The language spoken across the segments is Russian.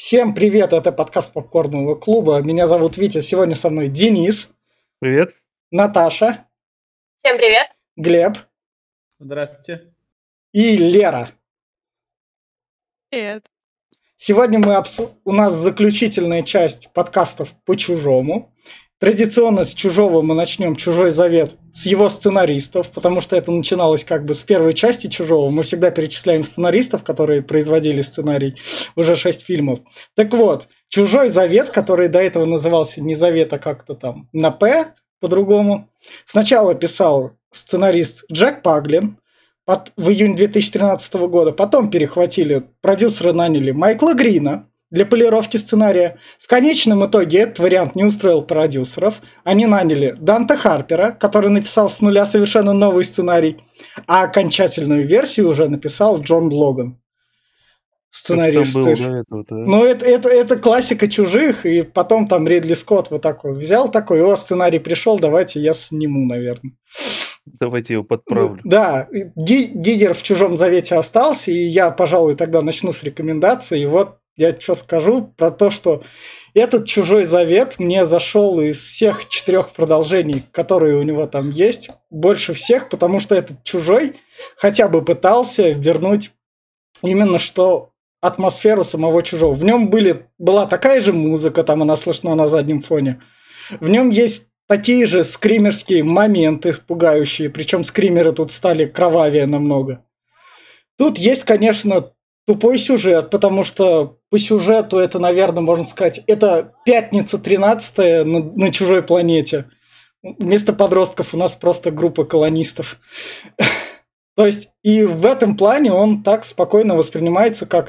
Всем привет, это подкаст Попкорного клуба. Меня зовут Витя, сегодня со мной Денис, Привет. Наташа, Всем привет. Глеб Здравствуйте. и Лера. Привет. Сегодня у нас заключительная часть подкастов по «Чужому». Традиционно с «Чужого» мы начнем «Чужой завет» с его сценаристов, потому что это начиналось как бы с первой части «Чужого». Мы всегда перечисляем сценаристов, которые производили сценарий, уже 6 фильмов. Так вот, «Чужой завет», который до этого назывался не «Завет», а как-то там на «П» по-другому, сначала писал сценарист Джек Паглин в июне 2013 года, потом перехватили, продюсеры наняли Майкла Грина для полировки сценария. В конечном итоге этот вариант не устроил продюсеров. Они наняли Данте Харпера, который написал с нуля совершенно новый сценарий, а окончательную версию уже написал Джон Логан, сценарист. Что там было до этого-то? Ну, это классика «Чужих», и потом там Ридли Скотт вот такой взял такой, сценарий пришел, давайте я сниму, наверное. Давайте его подправлю. Да, Гигер в «Чужом завете» остался, и я, пожалуй, тогда начну с рекомендаций. И вот я что скажу про то, что этот «Чужой завет» мне зашел из всех 4 продолжений, которые у него там есть, больше всех, потому что этот «Чужой» хотя бы пытался вернуть именно что атмосферу самого «Чужого». В нем была такая же музыка, там она слышна на заднем фоне. В нем есть такие же скримерские моменты пугающие, причем скримеры тут стали кровавее намного. Тут есть, конечно, тупой сюжет, потому что по сюжету это, наверное, можно сказать, это пятница 13-я на чужой планете. Вместо подростков у нас просто группа колонистов. То есть и в этом плане он так спокойно воспринимается, как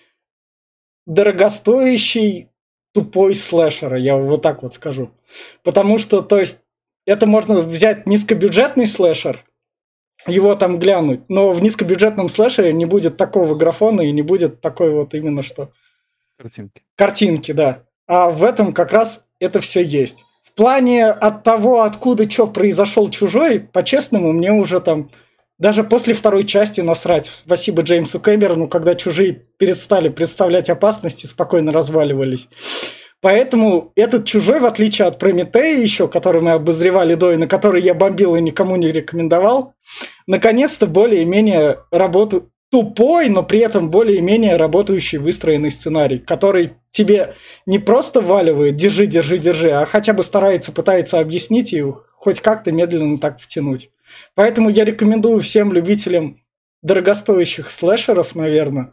дорогостоящий тупой слэшер, я вот так вот скажу. Потому что, то есть, это можно взять низкобюджетный слэшер, его там глянуть, но в низкобюджетном слэшере не будет такого графона и не будет такой вот именно что... Картинки, да. А в этом как раз это все есть. В плане от того, откуда что произошел «Чужой», по-честному, мне уже там... Даже после второй части насрать. Спасибо Джеймсу Кэмерону, когда «Чужие» перестали представлять опасности, спокойно разваливались. Поэтому этот «Чужой», в отличие от «Прометея» еще, который мы обозревали до и на который я бомбил и никому не рекомендовал, наконец-то более-менее тупой, но при этом более-менее работающий выстроенный сценарий, который тебе не просто валивает «держи, держи, держи», а хотя бы пытается объяснить и хоть как-то медленно так втянуть. Поэтому я рекомендую всем любителям дорогостоящих слэшеров, наверное,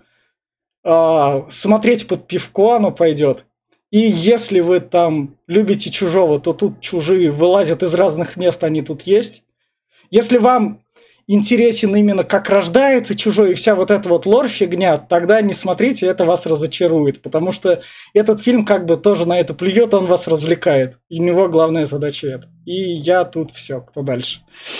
смотреть под пивко, оно пойдет. И если вы там любите «Чужого», то тут «Чужие» вылазят из разных мест, они тут есть. Если вам интересен именно как рождается «Чужой» и вся вот эта вот лор-фигня, тогда не смотрите, это вас разочарует. Потому что этот фильм как бы тоже на это плюет, он вас развлекает. И у него главная задача это. И я тут все, кто дальше?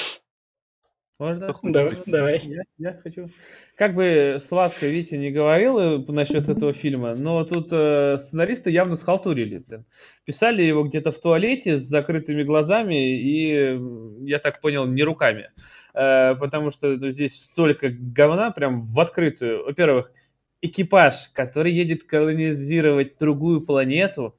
Можно? Давай. Я хочу. Как бы сладко Витя не говорил насчет этого фильма, но тут сценаристы явно схалтурили. Писали его где-то в туалете с закрытыми глазами и, я так понял, не руками. Потому что здесь столько говна прям в открытую. Во-первых, экипаж, который едет колонизировать другую планету.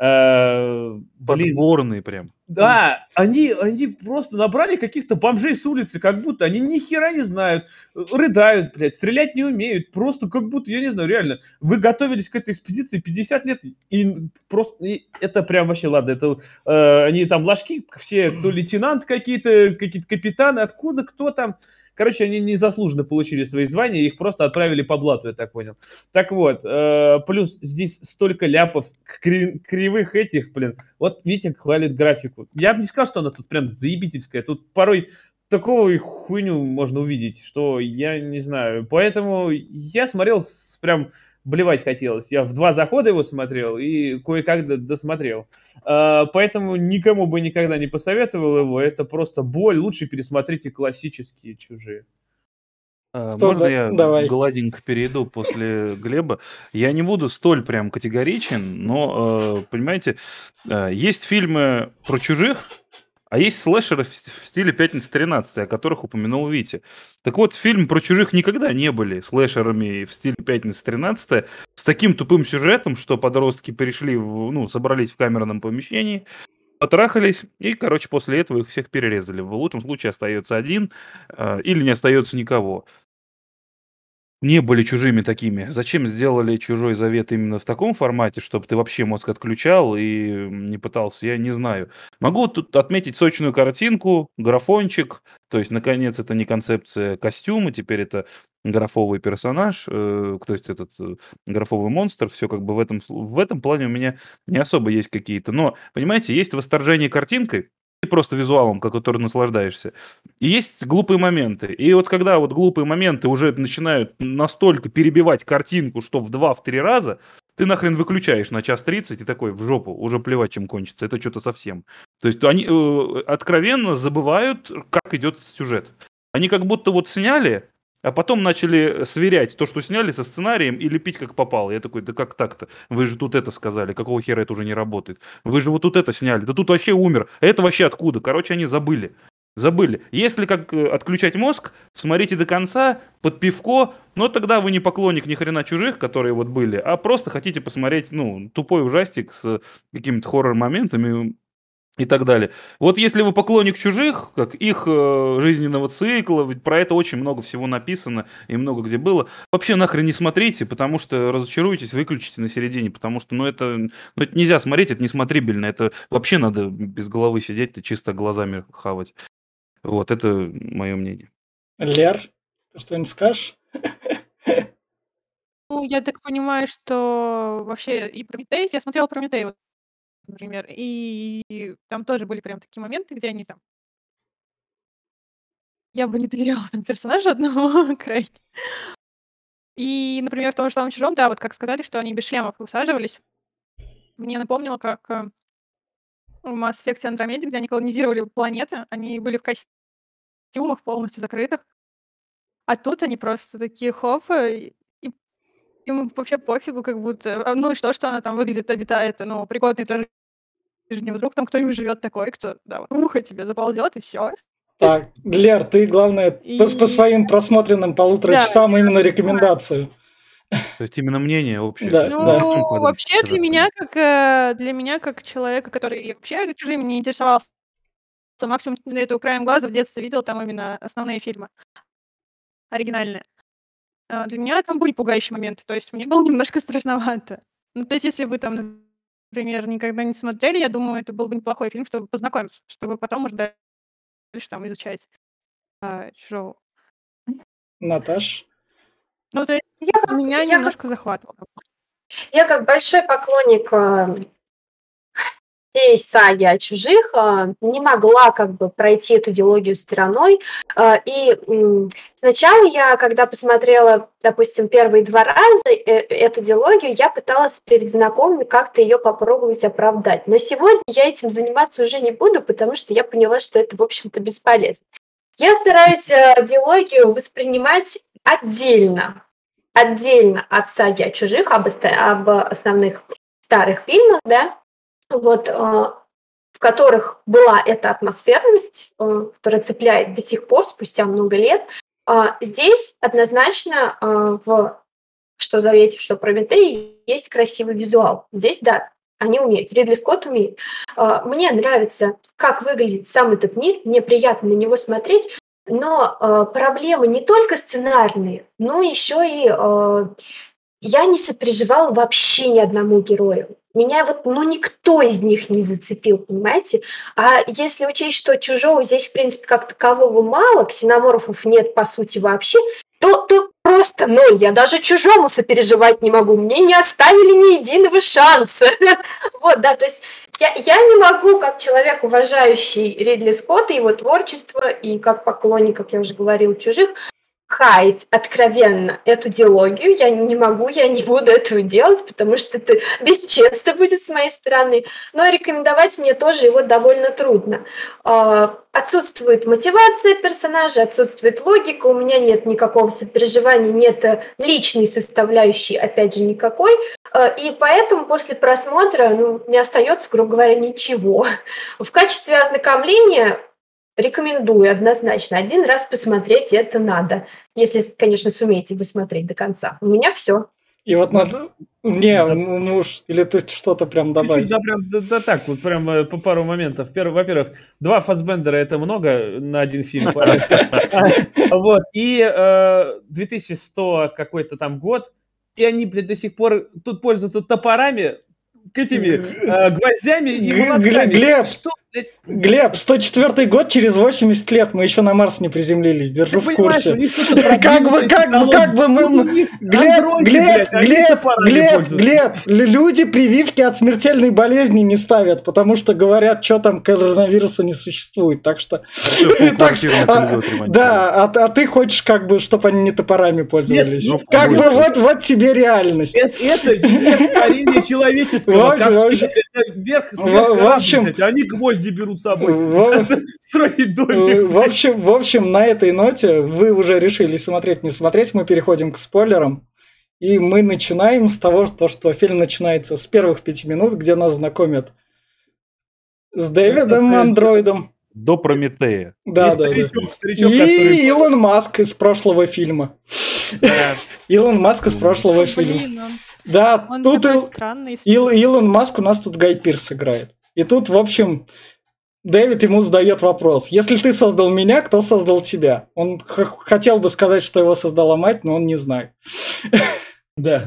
Подборный прям. Да, они просто набрали каких-то бомжей с улицы, как будто они ни хера не знают, рыдают, блядь, стрелять не умеют, просто как будто, я не знаю, реально, вы готовились к этой экспедиции 50 лет, и просто, это прям вообще, ладно, это они там ложки, все, кто лейтенант какие-то капитаны, откуда, кто там, короче, они незаслуженно получили свои звания, их просто отправили по блату, я так понял. Так вот, плюс здесь столько ляпов, кривых этих, блин, вот Витя хвалит графику. Я бы не сказал, что она тут прям заебительская. Тут порой такого хуйню можно увидеть, что я не знаю. Поэтому я смотрел, прям блевать хотелось. Я в 2 захода его смотрел и кое-как досмотрел. Поэтому никому бы никогда не посоветовал его. Это просто боль. Лучше пересмотрите классические «Чужие». Можно я гладенько перейду после Глеба? Я не буду столь прям категоричен, но, понимаете, есть фильмы про чужих, А есть слэшеры в стиле «Пятница 13», о которых упомянул Витя. Так вот, фильм про чужих никогда не были слэшерами в стиле «Пятница 13» с таким тупым сюжетом, что подростки перешли, собрались в камерном помещении, потрахались, и, после этого их всех перерезали. В лучшем случае остается один, или не остается никого. Не были чужими такими. Зачем сделали «Чужой завет» именно в таком формате, чтобы ты вообще мозг отключал и не пытался, я не знаю. Могу тут отметить сочную картинку, графончик. То есть, наконец, это не концепция костюма, теперь это графовый персонаж, то есть этот графовый монстр. Все в этом плане у меня не особо есть какие-то. Но, понимаете, есть восторжение картинкой и просто визуалом, который наслаждаешься. И есть глупые моменты. И вот когда вот глупые моменты уже начинают настолько перебивать картинку, что в 2-3 раза, ты нахрен выключаешь на 1:30 и такой: в жопу, уже плевать, чем кончится. Это что-то совсем. То есть они откровенно забывают, как идет сюжет. Они как будто вот сняли, а потом начали сверять то, что сняли, со сценарием и лепить как попало. Я такой: да как так-то? Вы же тут это сказали, какого хера это уже не работает? Вы же вот тут это сняли, да тут вообще умер. А это вообще откуда? Короче, они забыли. Забыли. Если как отключать мозг, смотрите до конца, под пивко, но тогда вы не поклонник ни хрена чужих, которые вот были, а просто хотите посмотреть, тупой ужастик с какими-то хоррор-моментами и так далее. Вот если вы поклонник чужих, как их жизненного цикла, ведь про это очень много всего написано и много где было, вообще нахрен не смотрите, потому что разочаруетесь, выключите на середине, потому что, это нельзя смотреть, это несмотрибельно, это вообще надо без головы сидеть, чисто глазами хавать. Вот, это мое мнение. Лер, ты что-нибудь скажешь? Я так понимаю, что вообще и Прометей, я смотрела Прометей, вот, например, и там тоже были прям такие моменты, где они там я бы не доверяла там персонажу одному крайне. И, например, в том же самом «Чужом», да, вот как сказали, что они без шлемов высаживались. Мне напомнило, как в Mass Effect Andromeda, где они колонизировали планеты, они были в костюмах полностью закрытых. А тут они просто такие хоп, и им вообще пофигу, как будто. Ну и что она там выглядит, обитает, пригодный тоже жизни. Вдруг там кто-нибудь живет такой, кто, да, ухо тебе заползет, и все. Так, Лер, ты, главное, по своим просмотренным 1,5 часам именно рекомендацию. То есть именно мнение общее. Да, вообще для меня, как человека, который вообще чужими не интересовался, максимум на это краем глаза в детстве видел там именно основные фильмы оригинальные. Для меня там были пугающие моменты, то есть мне было немножко страшновато. То есть если вы там, например, никогда не смотрели, я думаю, это был бы неплохой фильм, чтобы познакомиться, чтобы потом уже дальше там изучать «Чужого». Наташ? То есть меня немножко захватывало. Я как большой поклонник всей саги о чужих не могла пройти эту дилогию стороной. И сначала я, когда посмотрела, допустим, первые 2 раза эту дилогию, я пыталась перед знакомыми как-то ее попробовать оправдать. Но сегодня я этим заниматься уже не буду, потому что я поняла, что это, в общем-то, бесполезно. Я стараюсь дилогию воспринимать отдельно от саги о чужих, об основных старых фильмах, да, вот, в которых была эта атмосферность, которая цепляет до сих пор, спустя много лет. Здесь однозначно в «Что завете», что «Прометей» есть красивый визуал. Здесь, да, они умеют. Ридли Скотт умеет. Мне нравится, как выглядит сам этот мир, мне приятно на него смотреть, но проблемы не только сценарные, но еще и я не сопереживала вообще ни одному герою. Меня никто из них не зацепил, понимаете? А если учесть, что чужого здесь, в принципе, как такового мало, ксеноморфов нет, по сути, вообще, то просто ноль. Я даже чужому сопереживать не могу. Мне не оставили ни единого шанса. Вот, да, то есть я не могу, как человек, уважающий Ридли Скотта, его творчество, и как поклонник, как я уже говорила, чужих, хаять откровенно эту дилогию. Я не могу, я не буду этого делать, потому что это бесчестно будет с моей стороны. Но рекомендовать мне тоже его довольно трудно. Отсутствует мотивация персонажа, отсутствует логика, у меня нет никакого сопереживания, нет личной составляющей, опять же, никакой. И поэтому после просмотра не остается, грубо говоря, ничего. В качестве ознакомления рекомендую однозначно. Один раз посмотреть это надо. Если, конечно, сумеете досмотреть до конца. У меня все. И вот надо... Не, муж, или ты что-то прям добавить? Чуть-чуть, да, так, вот прям по пару моментов. Во-первых, 2 Фассбендера — это много на один фильм. Вот, и 2100 какой-то там год, и они, блядь, до сих пор тут пользуются топорами, этими гвоздями и молотками. Глеб, Что, блядь? Глеб, 104 год, через 80 лет мы еще на Марс не приземлились, держу в курсе. Как бы мы... Глеб, люди прививки от смертельной болезни не ставят, потому что говорят, что там коронавируса не существует, так что... Да, а ты хочешь, как бы, чтобы они не топорами пользовались. Как бы вот тебе реальность. Это творение человеческого. В общем, они гвозди берут с собой. Строить домик. В общем, на этой ноте вы уже решили смотреть, не смотреть. Мы переходим к спойлерам. И мы начинаем с того, что фильм начинается с первых 5 минут, где нас знакомят с Дэвидом андроидом. До Прометея. Да. И Илон Маск из прошлого фильма. Илон Маск из прошлого фильма. Да, тут Илон Маск у нас тут Гай Пирс играет. И тут, в общем, Дэвид ему задает вопрос. Если ты создал меня, кто создал тебя? Он хотел бы сказать, что его создала мать, но он не знает. Да.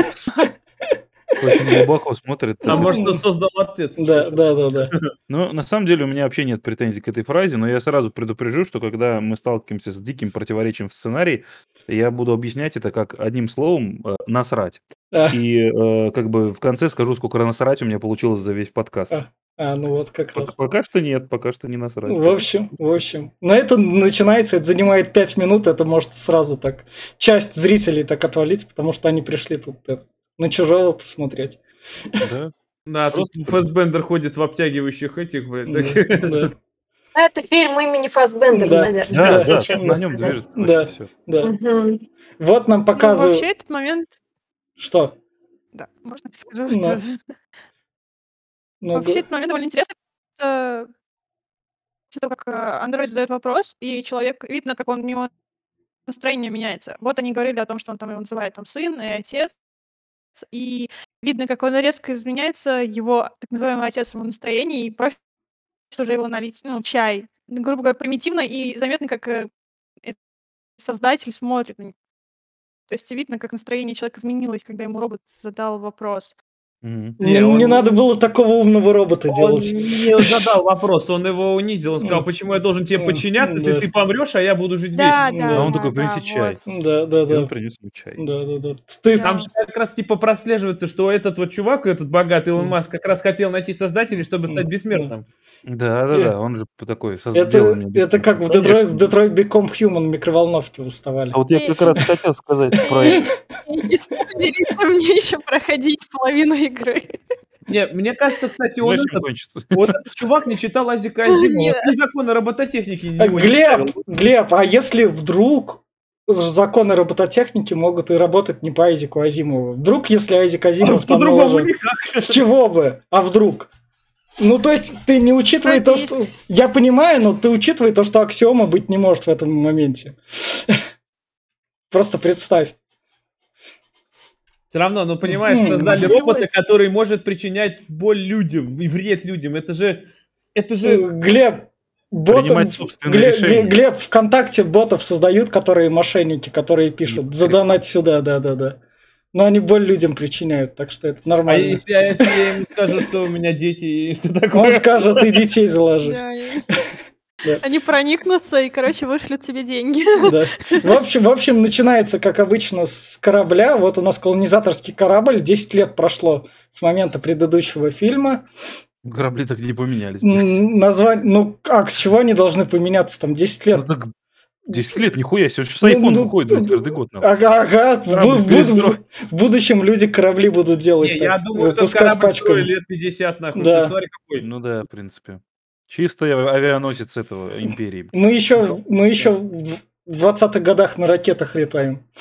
Очень глубоко смотрит. А может, он создал отец. Да. Ну, на самом деле, у меня вообще нет претензий к этой фразе, но я сразу предупрежу, что когда мы сталкиваемся с диким противоречием в сценарии, я буду объяснять это как одним словом «насрать». И как бы в конце скажу, сколько насрать у меня получилось за весь подкаст. Ну вот как раз. Пока что нет, пока что не насрать. В общем. Но это начинается, это занимает 5 минут, это может сразу так часть зрителей так отвалить, потому что они пришли тут на чужого посмотреть. Да, тут Фассбендер ходит в обтягивающих этих, блядь. Это фильм имени Фассбендера, наверное. Да, на нем движется все. Вот нам показывают... Вообще этот момент... Что? Да, можно я скажу, что... Вообще этот момент довольно интересный, потому что как андроид задает вопрос, и человек, видно, как у него настроение меняется. Вот они говорили о том, что он там его называет там сын и отец, и видно, как он резко изменяется, его так называемый отец, его настроение, и просит уже его налить, чай. Грубо говоря, примитивно, и заметно, как создатель смотрит на него. То есть видно, как настроение человека изменилось, когда ему робот задал вопрос. Не надо было такого умного робота делать. Он не задал вопрос, он его унизил. Он сказал, почему я должен тебе подчиняться, если ты помрешь, а я буду жить вечно. Да. А он такой, принеси чай. Да. И он принес ему чай. Да. Там же как раз прослеживается, что этот вот чувак, этот богатый Илон Маск, как раз хотел найти создателей, чтобы стать бессмертным. Да, он же такой создал меня. Это как в Detroit Become Human микроволновки выставали. А вот я как раз хотел сказать про это. Не спойлерите, мне еще проходить половину игры. Не, мне кажется, кстати, вот этот чувак не читал Айзека Азимова. Ни законы робототехники не читал. Глеб, а если вдруг законы робототехники могут и работать не по Айзеку Азимову? Вдруг, если Айзек Азимов там по-другому наложил... никак. С чего бы? А вдруг? То есть ты не учитывай то, что... Я понимаю, но ты учитывай то, что аксиома быть не может в этом моменте. Просто представь. Все равно, понимаешь, создали робота, который может причинять боль людям и вред людям. Это же... Глеб, Глеб, ВКонтакте ботов создают, которые мошенники, которые пишут «задонать сюда», да. Но они боль людям причиняют, так что это нормально. А если я им скажу, что у меня дети и все такое? Он скажет, и детей заложить. Да. Они проникнутся и, вышлют тебе деньги. Да. В общем, начинается, как обычно, с корабля. Вот у нас колонизаторский корабль. 10 лет прошло с момента предыдущего фильма. Корабли так не поменялись. Название... с чего они должны поменяться там 10 лет? 10 лет, нихуя себе, сейчас iPhone выходит каждый год. Ага, в будущем люди корабли будут делать. Я думаю, этот корабль строили лет 50, нахуй. Да. Смотри, какой. Да, в принципе. Чистый авианосец этого империи. Мы еще в 20-х годах на ракетах летаем.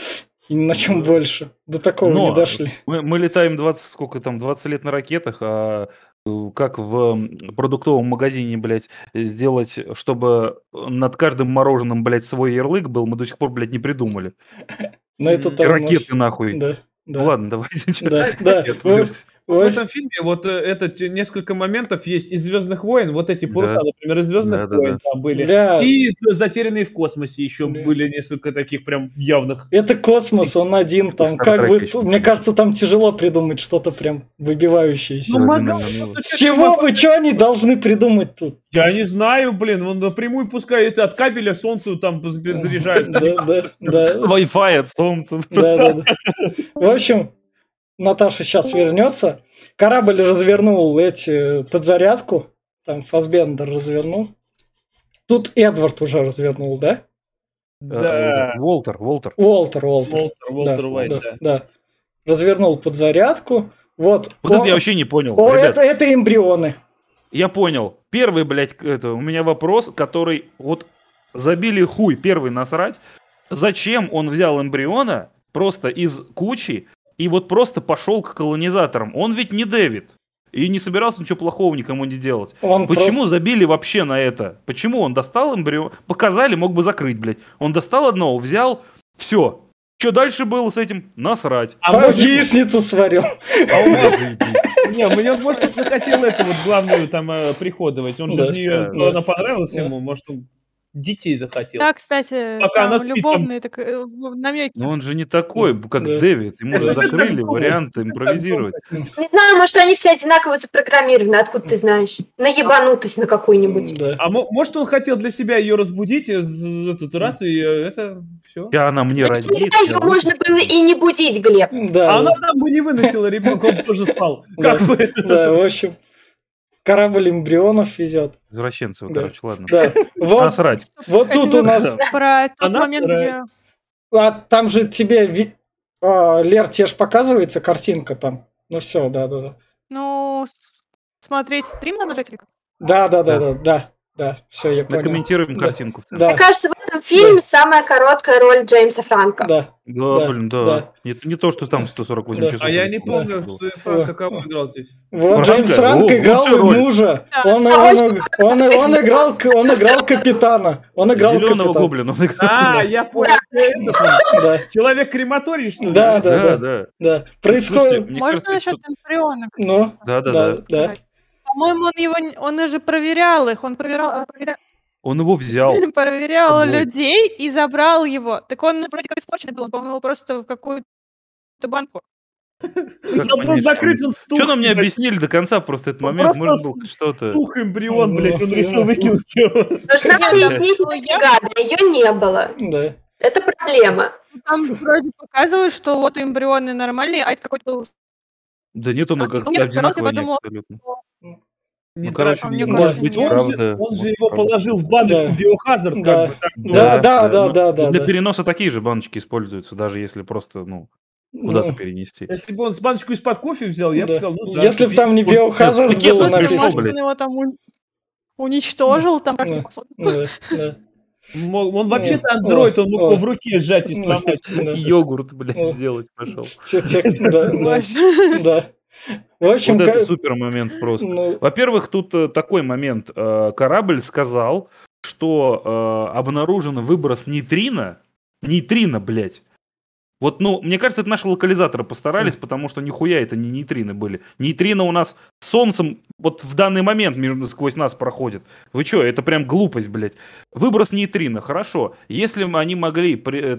И ни на чем больше. До такого не Но дошли. мы летаем 20 лет на ракетах, а как в продуктовом магазине, блядь, сделать, чтобы над каждым мороженым, блядь, свой ярлык был, мы до сих пор, блядь, не придумали. Но это И И там ракеты нахуй. Да, Ну да, ладно, давайте. да, да. Я отвлекся. В этом фильме вот несколько моментов есть из «Звездных войн», вот эти паруса, Да. например, из «Звездных Да-да-да. войн» там были. Да. И из «Затерянные в космосе» еще Да. были несколько таких прям явных. Это космос, он один там. Star Как Trek бы, еще мне было. кажется, там тяжело придумать что-то прям выбивающееся. Ну, Современный могла мир. что-то С чего бы, что они должны придумать тут? Я не знаю, блин, он напрямую пускай от кабеля солнцу там заряжает. Да. Wi-Fi от солнца. Да. В общем, Наташа сейчас вернется. Корабль развернул подзарядку. Там Фассбендер развернул. Тут Эдвард уже развернул, да? Да. Уолтер. Уолтер. Уолтер Уайт, да. Да. Развернул подзарядку. Вот это я вообще не понял. О, Ребят, это эмбрионы. я понял. Первый, блядь, у меня вопрос, который вот забили хуй первый насрать. Зачем он взял эмбриона просто из кучи и вот просто пошел к колонизаторам? Он ведь не Дэвид. И не собирался ничего плохого никому не делать. Почему забили вообще на это? Почему он достал эмбрион? Показали, мог бы закрыть, блядь. Он достал одного, взял, все. Что дальше было с этим? Насрать. Яичницу сварил. Не, мне, может, он захотел эту вот главную там приходовать. Он же в нее, она понравилась ему, может, он детей захотел. Да, кстати, Пока она там спит, любовные намеки. Но он же не такой, как Да. Дэвид. Ему же закрыли вариант импровизировать. Не знаю, может, они все одинаково запрограммированы, откуда ты знаешь? Наебанутость на какую-нибудь. Да. А может, он хотел для себя ее разбудить этот раз, и это все. Я она мне Так родит. всегда ее можно было и не будить, Глеб. Да. А она там бы не выносила ребенка, он тоже спал. Да. Как бы. Да, в общем, корабль эмбрионов везет. Извращенцев, Да. короче, ладно. Да. Насрать. Вот тут Это у нас... Про тот Она момент, старается. где... А там же тебе... Лер, тебе же показывается картинка там. Ну все, да. Ну, смотреть стрим надо нажать или как? Да, все, я понял. Докомментируем Да. картинку. Да. Мне кажется, в этом фильме самая короткая роль Джеймса Франка. Да. Да, блин, да. да. Не то, что там 148 Да. часов. А я не было. помню, Было. что Франк кого играл здесь. Вот Франко? Джеймс Франк О, играл лучшая роль. мужа. Да. Он играл капитана. Он играл Зеленого капитана. гоблина. он играл. А, я понял. Да. Человек-крематорий, что ли? Да. Да. Происходит... Слушайте, мне Можно кажется, насчет эмбрионок Ну, Да. сказать? По-моему, он же проверял их. Он проверял Он его взял. проверял Собой. людей и забрал его. Так он вроде как испорченный был. Он, по-моему, просто в какую-то банку. Забыл закрыть, он стух. Что нам не объяснили до конца просто этот Он момент? просто Может быть, что-то... Стух эмбрион, блядь, он Ну, решил ну. выкинуть его. Должна Нет, пояснить да. бригада, ее не было. да. Это проблема. Там вроде показывают, что вот эмбрионы нормальные, а это какой-то был... Да нет, он А, как ну, нет, одинаковый короче, подумал, абсолютно. Не Ну, короче, а мне нравится. кажется, может быть, нет. правда. Он же может, его правда. положил в баночку Да. биохазард, как Да. бы. Так, Да. Для переноса такие же баночки используются, даже если просто, куда-то Ну, перенести. Если бы он с баночку из-под кофе взял, я бы да. сказал, ну да. Если бы там не вот биохазард такие было смысле, Может, написано. написано. он его там уничтожил, там как-то Да. посмотрел. Да. Он вообще-то О, андроид, он мог о. его в руке сжать и сломать. Да. И йогурт, блядь, Ну. сделать пошел. Да. В общем, Вот это супер момент просто. ну, Во-первых, тут такой момент. Корабль сказал, что обнаружен выброс нейтрино. Нейтрино, блядь. Вот, мне кажется, это наши локализаторы постарались, потому что нихуя это не нейтрино были. Нейтрино у нас солнцем вот в данный момент сквозь нас проходит. Вы что, это прям глупость, блядь. Выброс нейтрино, хорошо. Если бы они могли,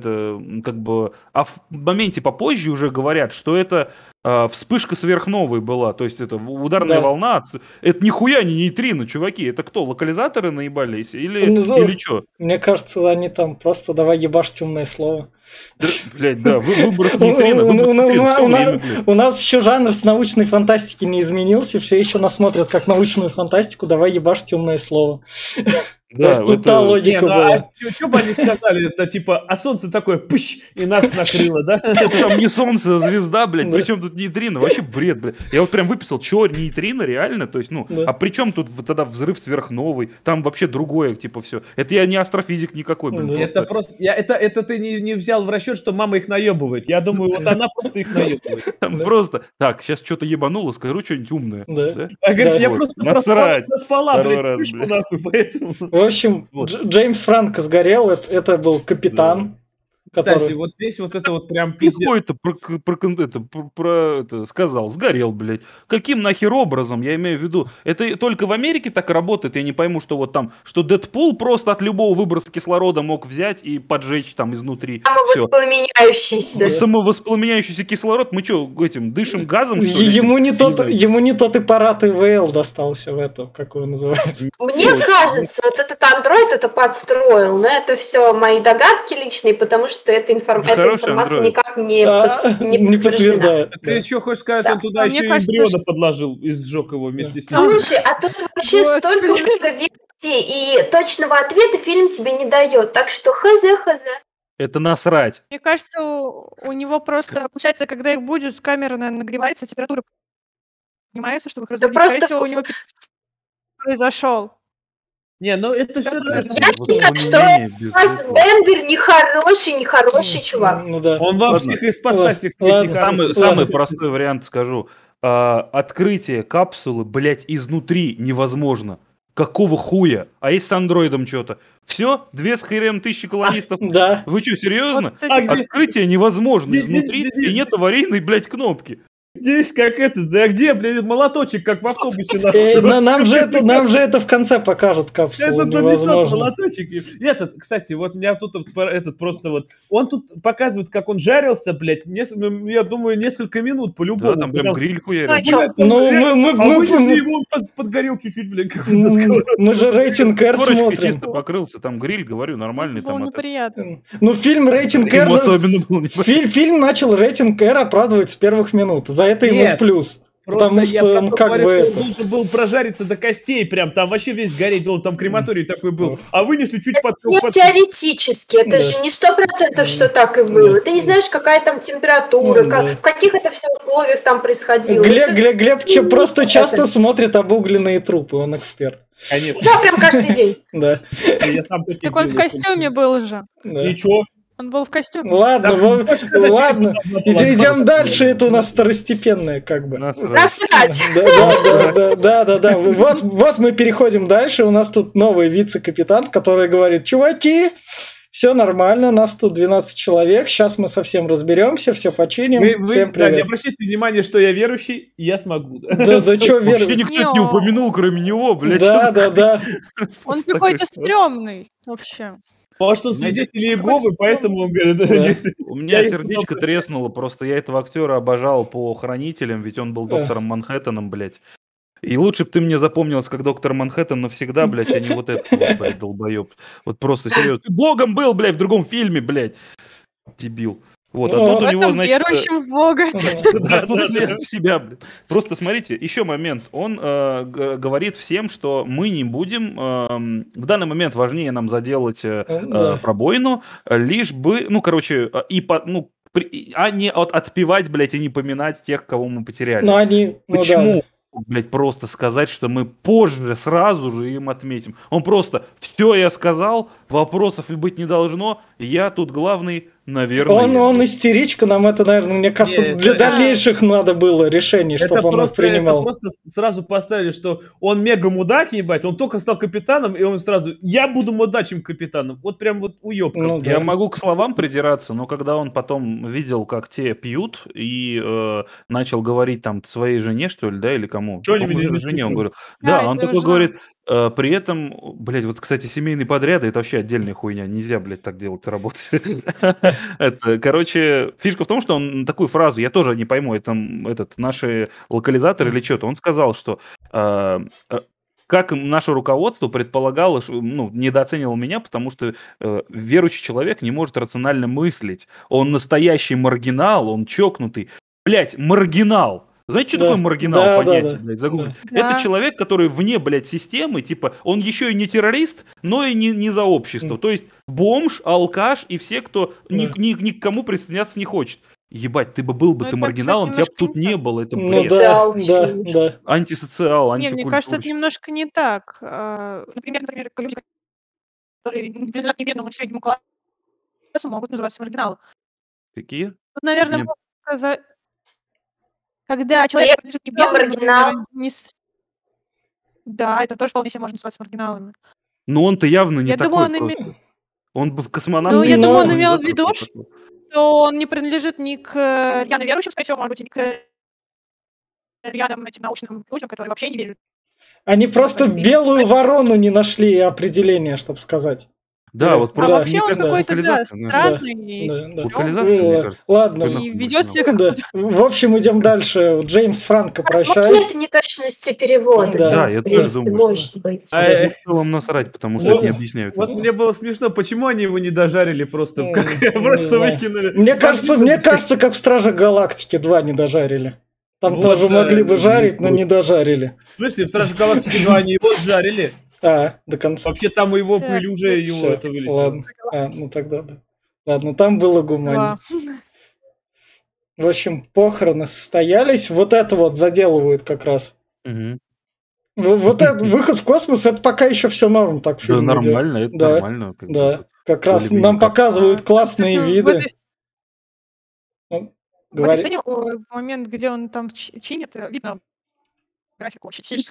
а в моменте попозже уже говорят, что это вспышка сверхновой была, то есть это ударная Да. волна. Это нихуя не нейтрино, чуваки. Это кто, локализаторы наебались? Или что? Мне кажется, они там просто давай ебашь темное слово. Блять, да, выброс нейтрино. У нас еще жанр с научной фантастики не изменился, все еще нас смотрят как научную фантастику, давай ебашь темное слово. То есть тут та Не, логика ну была. что бы они сказали? Это типа, а солнце такое, пыщ, и нас накрыло, да? Там не солнце, а звезда, блядь. Да. Причем тут нейтрино? Вообще бред, блядь. Я вот прям выписал, что нейтрино реально? То есть, ну, Да. а при чем тут тогда взрыв сверхновый? Там вообще другое, типа, все. Это я не астрофизик никакой, блин. Да. Это просто, это ты не взял в расчет, что мама их наебывает. Я думаю, вот она просто их наебывает. Там Да. просто, так, сейчас что-то ебануло, скажу что-нибудь умное. Да. Да? А говорит, Да. я Вот. просто Насрать. проспала, Второй блядь, раз, вспышку блядь. нахуй, поэтому... В общем, Вот. Джеймс Франко сгорел, это был капитан, Кстати, который... вот здесь вот это вот прям пиздец. Какой-то сказал, сгорел, блядь. Каким нахер образом, я имею в виду, это только в Америке так работает, я не пойму, что вот там, что Дэдпул просто от любого выброса кислорода мог взять и поджечь там изнутри. Все. Самовоспламеняющийся. Самовоспламеняющийся кислород, мы что, этим дышим газом, что ли? Ему не Я тот, знаю. ему не тот аппарат ИВЛ достался в эту, как его называется. Мне кажется, вот этот андроид это подстроил, но это все мои догадки личные, потому что эта Хороший информация андроид. никак не Не подтверждена. подтверждает. Ты Да. еще хочешь сказать, Да. он туда А еще мне и кажется, эмбриона что- подложил и сжег его вместе с ним. Слушай, а тут вообще Господи. столько много версий, и точного ответа фильм тебе не дает, так что хз. Это насрать. Мне кажется, у него просто, получается, когда их будет, камера, наверное, нагревается, температура поднимается, чтобы их разводить. просто Скорее всего, у него произошел. Не, ну это все Я считаю, что Фассбендер нехороший чувак. Ну да. Он во Ладно. всех ипостасях Ладно. стоит нехороший. Самый Ладно. простой вариант скажу. Открытие капсулы, блядь, изнутри невозможно. Какого хуя? А если с андроидом что-то? Все? 2 с херем тысячи колонистов? Да. Вы что, серьезно? Вот, кстати, Открытие невозможно изнутри, Ди-ди-ди-ди. и нет аварийной, блядь, кнопки. Здесь как это, да где, блин, молоточек, как в автобусе. нахуй. Нам же это в конце покажут капсулу. Это тот Невозможно. молоточек. И этот, кстати, вот меня тут вот этот просто вот, он тут показывает, как он жарился, блядь, я думаю, несколько минут по-любому. Да, там прям Потому- гриль Ну, хуярил. а чё? Блядь, Ну, он- а мы вынесли его, он подгорел чуть-чуть, блин, как на сковородке. мы же рейтинг R Корочка смотрим. чисто покрылся, там гриль, говорю, нормальный. было Там это. неприятно. Ну, фильм рейтинг R... Ему особенно было неприятно. Фильм начал рейтинг R оправдывать с первых минут. За это ему Нет. в плюс. Просто Потому я что про он то как говорю, бы что это... он должен был прожариться до костей прям, там вообще весь гореть, там крематорий такой был, а вынесли чуть под... Не теоретически, это Да. же не 100%, что так и было. Ты не знаешь, какая там температура, Ну, да. в каких это все условиях там происходило. Это- Глеб не просто 100%. часто смотрит обугленные трупы, он эксперт. Конечно, Да, прям каждый день. Да. я сам такие Так он в делаю. костюме был же. Да. И чё? Он был в костюме. Ладно, Да, больше, когда ладно. человек была Идем просто- дальше, это у нас второстепенное, как бы. Насрать. Насрать. Да. Вот мы переходим дальше. У нас тут новый вице-капитан, который говорит: чуваки, все нормально, нас тут 12 человек, сейчас мы совсем разберемся, все починим. Вы, Всем да, не привет. обращайте внимания, что я верующий, и я смогу. Да что, Вообще Вера? никто не упомянул, кроме него, блядь. Да. Он Такой, какой-то что? стрёмный вообще. Может, он Знаете, свидетель Иеговы, поэтому он говорит... У меня Я их сердечко много треснуло, просто я этого актера обожал по «Хранителям», ведь он был Да. доктором Манхэттеном, блядь. И лучше бы ты мне запомнился как доктор Манхэттен навсегда, блядь, а не вот этот, вот, блядь, долбоеб. Вот просто серьезно. Ты богом был, блядь, в другом фильме, блядь. Дебил. Вот, а Ну, тут В у него, этом значит... верующим в Бога. Да, тут верит в себя, блин. Просто смотрите, еще момент. Он говорит всем, что мы не будем... в данный момент важнее нам заделать Да. пробоину, лишь бы... Ну, короче, а не отпевать, блядь, и не поминать тех, кого мы потеряли. Но они... ну да. Почему, блядь, просто сказать, что мы позже сразу же им отметим? Он просто, все я сказал, вопросов и быть не должно, я тут главный, наверное. Он истеричка, нам это, наверное, мне кажется, Не, для это- дальнейших надо было решений, Это чтобы он их просто принимал. сразу поставили, что он мега мудак, ебать, он только стал капитаном, и он сразу, я буду мудачим капитаном. Вот прям вот уебка. Ну да. Я могу к словам придираться, но когда он потом видел, как те пьют, и начал говорить там своей жене, что ли, да, или кому? Что-нибудь По-моему, не жене, он слышал. говорил. Да, Да, он это такой жена. говорит, при этом, блядь, вот, кстати, семейные подряды, это вообще отдельная хуйня, нельзя, блядь, так делать, работать. Это, короче, фишка в том, что он такую фразу, я тоже не пойму, это наши локализаторы или что-то, он сказал, что как наше руководство предполагало, недооценивало меня, потому что верующий человек не может рационально мыслить. Он настоящий маргинал, он чокнутый. Блять, маргинал! Знаете, что Да. такое маргинал? Да, да, Понятие, да. блядь, загуглить. Да. Это человек, который вне, блядь, системы, типа, он еще и не террорист, но и не за общество. М. То есть бомж, алкаш и все, кто ни Да. к кому присоединяться не хочет. Ебать, был бы Ну, ты это, кстати, маргиналом, тебя бы немножко тут не не так. было. Это Ну бред. да, Социал да, немножко. да. Антисоциал, Не, мне кажется, это антикультурщик. немножко не так. Например, люди, которые принадлежат к бедному и среднему классу, могут называться маргиналом. Какие? Тут, наверное, Мне- можно сказать, когда человек Я принадлежит не кто бедному, маргинал? например, не с- Да, это тоже вполне себе можно называть маргиналами. Но он-то явно не Я думаю, такой он имеет... просто. Он бы в Ну, космонавты я не думаю, Но- он имел в виду, организатор такой. что он не принадлежит ни к рьяно верующим, скорее всего, может быть, и не к рядом этим научным людям, которые вообще не верят. Они просто людей. белую ворону не нашли определения, чтобы сказать. Да, вот А просто, вообще мне он кажется, какой-то, да, локализация, знаешь, странный, Да, да. локализация, мне кажется. Ладно. Какой и нахуй ведет себя как Да. будто... В общем, идем дальше. Джеймс Франко, Возможно, прощай. это неточности перевода. Да. Да, в я тоже принципе, думаю, что- может быть. А, Ну, в целом насрать, потому что Вот- это не объясняют. Вот мне было смешно, почему они его не дожарили просто, Не просто знаю. выкинули. Мне кажется, как в Стражах Галактики 2 не дожарили. Там Вот, тоже да, могли бы это жарить, но круто. не дожарили. В смысле, в Страже Галактики 2 они его жарили? До конца. Вообще там его Да. пыль уже его Всё, это вылетела. ладно. Ну тогда да. Ладно, там было гуманно. Да. В общем, похороны состоялись. Вот это вот заделывают как раз. Мгм. Вот этот выход в космос, это пока еще все норм, так Да, фильм идет. нормально, это Да, нормально. как бы Да, тут как раз более-менее нам как. показывают классные Кстати, виды. В этой Говори. сцене, в момент, где он там чинит, видно графику очень сильно.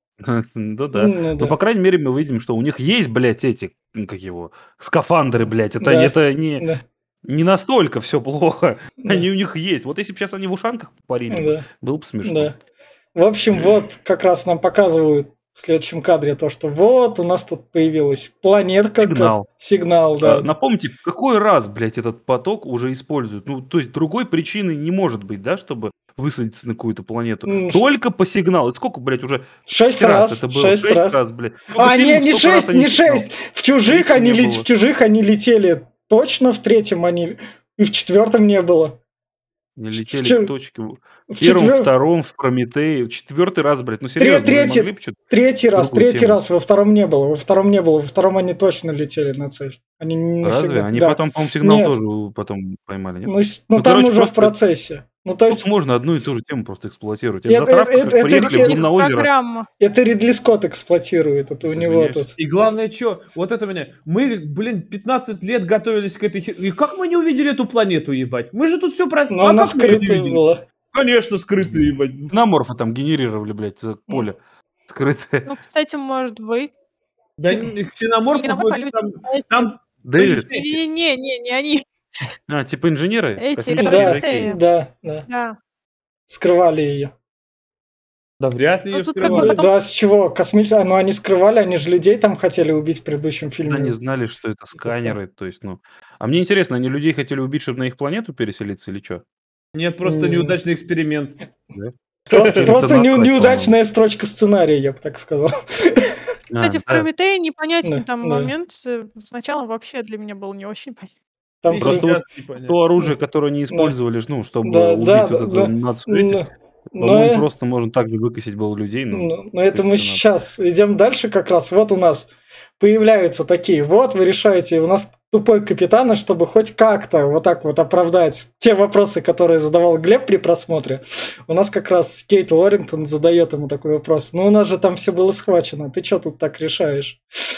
Ну да. Ну Но, да. по крайней мере, мы видим, что у них есть, блядь, эти, как его, скафандры, блядь. Это, Да. это не, Да, не настолько все плохо. Да. Они у них есть. Вот если бы сейчас они в ушанках парили, бы, да, было бы смешно. да. В общем, вот как раз нам показывают в следующем кадре то, что вот у нас тут появилась планетка. Сигнал. Сигнал, да. Напомните, в какой раз, блядь, этот поток уже используют? Ну, то есть другой причины не может быть, да, чтобы высадиться на какую-то планету. Только по сигналу. Это сколько, блядь, уже 6 раз раз. это было? 6 раз. раз, блядь. Сколько А, фильмов, не столько раз 6, они не сигнал. 6. В чужих Третьего не они, было. в чужих они летели. Точно в третьем они. И в четвертом не было. Не В летели чё- к точке. В В первом, четвер- втором, в Прометее. Четвертый раз, блядь. Ну, серьезно, ну, не третий- могли бы что-то... Третий другую тему. раз, во втором не было. Во втором они точно летели на цель. Они не Разве? сигнал. Они Да. потом, по-моему, сигнал Нет. тоже потом поймали, нет? Ну, там короче, уже просто- в процессе. Ну, то есть, Тут можно одну и ту же тему просто эксплуатировать. Это- Это затравка, это- как приехали это- в на озеро. Программа. это Ридли Скотт эксплуатирует. Это у него Извиняюсь. тут. И главное, что, вот это меня, мы, 15 лет готовились к этой херне. И как мы не увидели эту планету, ебать? Мы же тут все про... Но она как мы её не скрытая видели? была. Конечно, скрытые, ебать. Ксеноморфы там генерировали, блядь, это поле скрытое. Ну, кстати, может быть. Да, ксеноморфы, Ксеноморфы, вот люди, там, знаете, там Дэвид. Не они. Типа инженеры? Эти, Космические да, жаки? Да. Да. Скрывали ее. Да вряд ли Ну, ее тут как бы скрывали. потом- Да, с чего? Космические. Ну, они скрывали, они же людей там хотели убить в предыдущем фильме. Они знали, что это сканеры, то есть, ну... А мне интересно, они людей хотели убить, чтобы на их планету переселиться или что? Нет, просто Не неудачный эксперимент. Просто Это насрать, неудачная строчка сценария, я бы так сказал. Кстати, в Прометее непонятен Да, там да. момент. Сначала вообще для меня было не очень понятно. Там И Просто тоже- сейчас непонятно. То оружие, которое не использовали, ну, чтобы Да, убить да, вот да, эту да. нацию этих, Но- по-моему, но- просто можно так же выкосить было людей, ну... Но это мы всё надо. сейчас идем дальше как раз. Вот у нас появляются такие. Вот вы решаете, у нас тупой капитан, и чтобы хоть как-то вот так вот оправдать те вопросы, которые задавал Глеб при просмотре. У нас как раз Кейт Уоррингтон задает ему такой вопрос. Ну, у нас же там все было схвачено. Ты что тут так решаешь?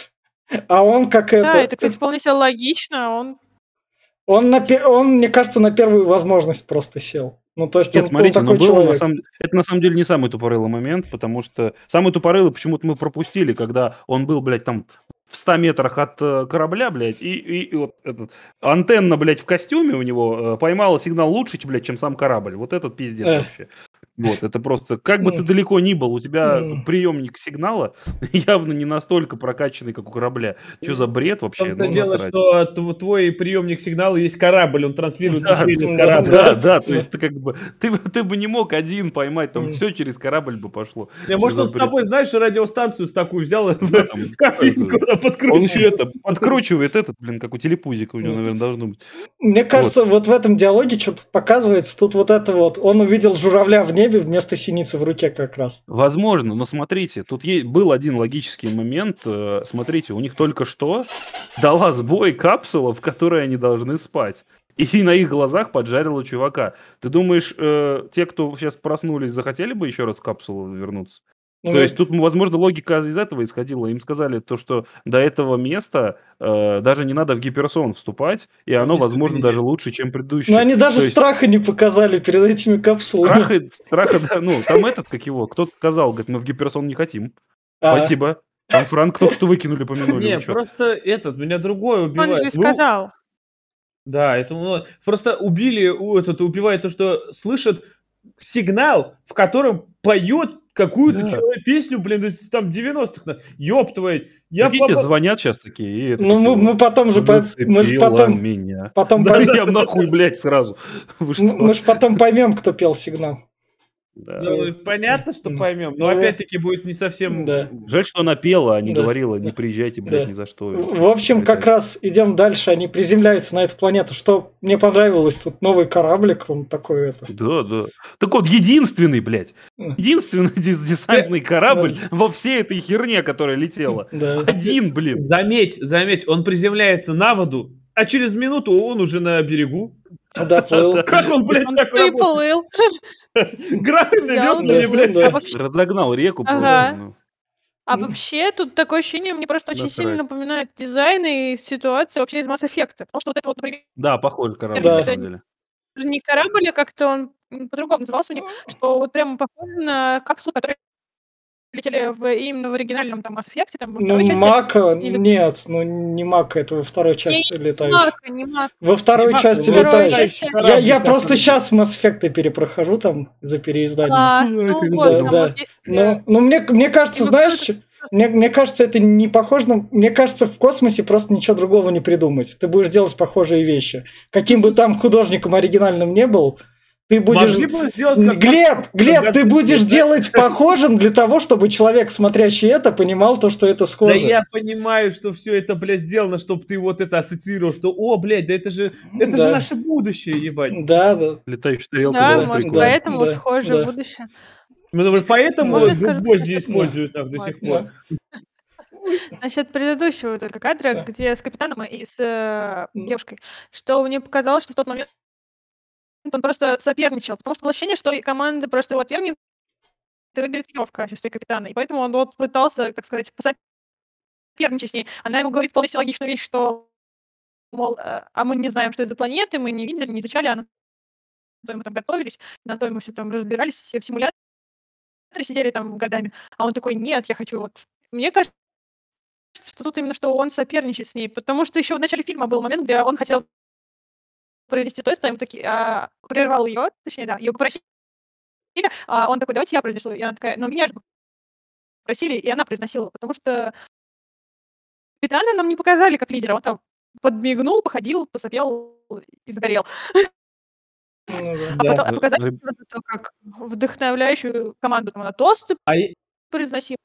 А он как Да, это, кстати, вполне себе логично. Он, мне кажется, на первую возможность просто сел. Ну, то есть Нет, он смотрите, такой но было человек. это на самом деле не самый тупорылый момент, потому что самый тупорылый почему-то мы пропустили, когда он был, блядь, там в 100 метрах от корабля, блядь, и вот этот, антенна, блядь, в костюме у него поймала сигнал лучше, блядь, чем сам корабль. Вот этот пиздец вообще. Вот, это просто, как бы ты далеко ни был, у тебя приемник сигнала явно не настолько прокачанный, как у корабля. Что за бред вообще? В том-то Ну, дело, насрать. что твой приемник сигнала есть корабль, он транслируется Да, через да, корабль. Да, то есть ты как бы ты бы не мог один поймать, там все через корабль бы пошло. Я, может, Что он за с бред? собой, знаешь, радиостанцию с такой взял, там, в кабинку Он подкрутил. еще это подкручивает этот, блин, как у телепузика у него, наверное, должно быть. Мне кажется, вот в этом диалоге что-то показывается. Тут вот это вот. Он увидел журавля в небе вместо синицы в руке как раз. Возможно, но смотрите, тут был один логический момент. Смотрите, у них только что дала сбой капсула, в которой они должны спать. И на их глазах поджарила чувака. Ты думаешь, те, кто сейчас проснулись, захотели бы еще раз в капсулу вернуться? То есть тут, возможно, логика из этого исходила. Им сказали то, что до этого места даже не надо в гиперсон вступать, и оно, возможно, даже лучше, чем предыдущее. Но они даже То есть страха не показали перед этими капсулами. страха, да, ну, там кто-то сказал, говорит, мы в гиперсон не хотим. А, Спасибо. Там Франк только что выкинули, помянули. Не, вы чё? просто меня другое Он убивает. же сказал. Да, это просто убивает то, что слышит сигнал, в котором поет какую-то Да. песню, блин, из там 90-х. Ёб твою. Прикиньте, звонят сейчас такие, и это ну такие, мы потом же мы ж «Зацепила потом меня». потом Да, поймем- я нахуй, блядь, сразу. Вы что? мы ж потом поймем, кто пел сигнал. Да. Ну, понятно, что Ну, поймем, но ну, опять-таки будет не совсем... да. Жаль, что она пела, а не Да. говорила, не приезжайте, блядь, Да. ни за что. В общем, как Летайте. раз идем дальше. Они приземляются на эту планету. Что мне понравилось, тут новый кораблик, он такой это. Да, да. Так вот, единственный, блядь, М. единственный десантный корабль во всей этой херне, которая летела. Да. Один, блин. Заметь, он приземляется на воду, а через минуту он уже на берегу. Доплыл. Как он, блядь, Он так работает? приплыл. Гравийными Взял, веслами, да, блядь. да. А вообще, Разогнал реку. Ага. просто, ну. а вообще тут такое ощущение, мне просто очень сильно Насрать. напоминает дизайн и ситуацию вообще из Mass Effect. Потому что вот это вот, например, Да, похож корабль, Да. на самом деле. даже не корабль, а как-то он по-другому назывался у них, что вот прямо похоже на капсулу, которые летели именно в оригинальном там Mass Effect, там во Ну, второй части. Мака, или- нет, ну не Мака, это во второй части летающий. Не Мака. Во второй Мака, части во второй летающий. части. Я просто сейчас Mass Effect перепрохожу там за переизданием. Ну Да, вот, там да. вот есть... Ну, мне кажется, ну, знаешь, потому мне кажется, это не похоже на... Мне кажется, в космосе просто ничего другого не придумать. Ты будешь делать похожие вещи. Каким бы там художником оригинальным не был, ты будешь... Могли бы сделать как Глеб, ты будешь да? делать похожим для того, чтобы человек, смотрящий это, понимал то, что это Да схоже. я понимаю, что все это, блядь, сделано, чтобы ты вот это ассоциировал, что, блядь, да это же Да. наше будущее, ебать. Да. Летающая тарелка Да, была может, прикольно. поэтому Да, схожее да. будущее. Потому что поэтому Можно сказать, гвозди кстати, используют так до сих пор. Насчет предыдущего только кадра, Да. где с капитаном и с девушкой, что мне показалось, что в тот момент он просто соперничал, потому что было ощущение, что и команда просто его отвергнет и выберет его в качестве капитана. И поэтому он вот пытался, так сказать, посоперничать с ней. Она ему говорит полностью логичную вещь, что, мол, а мы не знаем, что это за планеты, мы не видели, не изучали, а на то мы там готовились, на то мы все там разбирались, все в симуляторе сидели там годами. А он такой, нет, я хочу вот... Мне кажется, что тут именно, что он соперничает с ней, потому что еще в начале фильма был момент, где он хотел провести тест, а ему такие, прервал ее, точнее, да, ее попросили, а он такой, давайте я произнесу. И она такая, ну меня же просили, и она произносила, потому что капитана нам не показали как лидера, он там подмигнул, походил, посопел и сгорел. Ну, да. А потом Да. показали вот это как вдохновляющую команду, там она тосты А произносила.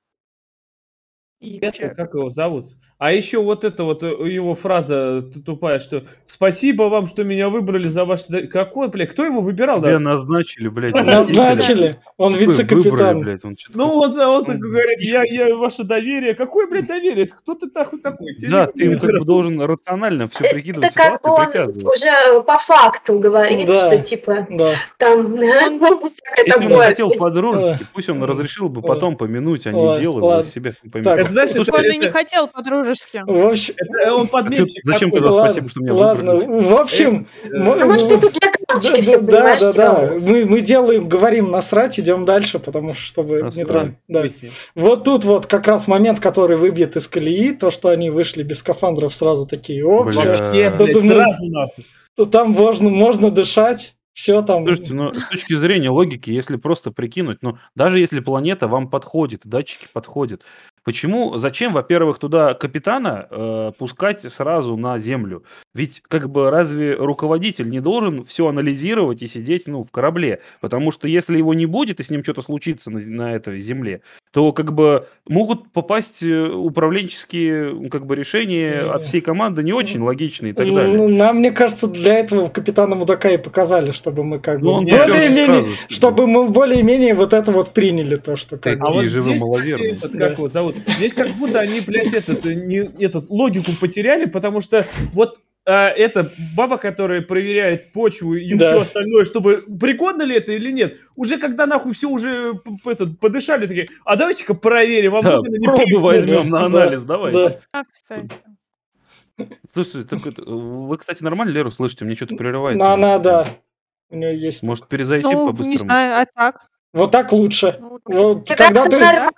И это, вообще, как его зовут? А еще вот это вот его фраза тупая, что спасибо вам, что меня выбрали за ваш... Какой, блядь, кто его выбирал? Тебя Да? назначили, блядь. Назначили. Он Выбрали, вицекапитан. блядь. Он что-то Ну, он так говорит, Фишка. я ваше доверие. Какое, блядь, доверие? Кто ты такой? Да, ты ему как бы должен рационально все прикидывать Это как бы ситуацию, он приказывать. уже по факту говорит, Да. что типа Да. там всякое Если бы он такое. хотел по-дружески, пусть он разрешил бы потом помянуть, а не Ладно, делал ладно. из себя хуй Так. Это, знаешь, он и не хотел по-дружески. В общем, он подменщик. Зачем такой. тогда ладно, спасибо, что меня ладно. выбрали? В общем, А может, это для галочки все, да, понимаешь? да, да. типа, Мы делаем, говорим насрать, идем дальше, потому что чтобы не Насрать. тронуть. Да. Выясним. Вот тут вот как раз момент, который выбьет из колеи, то, что они вышли без скафандров сразу такие, Бля. все, Вообще, Да, блядь, думаю, сразу нахуй. то там можно дышать, все там. Слушайте, ну, с точки зрения логики, если просто прикинуть, ну, даже если планета вам подходит, датчики подходят, зачем, во-первых, туда капитана пускать сразу на Землю? Ведь, как бы, разве руководитель не должен все анализировать и сидеть, в корабле? Потому что если его не будет, и с ним что-то случится на этой Земле, то как бы могут попасть управленческие как бы решения от всей команды не очень логичные и так далее. Нам, мне кажется, для этого Капитана Мудака и показали, чтобы мы как бы Ну, он более-менее, сразу, чтобы мы более-менее вот это вот приняли, то, что как бы... Такие вот живые здесь, маловерные. кстати, как его зовут? Здесь как будто они, блядь, логику потеряли, потому что вот эта баба, которая проверяет почву и Да. все остальное, чтобы пригодно ли это или нет, уже когда нахуй все уже подышали, такие, а давайте-ка проверим, а Да, вдруг она не пробы пригодна. возьмем на Да, анализ, да, давайте. да. А, кстати. Слушайте, вы, кстати, нормально Леру слышите? Мне что-то прерывается. Но она, да, у нее есть... Может, перезайти Ну, не по-быстрому? знаю, а так? Вот так лучше. Ну, Вот, Всегда когда ты нормально,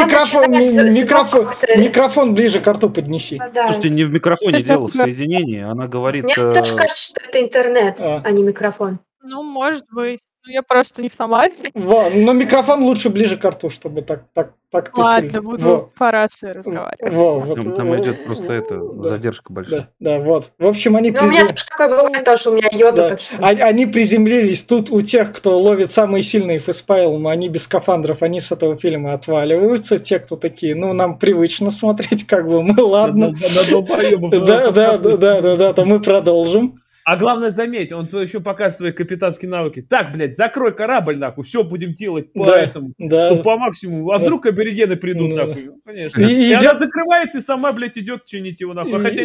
микрофон ближе к рту поднеси. Слушайте, не в микрофоне дело, в соединении. Она говорит... Мне тоже кажется, что это интернет, А. а не микрофон. Ну, может быть. Ну, я просто не в Самаре. Но микрофон лучше ближе к рту, чтобы так ты Ладно, сильно. буду по рации разговаривать. Там идет просто задержка большая. Да, вот. В общем, они Ну, у меня тоже такое бывает, потому что у меня йода, Да. так что... Они приземлились. Тут у тех, кто ловит самые сильные фейспайлы, они без скафандров, они с этого фильма отваливаются. Те, кто такие, ну, нам привычно смотреть, как бы мы, ладно. На долбоебов. Да, то мы продолжим. А главное, заметь, он еще показывает свои капитанские навыки. Так, блядь, закрой корабль, нахуй, все будем делать по этому, чтобы по максимуму. А вдруг аборигены придут, Да. нахуй? Ну, конечно. И И она идет- закрывает, и сама, блядь, идет чинить его, нахуй. Хотя...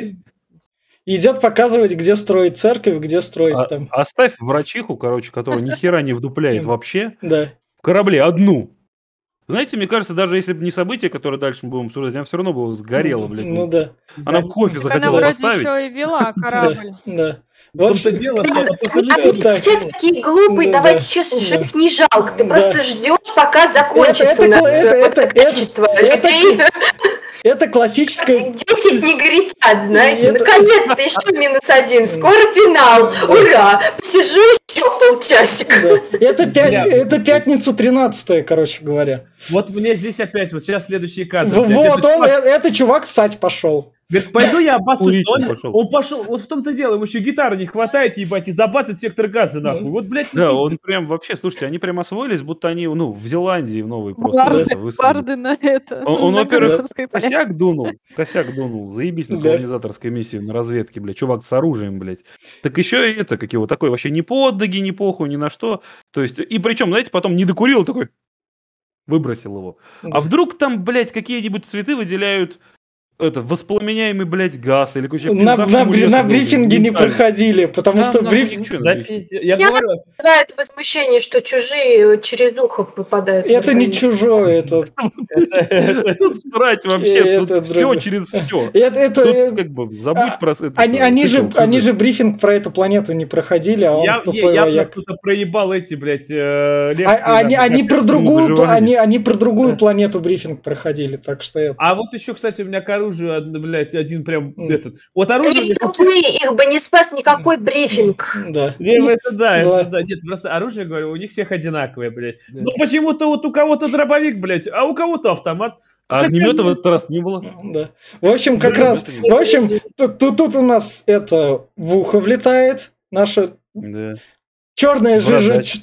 Идет показывать, где строить церковь, где строить там. Оставь врачиху, короче, которая ни хера не вдупляет вообще, Да. в корабле одну. Знаете, мне кажется, даже если бы не события, которые дальше мы будем обсуждать, она все равно бы сгорела, блядь. Ну да. Она бы кофе Она захотела вроде поставить. еще и вела корабль. Да. В том-то дело, что Они так. все такие глупые, Да, давайте да. честно, что Да. их не жалко. Ты Да. просто ждешь, пока закончится это- количество людей. Это классическое... 10 не горячат, знаете. Это- Наконец-то еще -1. Скоро финал. Ура! Посижу еще полчасика. Да. Это пятница 13-я, короче говоря. Вот мне здесь опять, вот сейчас следующий кадр. Вот это чувак ссать пошел. Говорит, пойду я обоссусь. Курить он пошел. Он пошел, вот в том-то дело, ему еще гитары не хватает, ебать, и забацать сектор газа, нахуй. Вот, блядь, Да, он прям вообще, слушайте, они прям освоились, будто они, в Зеландии в новой просто высадились. Барды на это. Он, на во-первых, Грушинской поляне. косяк дунул, заебись на Да. колонизаторской миссии на разведке, блядь, чувак с оружием, блядь. Так еще и это, как его, такой вообще ни под ноги, ни похуй, ни на что. То есть, и причем, знаете, потом не докурил, такой, выбросил его. А вдруг там, блядь, какие-нибудь цветы выделяют воспламеняемый, блядь, газ или какой-то На брифинге не проходили, потому что брифинг... Да, пиздец. Я Я говорю, это возмущение, что чужие через ухо попадают. Это не чужое, это... Тут срать вообще, Это тут все другое. через все. Это Тут как бы забудь про это. они же брифинг про эту планету не проходили, а он тупой явно вояк. кто-то проебал эти, блядь, лекции. Они про как другую, выживание. они про другую планету брифинг проходили, так что это... А вот еще, кстати, у меня к оружию, блядь, один прям этот. Вот оружие... Они тупые, их бы не спас никакой брифинг. Да. Это да, Да. это да. Нет, просто оружие, говорю, у них всех одинаковое, блядь. Но почему-то вот у кого-то дробовик, блядь, а у кого-то автомат. А огнемета в этот раз не было. Да. В общем, как раз... В общем, тут у нас это в ухо влетает наша Да. черная жижа, Бородач.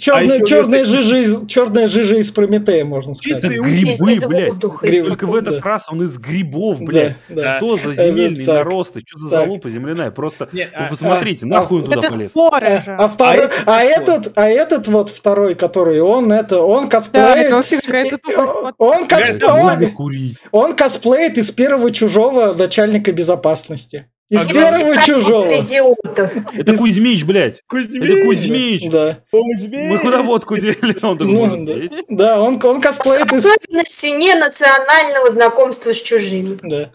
черная жижа из Прометея, можно сказать. Чистый Грибы, Из блядь. воздуха. Грибы. Только в этот Да. раз он из грибов, блядь. Да. Что за земельные Так. наросты, что за Так. залупа земляная? Просто Не, вы посмотрите, нахуй он туда Это полез. споры же. Этот вот второй, который он Да, это косплеит. вообще какая-то тупость. Можно курить. Он косплеит из первого чужого начальника безопасности. Из А первого чужого. Идиотов. Это Кузьмич, блядь. Это Кузьмич. Да. Мы куда водку делили? Он такой, Ну, может, да. есть? Да, он косплеит из... Особенности ненационального знакомства с чужими. Да.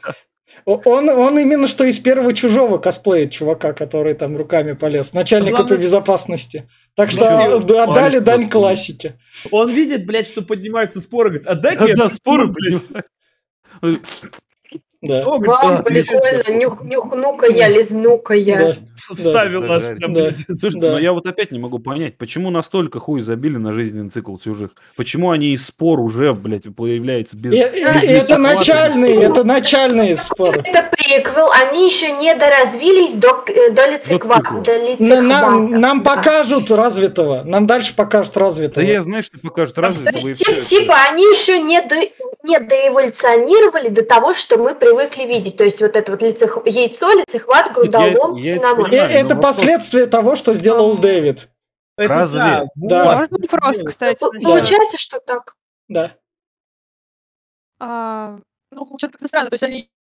Он именно что из первого чужого косплеит чувака, который там руками полез. Начальника Главное- по безопасности. Так Ну, что чё, отдали палец дань просто. классике. Он видит, блядь, что поднимаются споры, говорит, отдай-ка Да, я споры, блядь. блядь. Да. О, Вау, говорит, прикольно, нюхну-ка я, лизну-ка я. Да. вставил наш Зажарить. прям Да. президент. Слушайте, Да. но я вот опять не могу понять, почему настолько хуй забили на жизненный цикл чужих? Почему они из спор уже, блядь, появляются без Это лицехвата? начальные споры. Это приквел, они еще не доразвились до лицехвата. цикла. Нам покажут развитого. Нам дальше покажут Да развитого. я знаю, что покажут То развитого и есть, все. типа, они еще не доэволюционировали до того, что мы привыкли видеть. То есть, вот это вот яйцо, лицехват, грудолом, я это цинамон. понимаю. Это вопрос- последствия того, что сделал Дэвид. Это Разве? да, Да. вот. Можно вопрос, кстати, насчет... Получается, что так. Да. Ну, что-то как-то странно, то есть они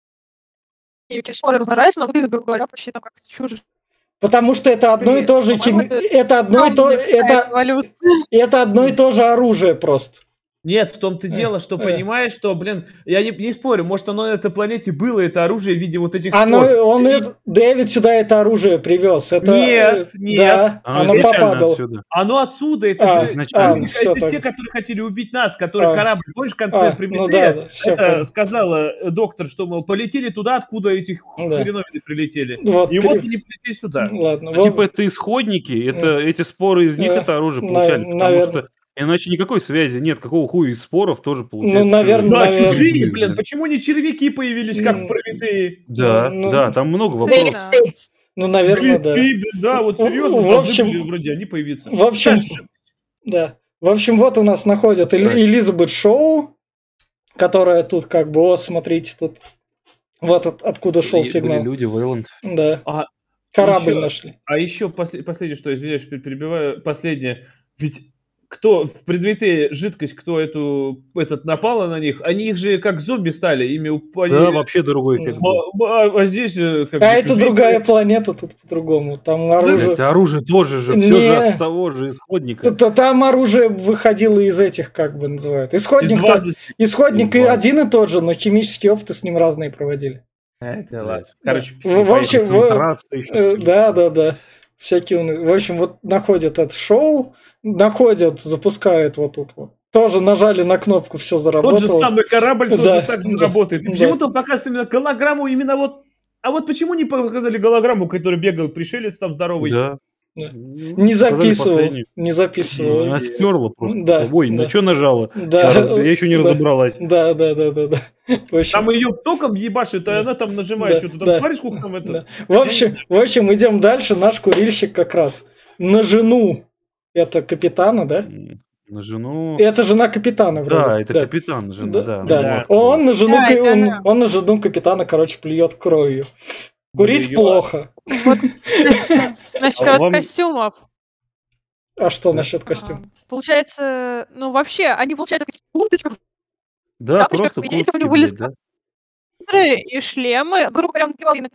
через споры размножаются, но выглядят, грубо говоря, почти там как чужие. Потому что это одно и то же По-моему, это одно и то Эволюция. это одно и то же оружие просто. Нет, в том-то дело, что понимаешь, что, блин, я не спорю, может, оно на этой планете было, это оружие в виде вот этих спор. Дэвид сюда это оружие привез. Это, Нет, нет. Да, оно изначально попадало. отсюда. Оно отсюда, это же изначально. всё это так. те, которые хотели убить нас, которые корабль, помнишь, в конце Ну Прометея, да, всё это понял. сказала доктор, что, мол, полетели туда, откуда эти Да. хреновины прилетели. Вот, И вот они полетели сюда. Ладно. Ну, типа это исходники, это эти споры из них это оружие получали, потому наверно. что иначе никакой связи нет. Какого хуя из споров тоже получается? наверно, Да, наверно. чужие, блин, почему не червяки появились, как в Прометее? Да, Ну, да, там много вопросов. Глисты. Наверное, да. Глисты, блин, да, вот серьезно, В должны общем- были вроде они появиться. В общем, да. В общем, вот у нас находят Элизабет Шоу, которая тут как бы, смотрите, тут вот откуда шел Были сигнал. люди, Вейланд. Да. А Корабль ещё- нашли. А еще последнее, что, извиняюсь, перебиваю, последнее. Ведь кто в предмете жидкость, кто этот напала на них, они их же как зомби стали, ими Да, вообще другой эффект был. А здесь как бы Это чужие другая были. планета тут по-другому. Там оружие... Это оружие тоже же, все Не. же с того же исходника. Там оружие выходило из этих, как бы называют. Из Исходник вазы. и Из вазы. один и тот же, но химические опыты с ним разные проводили. Это ладно. Короче, В общем, Концентрация еще. да. Всякие в общем, вот находят это шоу, запускают вот тут вот. Тоже нажали на кнопку, все тот же заработало. самый корабль Да, тоже так же да, работает. И да. почему-то показывают именно голограмму, именно вот. А вот почему не показали голограмму, который бегал пришелец там здоровый? Да. Да. Ну, Не показали записывал. последнюю. Не записывал. Она стерла просто. Да, Ой, да. на что нажала? Да. Я еще не Да. разобралась. Да. В общем, Там ее током ебашит, а она там нажимает Да, что-то. да. Там, смотри, сколько там это. да. В общем, идем дальше. Наш курильщик как раз на жену это капитана, да? На жену... Это жена капитана вроде. Да, это капитан жена, да. Да. Ну, Он на жену, Да, это она. он на жену капитана, короче, плюет кровью. Курить Блюет. плохо. Вот, кстати, насчет вам- костюмов. А что насчет костюма? Получается, ну вообще, они, получается, в таких курточках, Да, тапочках, просто по идее, куртки, были блядь, да. и шлемы, грубо говоря, он надевал и на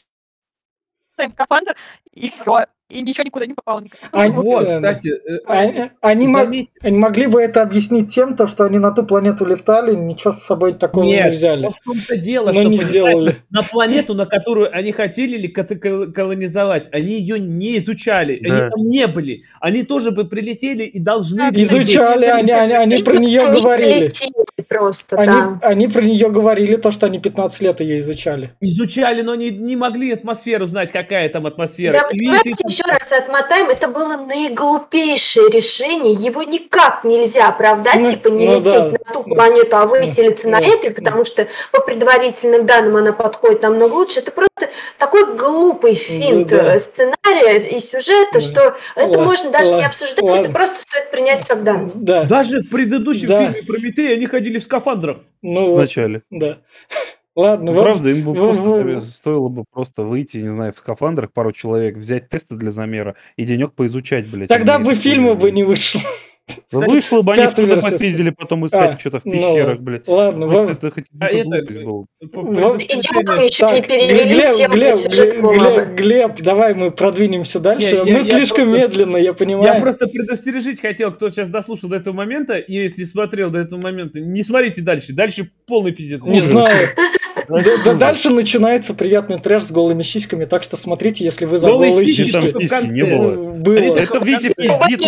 скафандр, и все. И ничего никуда не попало. А, Вот, э, кстати, Они заметь- могли бы это объяснить тем, что они на ту планету летали, ничего с собой такого не нет, взяли. вот в том-то дело, Но что не понимаешь, сделали. на планету, на которую они хотели колонизовать, они ее не изучали, Да. они там не были. Они тоже бы прилетели и должны были... Изучали, они про нее Они говорили. летели просто, да. Они про нее говорили, то, что они 15 лет ее изучали. Изучали, но не могли атмосферу знать, какая там атмосфера. Да, И давайте видите, еще раз отмотаем. Это было наиглупейшее решение. Его никак нельзя оправдать, Ну, типа не ну лететь да. на ту планету, а выселиться на Да. этой, потому что по предварительным данным она подходит намного лучше. Это просто такой глупый финт да. сценария и сюжета, Да. что это можно даже не ладно, обсуждать, ладно. это просто стоит принять как данность. Да. даже в предыдущем Да. фильме Прометей они ходили в скафандрах. Ну, вот, Вначале. да. Ладно, Ну, вот. правда, им бы просто в- стоило бы просто выйти, не знаю, в скафандрах пару человек, взять тесты для замера и денек поизучать, блядь. Тогда они бы это фильма бы хуй. не вышло. Вышло бы, они пятую кто-то версию. попиздили потом искать что-то в ну пещерах, ладно. блядь. Ладно, Может, вот. это хоть А бы это- глупость была. Вот. Идиоты еще не Так, перевели с тем, Глеб, сюжет был бы. Глеб, давай мы продвинемся дальше. Не, Мы я слишком просто- медленно, я понимаю. Я просто предостережить хотел, кто сейчас дослушал до этого момента, и если смотрел до этого момента, не смотрите дальше. Дальше полный пиздец. Не знаю. Дальше начинается приятный трэш с голыми сиськами, так что смотрите, если вы за Голые голые сиськи сиськи. там сиськи в не конце. было. Было. Это Витя пиздит.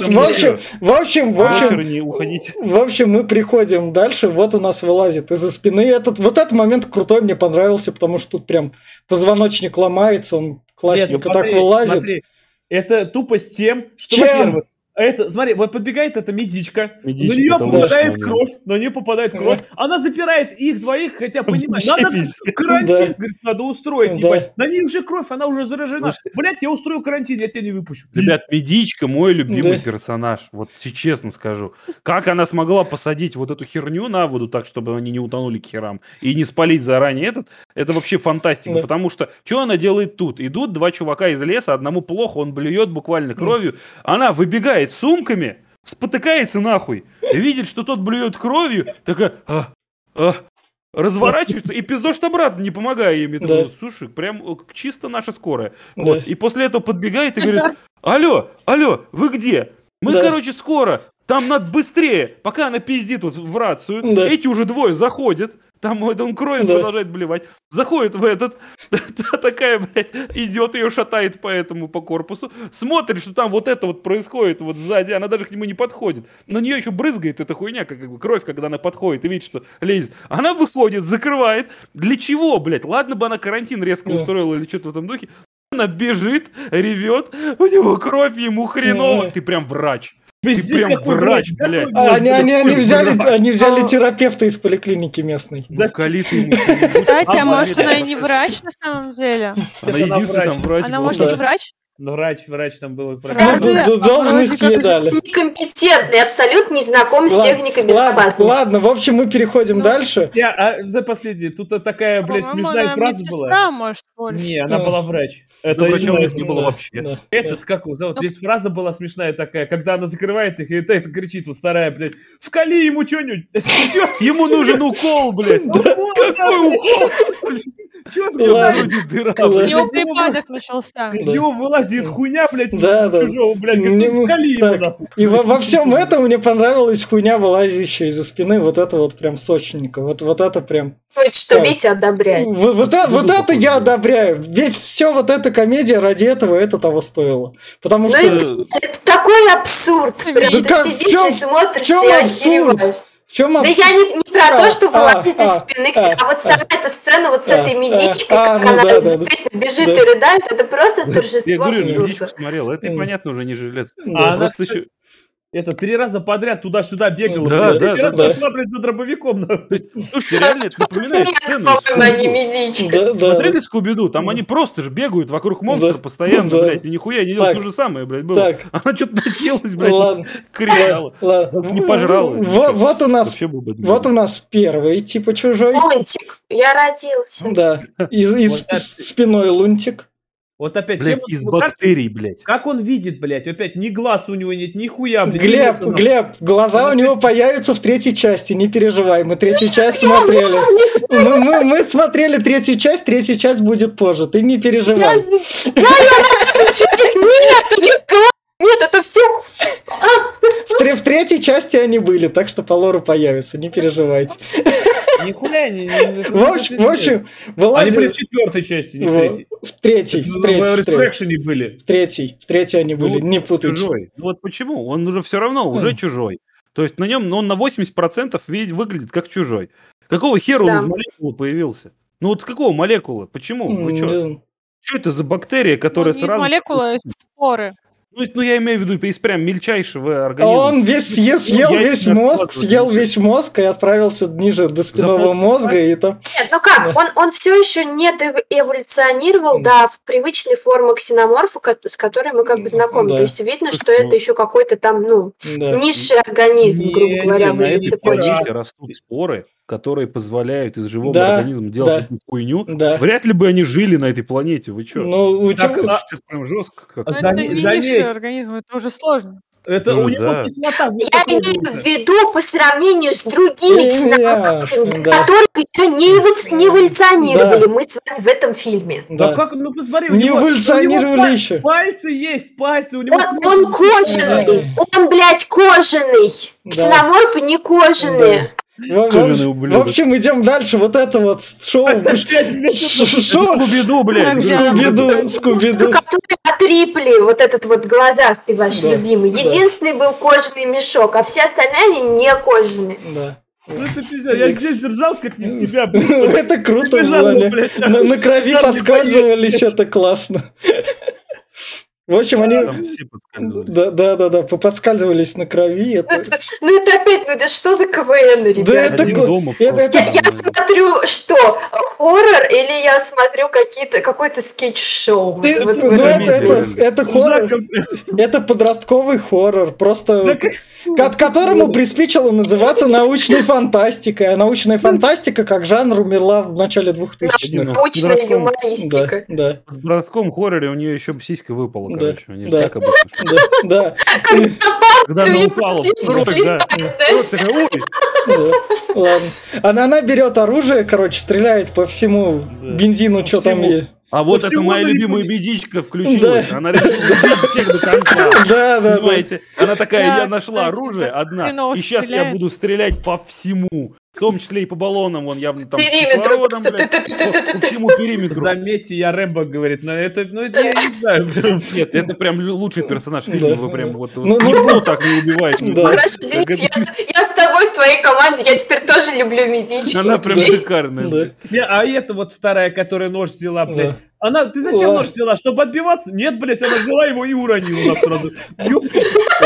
В общем, не уходите. в общем, мы приходим дальше, вот у нас вылазит из-за спины. Вот этот момент крутой, мне понравился, потому что тут прям позвоночник ломается, он классненько так вылазит. Смотри, это тупо с тем, что, Чем? во-первых, смотри, вот подбегает эта медичка, Медичка, на нее это попадает лучше, кровь, на нее попадает кровь, она запирает их двоих, хотя, понимаешь, Вообще надо пиздец. карантин, Да. говорит, надо устроить, Да. ебать. На ней уже кровь, она уже заражена. Слушайте. Блять, я устрою карантин, я тебя не выпущу. Ребят, Медичка мой любимый Да. персонаж. Вот честно скажу. Как она смогла посадить вот эту херню на воду так, чтобы они не утонули к херам, и не спалить заранее это вообще фантастика. Да. Потому что, что она делает тут? Идут два чувака из леса, одному плохо, он блюет буквально кровью. Она выбегает с сумками, спотыкается нахуй, видит, что тот блюет кровью, такая... разворачивается и пиздошь обратно, не помогая им. Я такой, Да. слушай, прям чисто наша скорая. Да. Вот. И после этого подбегает и говорит: алло, вы где? Мы, Да. короче, скоро. Там надо быстрее. Пока она пиздит вот в рацию, Да. эти уже двое заходят. Там он кровью Да. продолжает блевать. Заходит в этот. Такая, блядь, идет, ее шатает по корпусу. Смотрит, что там вот это вот происходит вот сзади. Она даже к нему не подходит. На нее еще брызгает эта хуйня, как бы кровь, когда она подходит и видит, что лезет. Она выходит, закрывает. Для чего, блядь? Ладно бы она карантин резко Да. устроила или что-то в этом духе. Она бежит, ревет, у него кровь, ему хреново. Да. Ты прям врач. Пиздец, прям какой врач, какой блядь. врач. Они взяли А. терапевта из поликлиники местной. Ну, вкали ты ему что-нибудь. Кстати, а А может, врач? она и не врач на самом деле? Она Она единственный врач. там врач. Она, был. может, и да. не врач? Ну, врач там был. Разве? Должность ей дали. Некомпетентный, абсолютно не знаком с техникой безопасности. Ладно, в общем, мы переходим Ну, дальше. За последнее, тут такая, блядь, По-моему, смешная она фраза была. медсестра, может, больше. Не, она была врач. Это Да, врача у именно них не было Да, вообще. да. этот, как его зовут? Здесь фраза была смешная такая, когда она закрывает их, и это кричит, вот вторая, блядь, вкали ему что-нибудь. Ему нужен укол, блядь. Какой укол? Чё Ладно. Вроде дыра, У Ладно. блядь. него припадок начался. Из него вылазит хуйня, блядь, Да, да. чужого, блядь, Мне- говорит, вкали ему, так, нахуй. И во всем этом мне понравилась хуйня, вылазящая из-за спины. Вот это вот прям сочненько. Вот это прям... Вот что Так. Витя одобряет. Вот это я одобряю. Ведь все вот эта комедия ради этого это того стоило. Потому Ну что... Это такой абсурд. Прям Да ты как, сидишь в чём- и смотришь в чём и абсурд? охереваешь. В чем Да я не про А, то, что вылазит из спины, а вот сама а. эта сцена вот с этой А, медичкой, а, как ну она да, да, действительно бежит да. и рыдает, это просто Я торжество говорю, абсурда. медичку смотрел, это и понятно уже не жилец. А она, Просто еще... Это 3 раза подряд туда-сюда бегала. Да, блядь. да, 3 раза да. пошла, блядь, за дробовиком. нахуй. Слушайте, реально это напоминает Нет, сцену из по-моему, они Скуби-Ду. медичка. Да. Смотрели Скуби-Ду? Там они просто же бегают вокруг монстра Да. постоянно, Да. блядь, и нихуя не делают. Так. То же самое, блядь, было. Так. Она что-то наделась, блядь, Ладно. кричала. Ладно. Не пожрала. Вот у нас Вообще был бы Вот у нас первый типа чужой. Лунтик, я родился. Да. Из Вот это- спиной лунтик. Вот опять, Блядь, чем из он- как- бактерий, блядь. Как он видит, блядь? Опять ни глаз у него нет, ни хуя, блядь. Глеб, ни носа, Глеб, глаза у него появятся в третьей части, не переживай, мы третью часть смотрели. Мы смотрели третья часть будет позже, ты не Я переживай. знаю, нет, это все. В третьей части они были, так что по лору появятся, не переживайте. Нихуя не... В общем, Они были вылазили в 4 части, не в 3. в третьей, В Resurrection были. в третьей они были, не путайте. Чужой. Ну вот почему? Он уже все равно уже чужой. То есть на нем, он на 80% выглядит как чужой. Какого хера он Да. из молекулы появился? Ну вот с какого молекулы? Почему? Вы Не что? знаю. Что это за бактерия, которая Ну, не из сразу... молекулы, а из споры. Ну, я имею в виду из прям мельчайшего организма. Он съел я весь не мозг, откладываю, съел ничего. весь мозг и отправился ниже до спинного Запутал. мозга и там. Нет, ну как, он все еще не эволюционировал, да, в привычной форме ксеноморфа, с которой мы как бы знакомы. Да. То есть видно, что это еще какой-то там, ну, Да. низший организм, Не, грубо говоря, в на этой этой цепочке. планете растут споры, которые позволяют из живого Да, организма делать да. эту хуйню. Да. Вряд ли бы они жили на этой планете. Вы что? Ну, у Так, тебя... а- Сейчас прям жестко. Как. Но За это ней- не за низший ней. организм, это уже сложно. Это Ну у него да. кислота. вот Я такого имею уровня. в виду по сравнению с другими Не, ксеноморфами, да. которые еще не эволюционировали мы с вами в этом фильме. Да Да. как, ну посмотри, у Не него эволюционировали еще. пальцы есть, пальцы, у него... Он кожаный, он, блядь, кожаный. Да. Ксеноморфы не кожаные. Кожаный В ублюдок. общем, идем дальше. Вот это вот шоу. Шоу Скуби-Ду, блядь. Скуби-Ду. Который от Рипли, вот этот вот глазастый ваш Да, любимый. да. Единственный был кожаный мешок, а все остальные они не кожаные. Да. Ну это пиздец, я здесь держал как не в себя. Это круто Бежал, было. блядь, На крови Чарли подскальзывались, это классно. В общем, они... Там все подсказывались. Да, поподскальзывались на крови. Это... Ну это опять, ну это что за КВН, Да, ребята? это... Один дома это- просто. Я смотрю, что, хоррор или я смотрю какой-то скетч-шоу? Ты- Вот в ну, этом. это хоррор, это подростковый хоррор, просто которому приспичило называться научной фантастикой. А научная фантастика как жанр умерла в начале 2000-х. Научная Подростковый- юмористика. Да, В городском хорроре у нее еще сиська выпала, Да, короче. Они же да. так обычно. да. Когда она упала в кровь, да. Кровь такая, ой, Да, ладно. Она берет оружие, короче, стреляет по всему Да. бензину, что там всему. есть. а вот это всему моя она не любимая будет. медичка включилась. Да. Она решила убить всех до конца. Да. Понимаете? Она такая, Да, я нашла кстати, оружие так одна, хреново и сейчас я стреляет. буду стрелять по всему. В том числе и по баллонам, вон явно там с Периметр кислородом, просто. блядь, по всему периметру. Заметьте, я Рэмбо говорит, но это, ну это я не знаю. прям. Нет, это прям лучший персонаж фильма. Да. Вы прям вот Ну, никто так не убивает. Да. Хорошо, Денис, я с тобой в твоей команде, я теперь тоже люблю медички. Она прям шикарная. Да. Не, а это вот вторая, которая нож взяла, блядь. Да. Она, ты зачем Ла. нож взяла? Чтобы отбиваться? Нет, блядь, она взяла его и уронила сразу. Ёпта.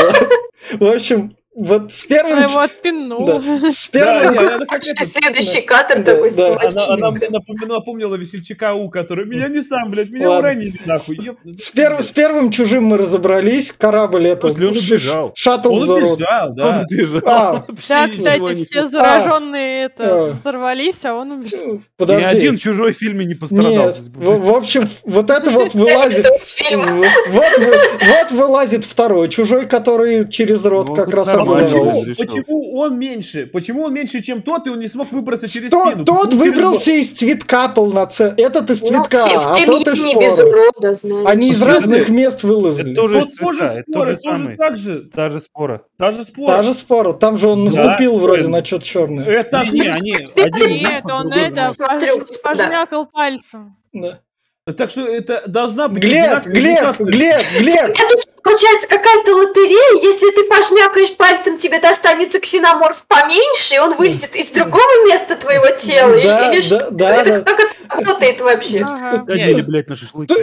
В общем, вот с Она первым... его отпинула. Да, с Да, первым... не, она как это, Следующий кадр Да, такой да. смачный. она мне напомнила весельчака У, который меня не сам, блядь, меня Ладно. уронили, нахуй. Ёпта. С первым чужим мы разобрались. Корабль это... После он убежал. Шаттл Он Зорро. убежал, да. Он бежал, А. вообще Да, ничего кстати, не все зараженные А. взорвались, а он убежал. Ни Подожди. один чужой в фильме не пострадал. Нет, в общем, вот это вот вылазит. Это фильм. Вот вылазит второй чужой, который через рот Ну, как тут раз нормально. образовался. Решил. Почему он меньше? Почему он меньше, чем тот, и он не смог выбраться через Тот спину? Почему через выбрался из цветка полноценно. Этот из Ну, цветка, все а в тот из семье не без спора. урода, знаешь. Они из Подожди. разных мест Это вылазили. тоже из Вот тоже цветка, это споры, тот же тоже самый. так же. Та же спора. Та же спор. Та же спора. Там же он Да, наступил вроде блин. на что-то черное. Это Не, они один Нет, он другой это Смотрю, пожмякал пальцем. Да. Так что это должна быть Глеб, одинаковая мутация. Это получается какая-то лотерея. Если ты пошмякаешь пальцем, тебе достанется ксеноморф поменьше, и он вылезет из другого места твоего тела. Да, Или да, что? да, Это да. как это работает вообще? Ага. ходили, блядь, на шашлыки.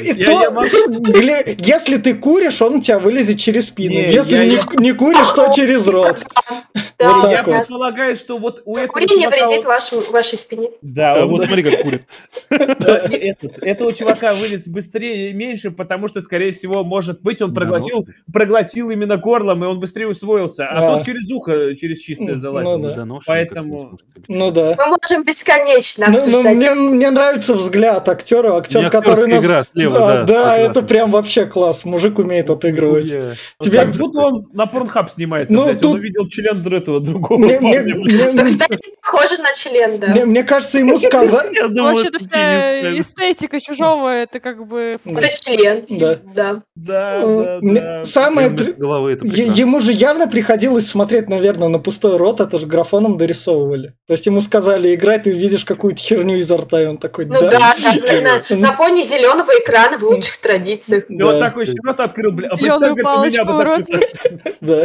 Если ты куришь, он у тебя вылезет через спину. Не, Если я- не куришь, то через рот. Да, Вот так Я вот. предполагаю, что вот у этого Курение чувака- вредит вашей спине. Да, Вот смотри, как курит. Да, и этого чувака вылез быстрее и меньше, потому что, скорее всего, может быть, он проглотил именно горлом, и он быстрее усвоился. А А. тот через ухо, через чистое Ну залазил. да. Поэтому- Ну да. Мы можем бесконечно Ну, обсуждать. мне нравится взгляд актера. Актер, Мне который актерская игра слева, да, Да, согласен. это прям вообще класс. Мужик умеет отыгрывать. Тебе- Как будто он на Порнхаб снимается, Ну, блядь. тут- Он увидел член этого другого Мне- парня, блядь. Да, кстати, похоже на член, да. Мне кажется, ему сказали... Я думаю, Вообще-то это вся пенис, эстетика чужого, это как бы... Это член. Да. Да. Да. Мне Самое... вместо головы это прекрасно. Ему же явно приходилось смотреть, наверное, на пустой рот, это же графоном дорисовывали. То есть ему сказали, играй, ты видишь какую-то херню изо рта, и он такой, Ну да, на фоне зеленого экрана в лучших традициях. И вот Да. такой еще рот открыл, блядь. Зелёную палочку в рот. да.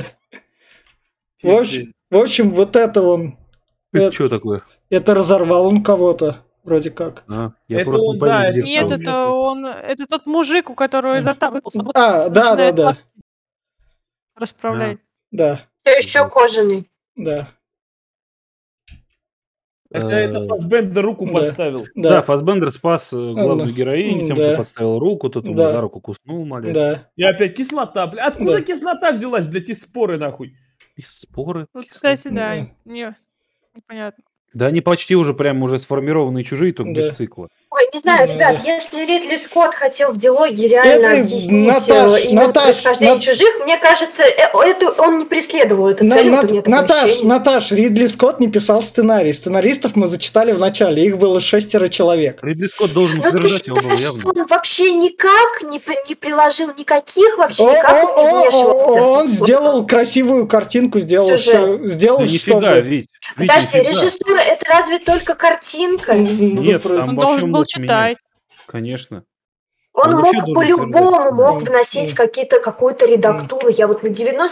В общем, вот это он, Это что такое? это разорвал он кого-то, вроде как. Я Это просто он, не пойму, да, где это Нет, что. это тот мужик, у которого изо рта выпал. Да. Расправляет. Да, Все еще кожаный. да, Это Фассбендер руку Да. подставил. Да, да, Фассбендер спас главную героиню тем, Да. что подставил руку, тот его Да. за руку куснул, молясь. да. И опять кислота, блядь. Откуда Да. кислота взялась, блядь, из споры, нахуй? И споры. Вот, кислоты. кстати, да, Да. непонятно. Да они почти уже прям уже сформированные чужие, только Да. без цикла. Ой, не знаю, ребят, если Ридли Скотт хотел в диалоге реально объяснить именно происхождение чужих, мне кажется, это он не преследовал эту цель. Наташ, Ридли Скотт не писал сценарий. Сценаристов мы зачитали в начале, их было 6 человек. Ридли Скотт должен утверждать его было явно. Что он вообще никак не приложил никаких, вообще никак не вмешивался. Он сделал красивую картинку, сделал все. Нифига, Вить. Подожди, режиссура — это разве только картинка? Нет, там Он должен был читать. Конечно. Он мог по-любому вносить какую-то редактуру. Я вот на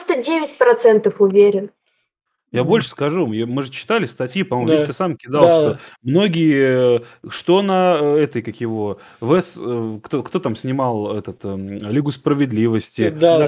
99% уверен. Я больше скажу, мы же читали статьи, по-моему, Вик, ты сам кидал, что многие, что на этой, как его, кто там снимал Лигу справедливости,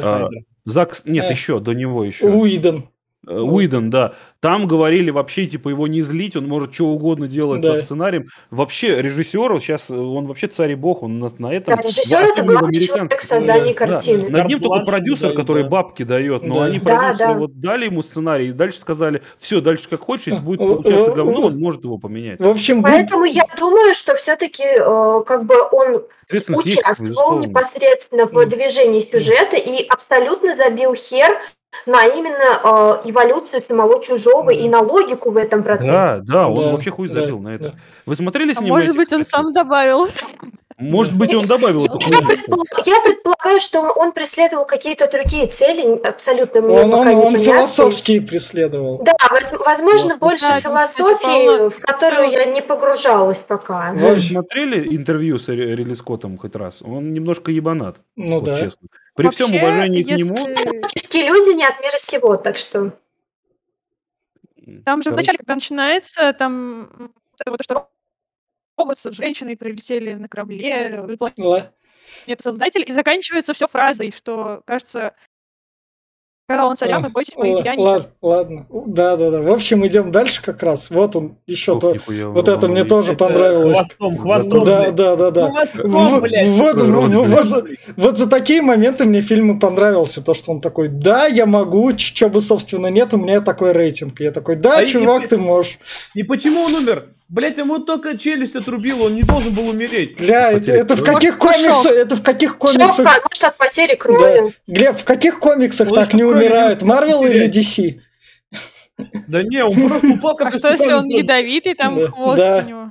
еще, до него еще. Уидон, да. Там говорили вообще, типа, его не злить, он может что угодно делать со сценарием. Вообще, режиссер, сейчас он вообще царь и бог, он на этом... Режиссер — это главный человек в создании картины. Над ним только продюсер, который бабки дает, но они продюсеры вот дали ему сценарий и дальше сказали, все, дальше как хочешь, если будет получаться говно, он может его поменять. В общем, поэтому я думаю, что все-таки как бы он участвовал непосредственно в движении сюжета и абсолютно забил хер на именно эволюцию самого чужого и на логику в этом процессе. Да, он вообще хуй забил на это. Вы смотрели с ним? Может быть, он сам добавил. Может быть, он добавил эту хуйню. Я предполагаю, что он преследовал какие-то другие цели, абсолютно мне пока непонятны. Он философские преследовал. Да, возможно, больше философии, в которую я не погружалась пока. Вы смотрели интервью с Ридли Скоттом хоть раз? Он немножко ебанат, честно. При всем уважении к нему... Творческие люди не от мира сего, так что... Там же вначале, когда начинается, там вот что робот с женщиной прилетели на корабле, нет создатель, и заканчивается все фразой, что, кажется, когда он царям, и бойтесь моих деяний. Ладно. Да. В общем, идем дальше как раз. Вот он еще то. Вот это мне тоже понравилось. Хвостом. Да. Вот за такие моменты мне фильм понравился. То, что он такой, да, я могу, что бы, собственно, нет, у меня такой рейтинг. Я такой, да, чувак, ты можешь. И почему он умер? Блять, ему только челюсть отрубила, он не должен был умереть. Бля, это в каких комиксах? Может, от потери крови. Глеб, в каких комиксах так не умирают? Марвел или DC? Да не, он просто упал как... А что, если он ядовитый, там хвост у него?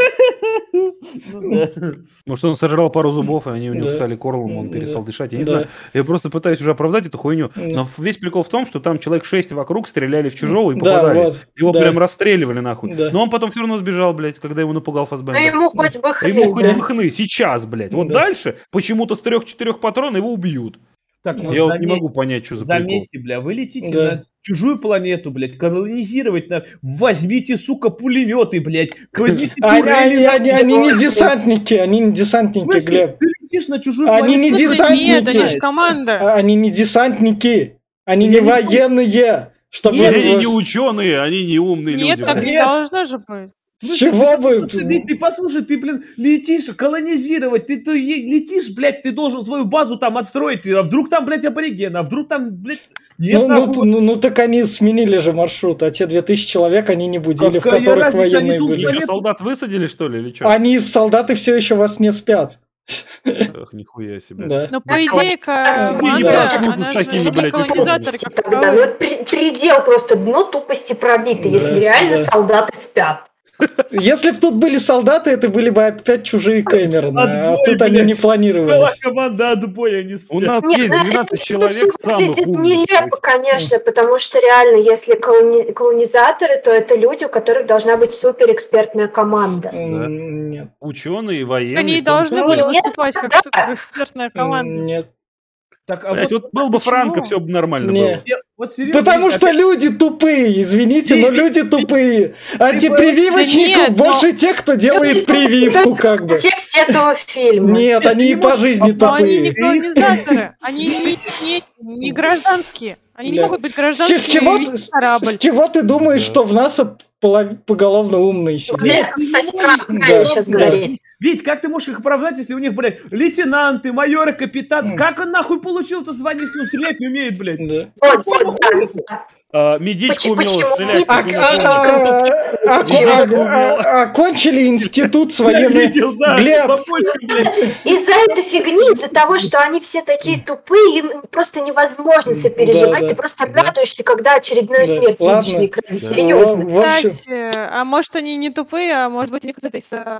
Может, он сожрал пару зубов, и они у него стали корлом, он перестал дышать. Я не знаю. Я просто пытаюсь уже оправдать эту хуйню. Но весь прикол в том, что там человек 6 вокруг стреляли в чужого и попадали. Его прям расстреливали нахуй. Но он потом все равно сбежал, блядь, когда его напугал Фассбендер. Ему хоть бы хны. Ему хоть бы хны. Сейчас, блядь. Вот дальше почему-то с 3-4 патронов его убьют. Так, я вот не могу понять, что за прикол. Заметьте, бля, вы летите на чужую планету, блядь, колонизировать надо. Возьмите, сука, пулеметы, блядь. Возьмите турели. Они не десантники, Глеб. Ты летишь на чужую планету. Они не десантники. Нет, они же команда. Они не десантники. Они не военные. Они не ученые, они не умные люди. Нет, так не должно же быть. С чего бы? Ты послушай, ты, блин, летишь колонизировать, ты летишь, блядь, ты должен свою базу там отстроить, а вдруг там, блядь, абориген, а вдруг там, блядь, нет, ну так они сменили же маршрут, а те 2000 человек они не будили, в которых военные были. Они что, солдат высадили, что ли, или что? Они, солдаты, все еще вас не спят. Эх, нихуя себе. Да. Ну, по идее, команда, она же колонизаторы как таковые. Предел просто, дно тупости пробито, если реально солдаты спят. Если бы тут были солдаты, это были бы опять чужие Кэмероны, а тут они не планировались. Команда отбоя не спят. У нас есть 12 человек самых умных. Нелепо, конечно, потому что реально, если колонизаторы, то это люди, у которых должна быть суперэкспертная команда. Нет. Ученые, военные. Они должны были выступать как суперэкспертная команда. Нет. Так, блядь, вот был бы Франко, все бы нормально было. Потому что люди тупые, извините, но люди тупые. Антипрививочников больше тех, кто делает прививку, как бы. В тексте этого фильма. Нет, они и по жизни тупые. Они не колонизаторы, они не гражданские. Они не могут быть гражданскими. С чего ты думаешь, что в НАСА поголовно умные сидят? Кстати, правильно сейчас говорить. Ведь как ты можешь их оправдать, если у них, блядь, лейтенанты, майоры, капитан? Как он нахуй получил это звание, если он стрелять не умеет, блядь? Медичка умела Почему стрелять. нет? Окончили институт с военной... Видел, да, Глеб, бабулька, блядь. Из-за этой фигни, из-за того, что они все такие тупые, им просто невозможно сопереживать. Да, Ты просто радуешься, когда очередную Да. смерть видишь Ладно. на экране. Да. Серьезно. в общем, Кстати, а может они не тупые, а может быть у них какая-то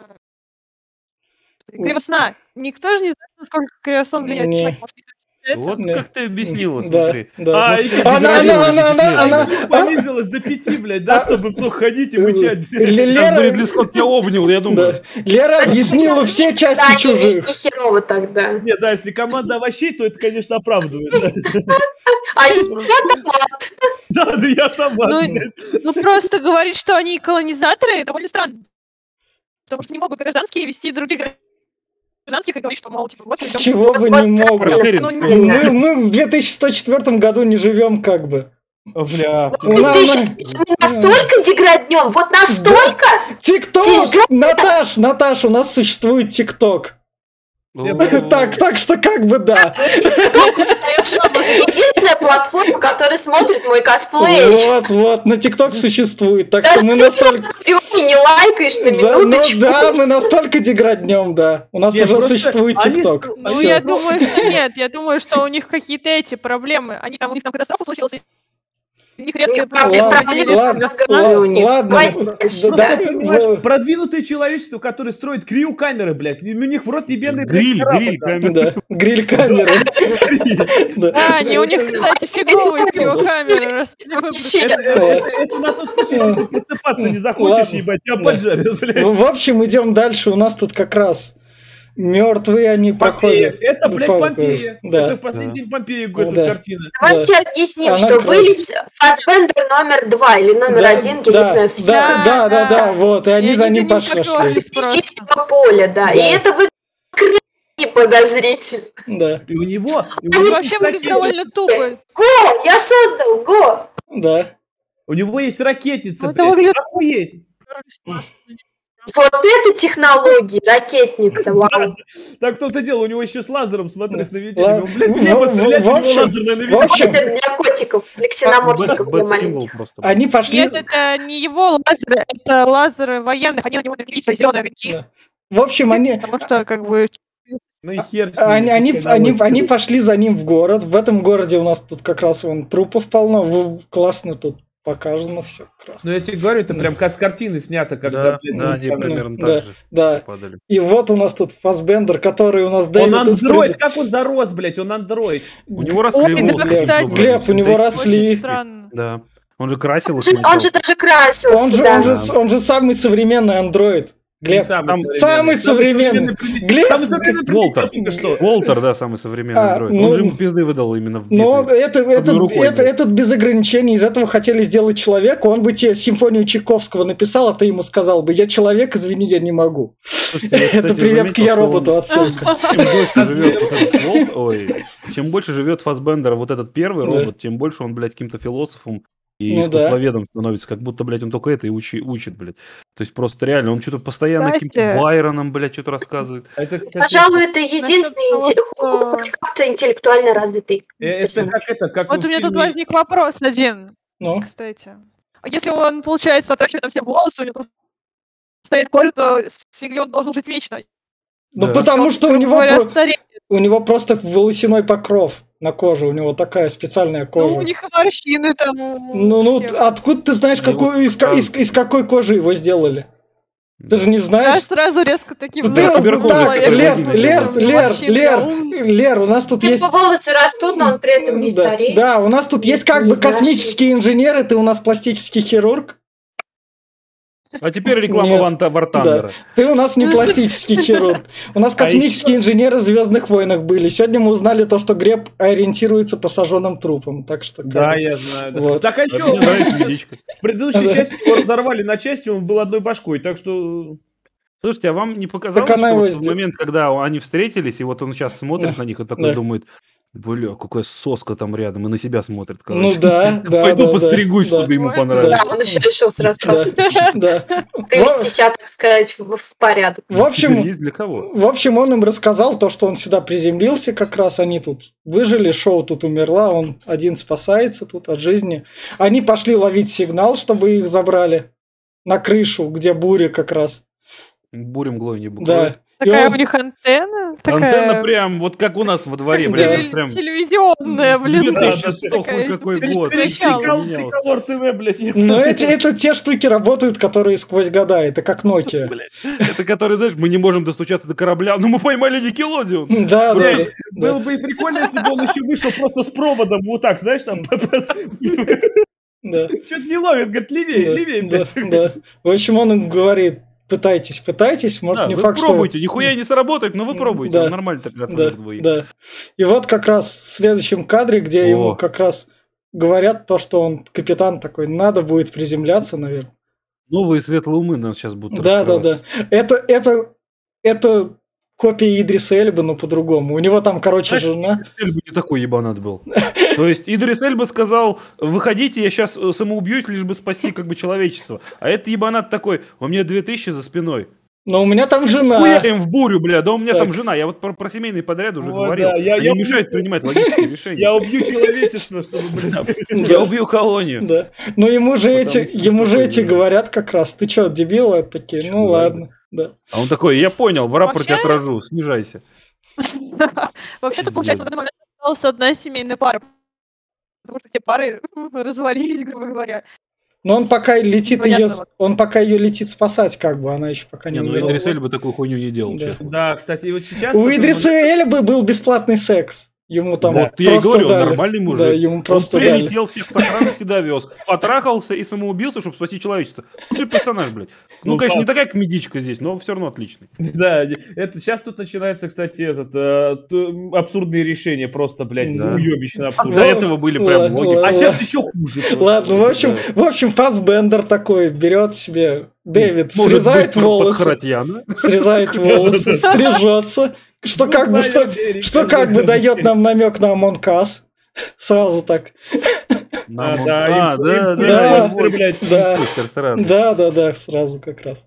кривосна. Никто же не знает, насколько кривосон влияет на Не. человека. Может, это? Вот Не. как ты объяснила, да, смотри. да. А, и Она, понизилась до 5, блядь, да, чтобы плохо ходить и мычать. Как Ридли Скотт тебя обнял, я думаю. Да. Лера объяснила все Да, части не чужих. херово тогда. Нет, да, если команда овощей, то это, конечно, оправдывает. Да, А я томат. да, я томат. Ну, блядь. Ну, просто говорить, что они колонизаторы, довольно странно. Потому что не могут гражданские вести других гражданских и говорить, что, мол, типа, вот... мы С идём. чего бы не могут? Расширен. Ну, не- Мы в 2104 году не живем как бы. Бля. Вот ты считаешь, что мы настолько деграднем? Вот настолько? ТикТок! Наташ, у нас существует ТикТок. Так что как бы да. Единственная платформа, которая смотрит мой косплей. Вот, на ТикТок существует. Так что мы настолько... Ты не лайкаешь на Да, ну минуточку. да, мы настолько деграднем, да. У нас Нет, уже просто существует они ТикТок. Ну, Всё. я думаю, что нет. Я думаю, что у них какие-то эти проблемы. У них там катастрофа случилась, и у них резко... Ладно, у них. ладно. Давайте дальше, Да, да. Ты понимаешь, вы- продвинутое человечество, которое строит криокамеры, блядь, и у них в рот ебеный Гриль, камера. Да, гриль-камеры. Да. Да, они у них, кстати, фиговые криокамеры. раз не выбрали. Это на тот случай, если ты просыпаться не захочешь, Ладно. ебать, тебя Да. поджарят, блядь. В общем, идем дальше. У нас тут как раз мертвые они Помпея. проходят. Это, блядь, По- Помпея. Да. Это последний день Помпеи, Да. эта картина. Давайте объясним, Она что красит. вылез Фассбендер номер 2 или номер Да, 1, я да, не знаю, все да, вот, и они за ним пошли. поклонились просто. чистого поля, да. Да. И это вы крайне подозрительно. Да, И у него... Они вообще выглядят довольно тупо. Го! Я создал! Го! да. У него есть ракетница, Ну, это блядь. выглядит- Охуеть. Вот это технологии, ракетница, вау. Так в том-то дело, у него еще с лазером, смотри, с наведением. Ладно. Он, блядь, небо В стрелять, у него общем, лазерное в наведение. общем, Это для котиков, для ксеноморфников, для маленьких. Бэт-символ просто. Они пошли... Нет, это не его лазеры, это лазеры военных. Они на него навели свои зеленые огоньки. Да. В общем, они... Потому что, как бы, Ну и хер с ним, Они пускай доводится. пошли за ним в город. В этом городе у нас тут как раз вон трупов полно. Классно тут показано все. Ну я тебе говорю, это прям как с картины снято, когда, Да, блядь, да, они там- примерно Да, так же да. падали. И вот у нас тут Фассбендер, который у нас Он Дэвид андроид, как он зарос, блядь, он андроид. У него росли Ой, да, волосы, кстати. чтобы Глеб, у него да, росли. очень странно. Да. Он же красил их. Он же даже красился, Он же, да. он же самый современный андроид. Глеб, Не самый современный. Глеб, Самый современный Уолтер. только что. Уолтер, да, самый современный А, андроид. ну, Он же ему пизды выдал именно в но битве. Одной рукой, да. этот без ограничений, из этого хотели сделать человека, он бы тебе симфонию Чайковского написал, а ты ему сказал бы, я человек, извини, я не могу. Слушайте, я, Это кстати, привет к заметил, я что он- роботу отсылка. Чем больше живет вот этот чем больше живет Фассбендер, вот этот первый Да. робот, тем больше он, блядь, каким-то философом и Ну искусствоведом становится, как будто, блядь, он только это и учит, блядь. То есть просто реально, он что-то постоянно Кстати. каким-то Байроном, блядь, что-то рассказывает. Это, кстати, Пожалуй, это единственный того, что- хоть как-то интеллектуально развитый это персонаж. как Вот в у меня тут фильме- возник вопрос один, Ну, кстати. А если он, получается, отращивает там все волосы, у него тут стоит кожа, то с фигли он должен жить вечно. ну Да. потому что у Грубо него, говоря, стареет. у него просто волосяной покров на коже, у него такая специальная Ну, кожа. у них и морщины там. у Ну, всех. откуда ты знаешь, Ну, вот из какой кожи его сделали? Ты же не Я знаешь? сразу резко таким Ты взрослым туберкулез, стала, я который Лер, думаю, Владимир этим Лер, морщин, Лер, да, ум. Лер, у нас тут есть... Типа волосы растут, но он при этом не Да, стареет. да, у нас тут есть как Не бы знаешь, космические инженеры, ты у нас пластический хирург. А теперь реклама Нет. Вартандера. Ты у нас не пластический хирург. У нас космические инженеры в «Звездных войнах» были. Сегодня мы узнали то, что Глеб ориентируется по сожженным трупам. Так что... как Да, бы, я знаю. Да. Вот. Так а Мне еще нравится медичка. в предыдущей Да. части его разорвали на части, он был одной башкой, так что... Слушайте, а вам не показалось, Так она что его вот в момент, когда они встретились, и вот он сейчас смотрит Да, на них и такой да. думает, Бля, какая соска там рядом, и на себя смотрит, Ну короче. да, да, Пойду да, постригусь, да, чтобы ему Ой, Да, понравилось. он еще решил сразу да, просто да. привести себя, так сказать, в порядок. В общем, Теперь есть для кого. он им рассказал то, что он сюда приземлился, как раз они тут выжили, Шоу тут умерла, он один спасается тут от жизни. Они пошли ловить сигнал, чтобы их забрали на крышу, где буря как раз. Буря мглой не Да. буквально. И Такая он- у них антенна. Антенна Такая прям, вот как у нас во дворе, Да. блядь, прям телевизионная, блин. 2100 такая какой из год. трещала. Поменялось. Триколор ТВ, блядь. Но это те штуки работают, которые сквозь года. Это как Nokia. Это который, знаешь, мы не можем достучаться до корабля, но мы поймали Никелодеон. Да, да, Блядь, да. было бы и прикольно, если бы он еще вышел просто с проводом, вот так, знаешь, там... Да. Что-то не ловит, говорит, левее, левее, Да, блядь. да. В общем, он им говорит, пытайтесь, может, Да, не вы факт, что... пробуйте, нихуя не сработает, но вы пробуйте. Да. Он нормально так готовит Да, двоих. да. И вот как раз в следующем кадре, где О. ему как раз говорят то, что он капитан такой, надо будет приземляться, наверное. Новые светлые умы нам сейчас будут Да, да, да. раскрываться. Это копия Идриса Эльбы, но по-другому. У него там, короче, Знаешь, жена. Идрис Эльба не такой ебанат был. То есть Идрис Эльба сказал, выходите, я сейчас самоубьюсь, лишь бы спасти как бы человечество. А этот ебанат такой, у меня 2000 за спиной. Но у меня там жена. Хуярим в бурю, бля, да у меня Так. там жена. Я вот про семейный подряд уже Вот, говорил. да, я Они убью- мешают принимать логические решения. Я убью человечество, чтобы, блядь... Я убью колонию. Да. Но ему же Потому эти, что ему же спокойно, эти да. говорят как раз, ты что, дебил? А такие, Чё, ну да, ладно. Да. А он такой, я понял, в рапорте Вообще- отражу, снижайся. Вообще-то, получается, в этот момент осталась одна семейная пара. Потому что те пары развалились, грубо говоря. Но он пока летит Понятно, ее, вот. он пока ее летит спасать, как бы, она еще пока не Не, ну умерла. Идрис Эльба такую хуйню не делал, Да. честно. Да, кстати, и вот сейчас... У Идриса Эльбы был бесплатный секс. Ему там Вот я и просто говорю, он дали. нормальный мужик. Да, ему просто Он дали. прилетел, всех в сохранности довез, потрахался и самоубился, чтобы спасти человечество. Лучший персонаж, блядь. Ну, Ну, конечно, не да. такая комедичка здесь, но все равно отличный. Да, это сейчас тут начинается, кстати, абсурдные решения, просто, блядь, Да. уебищно До абсурдные. этого были прям Ладно, логики. А ладно. сейчас еще хуже. просто. Ладно, в общем, Фассбендер такой берет себе, Дэвид Может срезает быть, волосы, Подхаратьяна. срезает волосы, стрижется, что как бы дает нам намек на Among Us. Сразу так. Да, да, блядь. Да, Пустер сразу. да, сразу как раз.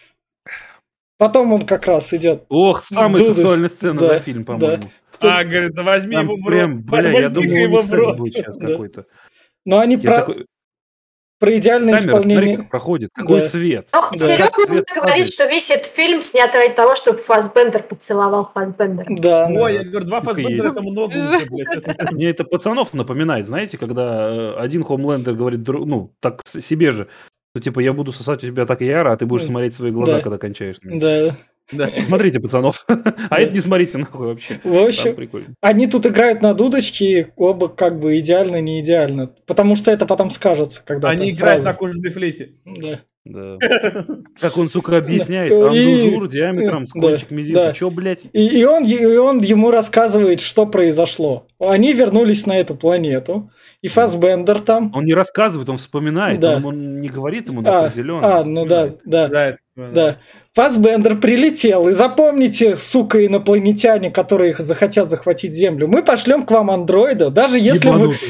Потом он как раз идет. Ох, самая Дудочь. сексуальная сцена Да, за фильм, по-моему. А, говорит, да возьми Там его в рот. прям, бля, я Возьми-ка думаю, у его них в секс рот. будет сейчас Да. какой-то. Но они Я такой, про идеальное камера, смотри, исполнение. как проходит, какой Да. свет. Ну, Да. Серега Как цвет говорит, падает. что весь этот фильм снят ради того, чтобы Фассбендер поцеловал Фассбендера. Да. Ой, я говорю, два Так и Фассбендера есть. это много уже, блядь. Мне это пацанов напоминает, знаете, когда один Хомлендер говорит, ну, так себе же, что типа я буду сосать у тебя так яро, а ты будешь смотреть в свои глаза, Да. когда кончаешь. Да. Да. Смотрите, пацанов. А это не смотрите нахуй вообще. В Там общем, прикольно. они тут играют на дудочке, оба как бы идеально, не идеально. Потому что это потом скажется, когда Они там играют фраза. на кожаной флейте. Да. Да. Как он, сука, объясняет, И- андужур диаметром с да, кончик мизинца. да. Чё, блядь? И он ему рассказывает, что произошло. Они вернулись на эту планету, и Фассбендер там. Он не рассказывает, он вспоминает. Да. Он не говорит ему определенно. Ну да, да. Да, это- Да. Фассбендер прилетел, и запомните, сука, инопланетяне, которые захотят захватить Землю, мы пошлем к вам андроида, даже если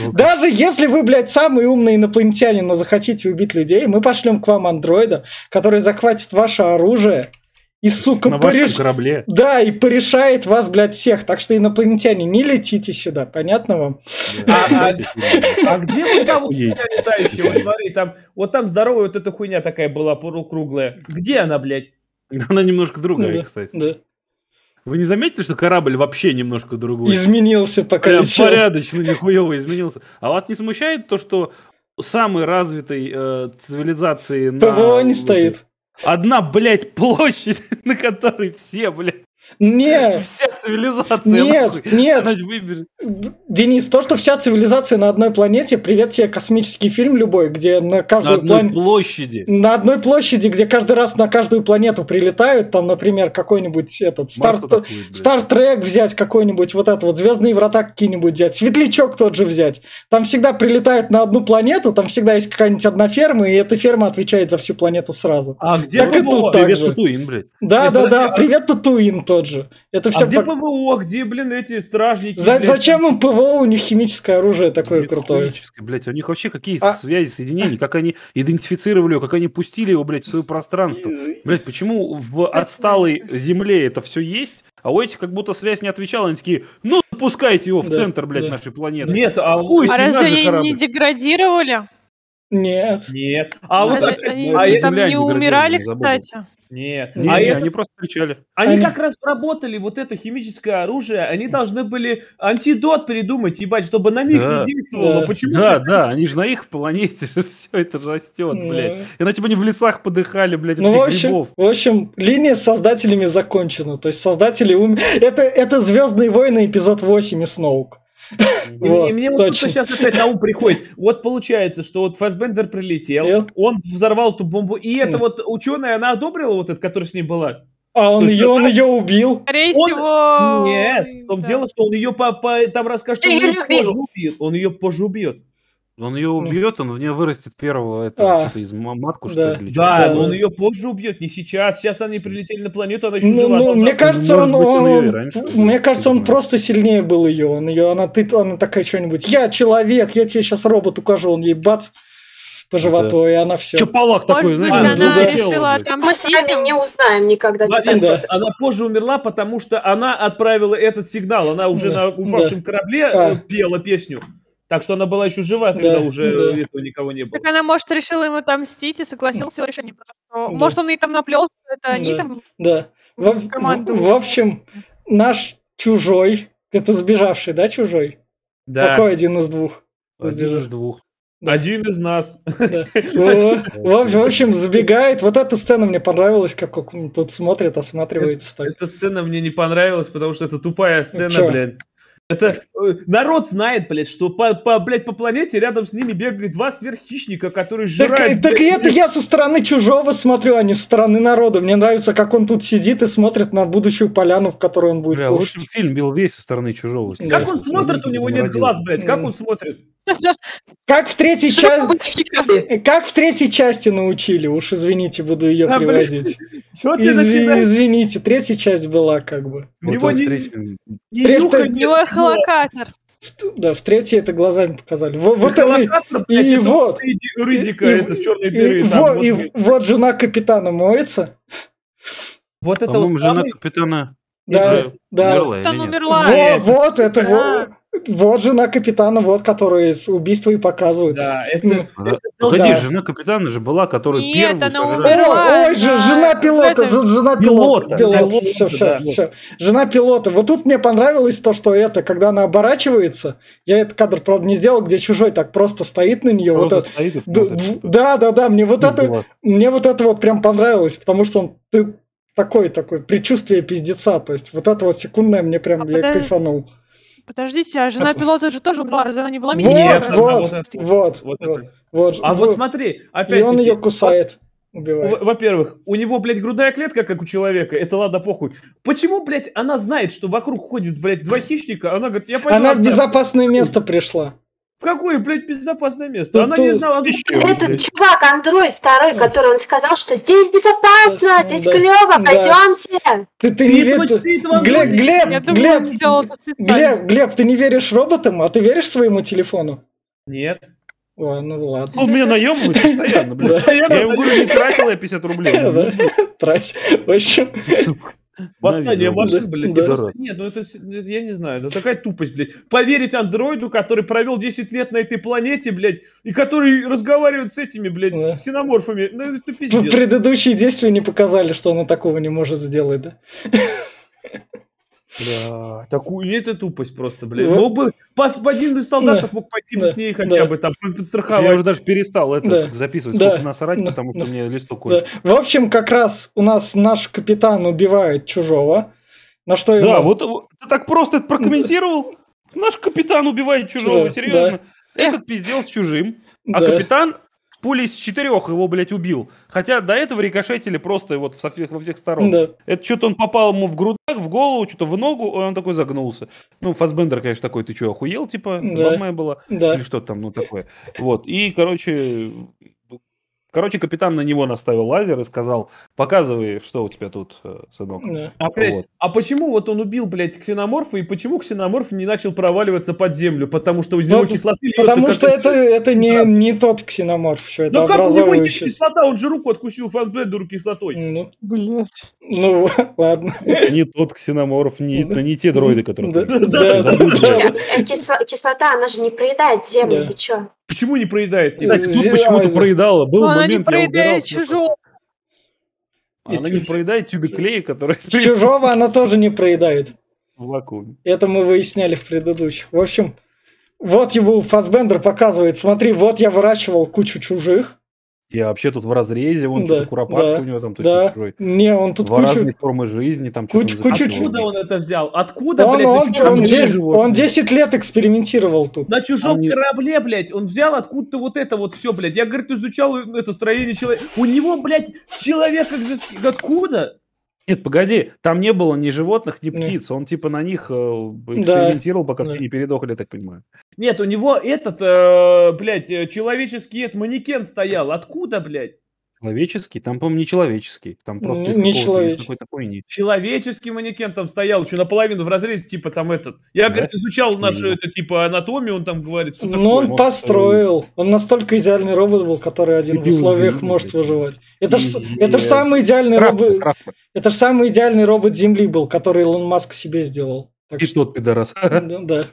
вы, блядь, самый умный инопланетянин, но захотите убить людей, мы пошлем к вам андроида, который захватит ваше оружие и, сука, На вашем корабле. Да, и порешает вас, блядь, всех. Так что, инопланетяне, не летите сюда, понятно вам? А где вот там вот Охуеть. хуйня летающая? Вот смотри, вот там здоровая вот эта хуйня такая была полукруглая. Где она, блядь? Она немножко другая, Да, кстати. да. Вы не заметили, что корабль вообще немножко другой? Изменился, пока Прям летел. порядочно, нихуево изменился. А вас не смущает то, что самой развитой цивилизации ПВО не стоит. Одна, блядь, площадь, на которой все, блядь, Нет, вся цивилизация, нет, нахуй, нет. она выберет. Денис, то, что вся цивилизация на одной планете, привет тебе космический фильм любой, где на На каждую одной площади. на одной площади, где каждый раз на каждую планету прилетают, там, например, какой-нибудь этот Марс атакует, блядь. Стартрек взять какой-нибудь, вот это вот, Звездные врата какие-нибудь взять, Светлячок тот же взять. Там всегда прилетают на одну планету, там всегда есть какая-нибудь одна ферма, и эта ферма отвечает за всю планету сразу. А где Так и ПВО? тут так Привет, же. Татуин, блядь. Да, Нет, да, подожди, да, привет, Татуин. тот же. Это А все где ПВО, где, блин, эти стражники? блядь? Зачем им ПВО, у них химическое оружие такое Нет, крутое? химическое, блядь, у них вообще какие А- связи, соединения, как они идентифицировали его, как они пустили его, блядь, в свое пространство. Блядь, почему в отсталой Земле это все есть, а у этих как будто связь не отвечала, они такие, ну, запускайте его в Да, центр, блядь, да. нашей планеты. Нет, а Хуй с А ним, разве наш же они корабль. не деградировали? Нет. Нет. А вот Разве это- они а не это- там земля не деградирована, умирали, забыли. кстати? Нет. Не, А Не, это- они просто встречали. Они Они- как раз работали вот это химическое оружие, они должны были антидот придумать, ебать, чтобы на них Да, не действовало. да. Почему? Да, да, они же на их планете же все это же растет, Ну. блядь. Иначе бы они в лесах подыхали, блядь, от Ну, этих грибов. в общем, линия с создателями закончена. То есть создатели это «Звездные войны» эпизод 8 и Сноук. Вот, И мне вот точно. сейчас опять на ум приходит. Вот получается, что вот Фассбендер прилетел, он взорвал эту бомбу, и эта Да. вот ученая, она одобрила вот эту, которая с ней была? А он То есть ее убил. Скорее Он- всего... Нет, в том да. дело, что он ее там расскажет, что Ты он её ее любил. позже убьет. Он ее позже убьет. Он ее убьет, он в нее вырастет первого этого, А. что-то из матку, Да. что ли? или Да, Да, но он да. ее позже убьет, не сейчас. Сейчас они прилетели на планету, она еще Ну, жива. мне кажется, может быть, он её и раньше мне убил, кажется, фиг он знает. просто сильнее был ее. Она такая что-нибудь. Я человек, я тебе сейчас робот укажу, он ей бац по животу, и она все. Чапалах такой, Может быть, знаете, она да. решила Мы с отомстить вами не им? узнаем никогда. Да, что нет, Да. она позже умерла, потому что она отправила этот сигнал. Она уже Да, на упавшем корабле А. пела песню. Так что она была еще жива, когда Да, уже да. этого никого не было. Так она, может, решила ему отомстить и согласился с его решением. Потому что, Да. Может, он и там наплел, что это они Да. там Да. команду... В общем, наш чужой, это сбежавший, да, чужой? Да, Какой один из двух? один из двух. один из нас. Да. В общем, забегает. Вот эта сцена мне понравилась, как он тут смотрит, осматривается. так. Эта сцена мне не понравилась, потому что это тупая сцена, чё? блядь. Это народ знает, блядь, что блядь, по планете рядом с ними бегает два сверххищника, которые жрают. Так блядь, это я со стороны чужого смотрю, а не со стороны народа. Мне нравится, как он тут сидит и смотрит на будущую поляну, в которой он будет Бля, в кушать. общем, фильм бил весь со стороны чужого. Как Как Да. он смотрит, у него нет глаз, блядь. Как он смотрит? Как в третьей Что части... вы читали? Как в третьей части научили, уж извините, буду ее Да, блядь. приводить. Чего ты начинаешь? Извините, третья часть была как бы. У него не Треть- нюха У него нет. эхолокатор. Да, в третьей это глазами показали. Вот, Эхолокатор, блядь, и это вот. у Риддика, это с черной дыры. и там, во- вот, и блядь. вот жена капитана моется. Вот это По-моему, вот жена самый- капитана Да, уже да. умерла или Там нет? умерла. Вот это Да. вот жена капитана, вот которая убийство и показывает. Да, Ну, это... Погоди, да. жена капитана же была, которую Нет, первую она сожрали. умерла. Ой, жена пилота, в этом- жена Пилота, пилота, пилота, все, да. все. Жена пилота. Вот тут мне понравилось то, что это, когда она оборачивается, я этот кадр, правда, не сделал, где чужой так просто стоит на нее. Вот Просто это. стоит и смотрит, типа, Да, мне вот без это, глаз. вот прям понравилось, потому что ты такое предчувствие пиздеца, то есть вот это вот секундное мне прям, А я подожди. кайфанул. Подождите, а жена пилота же тоже умерла, разве она не была Вот, министром? Нет, она вот, вот это. вот, Вот вот, это. вот. А вот смотри, опять И он ее кусает, убивает. Во-первых, у него, блядь, грудная клетка, как у человека. Это ладно, похуй. Почему, блядь, она знает, что вокруг ходит, блядь, два хищника? Она говорит, я пойду Она в оставлю. безопасное место пришла. В какое, блядь, безопасное место? Ну, Она не то- знала. она Ещё, думала, Этот блядь. чувак, андроид второй, который он сказал, что здесь безопасно, здесь Да, клево, да. пойдемте. Ты не этого- веришь... ты этого Глеб, андроида- Глеб, Я думаю, Глеб, он сделал это специально. Глеб, ты не веришь роботам, а ты веришь своему телефону? Нет. Ой, ну ладно. Он меня наемывает постоянно, блядь. Постоянно, Я ему говорю, не тратил я 50 рублей. Да, трать. В общем, Восстание Ненавижу, машин, блядь. Да. я просто- Нет, ну это, я не знаю, ну такая тупость, блядь. Поверить андроиду, который провел 10 лет на этой планете, блядь, и который разговаривает с этими, блядь, Да. с ксеноморфами, ну это в пиздец. предыдущие действия не показали, что она такого не может сделать, да? Бля, такую, это тупость просто, блядь. Вот. Мог бы, один из солдатов мог пойти Да, с ней хотя да. бы там Я подстраховать. уже даже перестал это Да. записывать, Да. сколько насрать, Да. потому что Да. у меня листок Да. кончился. В общем, как раз у нас наш капитан убивает чужого. На что Да, ему... вот ты так просто это прокомментировал. Наш капитан убивает чужого, Да, серьезно. Этот пиздел с чужим, а Да. капитан пулей с 4 его, блядь, убил. Хотя до этого рикошетили просто вот во всех сторон. Да. Это что-то он попал ему в грудак, в голову, что-то в ногу, и он такой загнулся. Ну, Фассбендер, конечно, такой, ты что, охуел, типа? Да. Баба моя была? Да. Или что там, ну, такое. Вот, и, короче, Короче, капитан на него наставил лазер и сказал, показывай, что у тебя тут, сынок. Да. А почему вот он убил, блядь, ксеноморфа, и почему ксеноморф не начал проваливаться под землю? Потому что из него кислоты льется. Потому что это не тот ксеноморф, что это Ну как у него есть образовывающийся. кислота? Он же руку откусил Фассбендеру кислотой. Ну, Блять. ну, ладно. Не тот ксеноморф, не те дроиды, которые... Кислота, она же не проедает землю, Да. вы чё? Почему не проедает? Кстати, тут почему-то проедала. Был Она не момент, я угорал. проедает чужого. Она не проедает тюбик клея, который Чужого она тоже не проедает. в вакууме. Это мы выясняли в предыдущих. В общем, вот ему Фассбендер показывает, смотри, вот я выращивал кучу чужих. Я вообще тут в разрезе, вон Да, что-то куропатка да, у него там, то есть Да, он чужой. не, он тут В разные формы жизни, там кучу- что-то кучу- Откуда он это взял? Откуда, блядь, Он на чужом корабле? он 10 лет экспериментировал тут. На чужом Они- корабле, блядь, он взял откуда-то вот это вот все, блядь. Я, говорит, изучал это строение человека. У него, блядь, человек откуда? Нет, погоди, там не было ни животных, ни Не. птиц. Он типа на них экспериментировал, пока Да. все не передохли, я так понимаю. Нет, у него этот, блядь, человеческий манекен стоял. Откуда, блядь? Человеческий? Там, по-моему, не человеческий. Там просто из Не какого-то, из человеческий. какой-то хуйни. Человеческий манекен там стоял, еще наполовину в разрезе, типа там этот. Я, Да? говорит, изучал Что нашу, именно? это, типа, анатомию, он там говорит, что Ну, такое. он Может, построил. Он настолько идеальный робот был, который один в Дебил с условиях глины, может блядь. выживать. Это ж Не, самый идеальный робот. Крафтер. Это же самый идеальный робот Земли был, который Илон Маск себе сделал. Так И что, тот пидорас. да.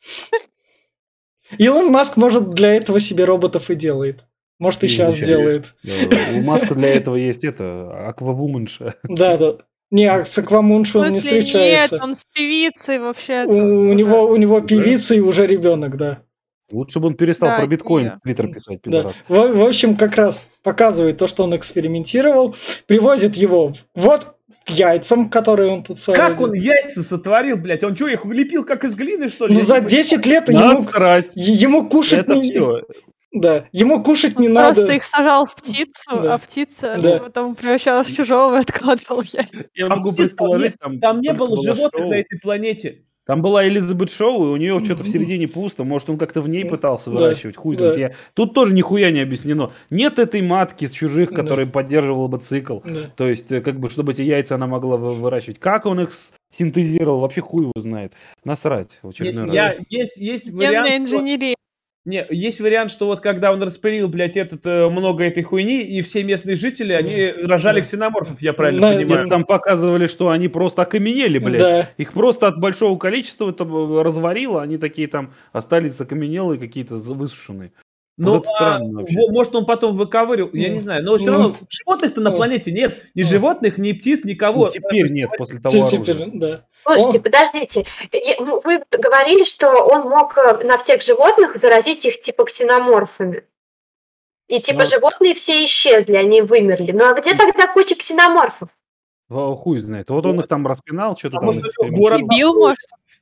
Илон Маск, может, для этого себе роботов и делает. Может, и И сейчас изучает. делает. У Маска для этого есть это, аквавуменша. Да. Не, а с Аквамуншу В он не смысле, нет, встречается. он с певицей вообще. У него певица и уже ребенок, да. Лучше бы он перестал Да, про биткоин не. в Твиттер писать, Да. пидорас. В общем, как раз показывает то, что он экспериментировал, привозит его вот к яйцам, которые он тут Как соорудил. он яйца сотворил, блядь? Он что, их лепил как из глины, что ли? Ну, Я за не 10 лет Насрать. ему кушать Это не... все. Да, ему кушать не Он надо. просто их сажал в птицу, Да. а птица Да. потом превращалась в чужого и откладывал яйца. Я А могу птиц предположить, Там не только было было животных шоу. на этой планете. Там была Элизабет Шоу, и у нее что-то в середине пусто. Может, он как-то в ней пытался Да, выращивать. Хуй да. знает. Тут тоже нихуя не объяснено. Нет этой матки с чужих, Да. которая поддерживала бы цикл. Да. То есть, как бы, чтобы эти яйца она могла выращивать. Как он их синтезировал, вообще хуй его знает. Насрать в очередной раз. Есть Генная вариант, что... инженерия. Не, есть вариант, что вот когда он распылил, блядь, много этой хуйни, и все местные жители, они рожали Да. ксеноморфов, я правильно Да, понимаю. Нет, там показывали, что они просто окаменели, блядь. Да. Их просто от большого количества там разварило, они такие там остались закаменелые, какие-то высушенные. Ну, Вот это странно вообще. может, он потом выковырил, я не знаю. Но все Ну. равно животных-то на планете нет. Ни животных, ни птиц, никого. Ну, теперь нет, после того Теперь, оружия. да. Слушайте, О. подождите. Вы говорили, что он мог на всех животных заразить их типа ксеноморфами. И типа Ну. животные все исчезли, они вымерли. Ну а где тогда куча ксеноморфов? Хуй знает. Вот он их там распинал, что-то А там. может, у него экспериментировал. город- Дебил, может?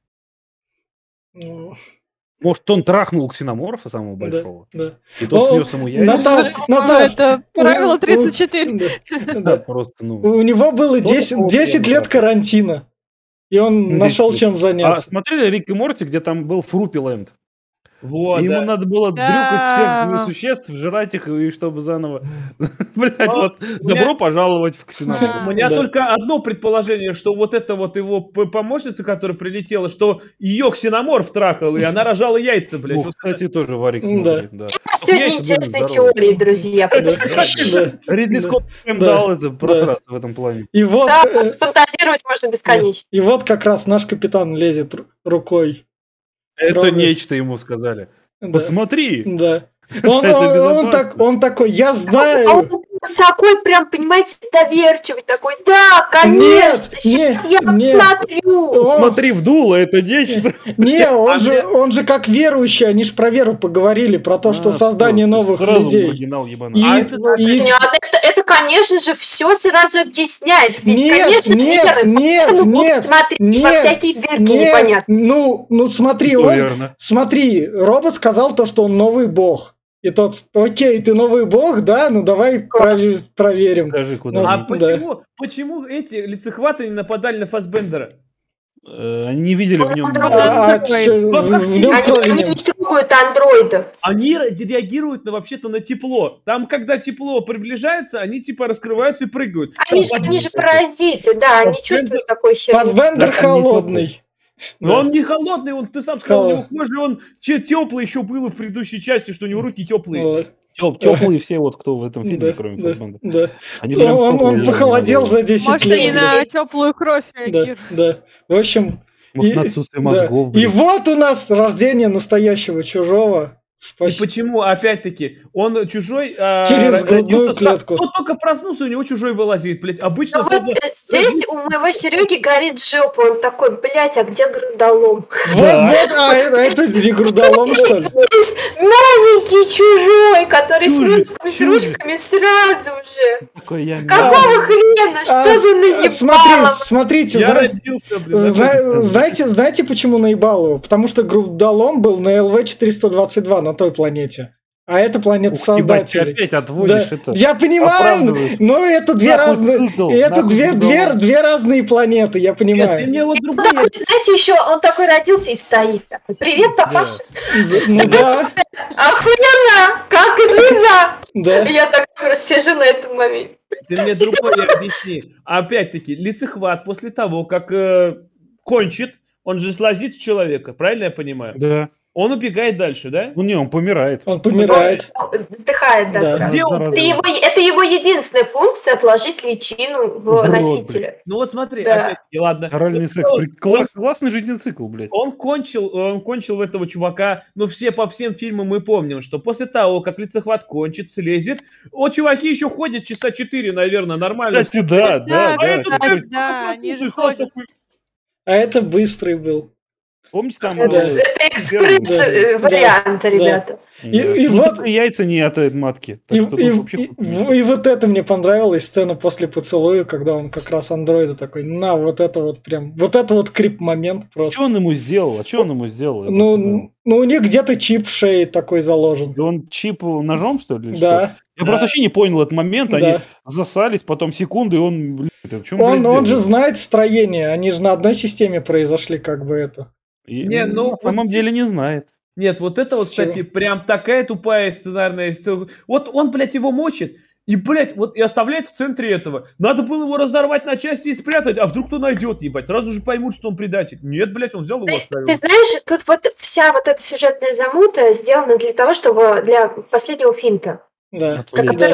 Ну, Может, он трахнул ксеноморфа самого да, большого, да. и тот Ну, снес ему яйца. Наташ, Ну, Наташ. это правило 34. Да, Да, да. просто, ну. У него было Кто 10 такого 10 лет требует? карантина. И он 10 нашел лет. чем А заняться. смотрели Рик и Морти, где там был Фрупиленд? Вот, И ему да. надо было Да. дрюкать всех существ, жрать их, и чтобы заново... Блять, А, вот, у меня- добро пожаловать в ксеноморф. У меня Да. только одно предположение, что вот эта вот его помощница, которая прилетела, что ее ксеноморф трахал, и она рожала яйца, блядь. Ну, Вот кстати, тоже Варик Да. смотрит, да. Сегодня яйца были интересные здоровые. теории, друзья. Да. Ридли Да. Скотт им Да. дал это просраться в этом плане. И вот, Да, фантазировать можно бесконечно. и вот как раз наш капитан лезет рукой. Это Трогает. нечто ему сказали. Да. Посмотри. Да. Это Он безопасно. такой, я А знаю. он такой прям, понимаете, доверчивый, такой, да, Нет, конечно, сейчас нет, я нет. посмотрю. О, Смотри в дуло, это нечто. Не, А он же как верующий, они же про веру поговорили, про то, что А, создание всё, новых сразу людей. маргинал ебаный. И, Нет, это, конечно же, все сразу объясняет. Ведь, Нет, конечно, нет, веры, нет, поэтому будут нет, смотреть во нет, всякие дырки нет, непонятные. ну смотри, Ну, верно. смотри, робот сказал то, что он новый бог. И тот, окей, ты новый бог, да? Ну давай проверим. Покажи, куда. Ну, А они. почему эти лицехваты не нападали на Фассбендера? Они не видели в нем... Он А, такой. чё, в нем крови Они нет. не трогали трогают андроидов. Они реагируют вообще-то на тепло. Там, когда тепло приближается, они типа раскрываются и прыгают. Они же паразиты, да, они чувствуют такой херню. Фассбендер холодный. Но он не холодный, ты сам сказал, у него кожа, он теплый еще был в предыдущей части, что у него руки теплые. Теплые все, вот кто в этом фильме, кроме Фассбендера. Да. Они прям Он теплые, похолодел за 10 Может, лет. они на теплую кровь Да, реагируют. да. В общем, Может, на отсутствие мозгов. и блин. вот у нас рождение настоящего чужого. И Спасибо. почему, опять-таки, он чужой Через грудную родился, клетку. он только проснулся, у него чужой вылазит, блядь. Обычно Ну вот здесь у моего Сереги горит жопа, он такой, блядь, а где грудолом? Вот, а это не грудолом, что ли? Здесь маленький чужой, который с Чужий. ручками сразу же. Такой я Какого хрена? Что за наебало? Смотрите, я родился, блин. знаете, почему наебал его? Потому что грудолом был на ЛВ-422 на той планете. А это планета Ух, ебать, ты создателей. опять отводишь Да, это. я понимаю, оправдываешь. но это две Нахуй разные, цикл, это нахуй две разные планеты, я Нет, ты понимаю. мне вот Ну, другой... такой, знаете, еще он такой родился и стоит такой. Привет, папаша. Ну да, Охуенно! Как жиза! да. Я так просто сижу на этом моменте. Ты мне другое объясни. Опять-таки, лицехват после того, как кончит, он же слазит с человека, правильно я понимаю? Да. Он убегает дальше, да? Ну не, он помирает. Он помирает. Вздыхает, да, Да. сразу. Где он? Это его единственная функция — отложить личину в Вот, носителя. Ну вот смотри, Да. опять-таки, ладно. Оральный секс. Классный жизненный цикл, блядь. Он кончил в этого чувака, но по всем фильмам мы помним, что после того, как лицехват кончит, слезет, чуваки еще ходят часа 4, наверное, нормально. Кстати, да. А этот, кстати, блядь, да, они же проснулся и сразу ходят. такой, А это быстрый был. Помните, там... Это экспресс-вариант, ребята. И Ну, вот- только яйца не от матки. Так И, что и- тут вообще... и вот это мне понравилась сцена после поцелуя, когда он как раз андроида такой, на, вот это вот прям, вот это вот крип-момент просто. Что он ему сделал? А что он ему сделал? Я просто не понял. Ну, у них где-то чип в шее такой заложен. Да он чип ножом, что ли? или что? Да, Я просто вообще не понял этот момент. Они да. засались, потом секунду, и он... Блин, это в чем, Он же знает строение, они же на одной системе произошли, как бы это. Не, ну, на вот самом деле не знает. Нет, вот это вот, С чего? кстати, прям такая тупая сценарная... Вот он, блядь, его мочит, и, блядь, вот и оставляет в центре этого. Надо было его разорвать на части и спрятать, а вдруг кто найдет, ебать. Сразу же поймут, что он предатель. Нет, блядь, он взял его оставил. Ты знаешь, тут вот вся вот эта сюжетная замута сделана для того, чтобы для последнего финта, Да.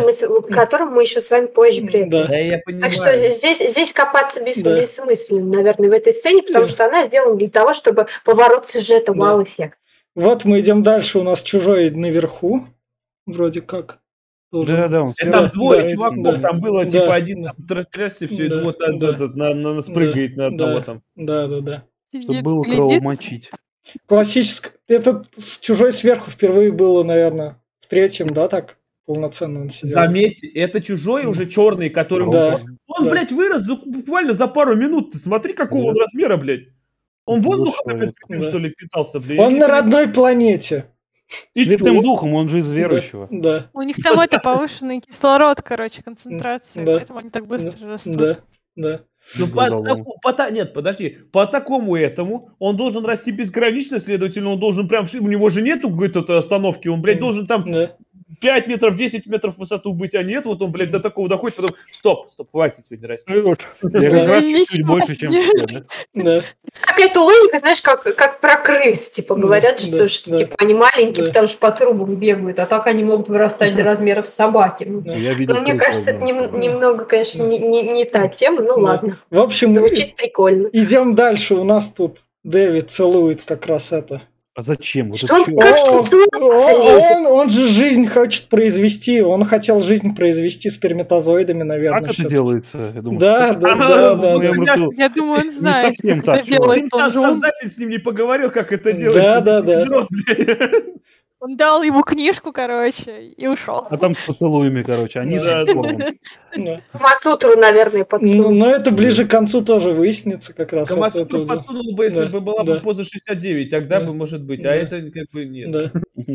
к которому мы еще с вами позже приедем. Да. Да, я понимаю. Так что здесь копаться Да. бессмысленно, наверное, в этой сцене, потому Да. что она сделана для того, чтобы поворот сюжета, Да. вау-эффект. Вот мы идем дальше, у нас чужой наверху, вроде как. должен. Да, он Это там Да, двое да, чуваков, да, там было, да, типа, один да. там трясся, все, Да, и вот да. спрыгает на одного Да. там. Да. чтобы Сидит, было глядит. кровь мочить. Классическое. Это с чужой сверху впервые было, наверное, в третьем, да, так полноценно он сидел. Заметьте, это чужой уже черный, который... Да. Он, Да. блядь, вырос буквально за пару минут. Ты смотри, какого Да. он размера, блядь. Он Это воздухом большой. опять каким, Да. что ли, питался, блядь. Он на родной планете. И Святым чё? духом, он же из верующего. Да. У них там это повышенный кислород, короче, концентрация, Да. поэтому они так быстро растут. Да. Ну, С по грудоломом. нет, подожди. По такому этому он должен расти безгранично, следовательно, он должен прям... У него же нету какой-то остановки, он, блядь, должен там Да. 5 метров, 10 метров в высоту быть, а нет, вот он, блядь, до такого доходит, потом... Стоп, хватит сегодня расти. Я как раз Не чуть больше, чем сегодня. все, да? Да. Какая-то логика, знаешь, как про крыс, типа, Да, говорят, что, да, что да. типа, они маленькие, Да. потому что по трубам бегают, а так они могут вырастать до размеров собаки. Ну, Да. Я видел мне крыс кажется, это разных. немного, конечно, не та тема, ну Да. ладно. В общем, Звучит прикольно. идем дальше. У нас тут Дэвид целует как раз это. А зачем? Вот Что это он чё? как целоваться лезет? Он же жизнь хочет произвести. Он хотел жизнь произвести сперматозоидами, наверное. Как это всё-таки. делается? Я думаю, Да, что- да, Ага, да, в да, моем да. рту. Я думаю, он знает, совсем как так, это чувак. делается. Он же Создатель с ним не поговорил, как это Да, делается. да, да. Дрот, блядь. он дал ему книжку, короче, и ушел. А там с поцелуями, короче, они Да, с формом. Да. Масутру, наверное, Ну, подсунул. но это ближе к концу тоже выяснится как раз. Камасутру это, подсунул бы, если Да, бы была да. бы поза 69, тогда Да. бы, может быть. Да. А это как бы нет. да.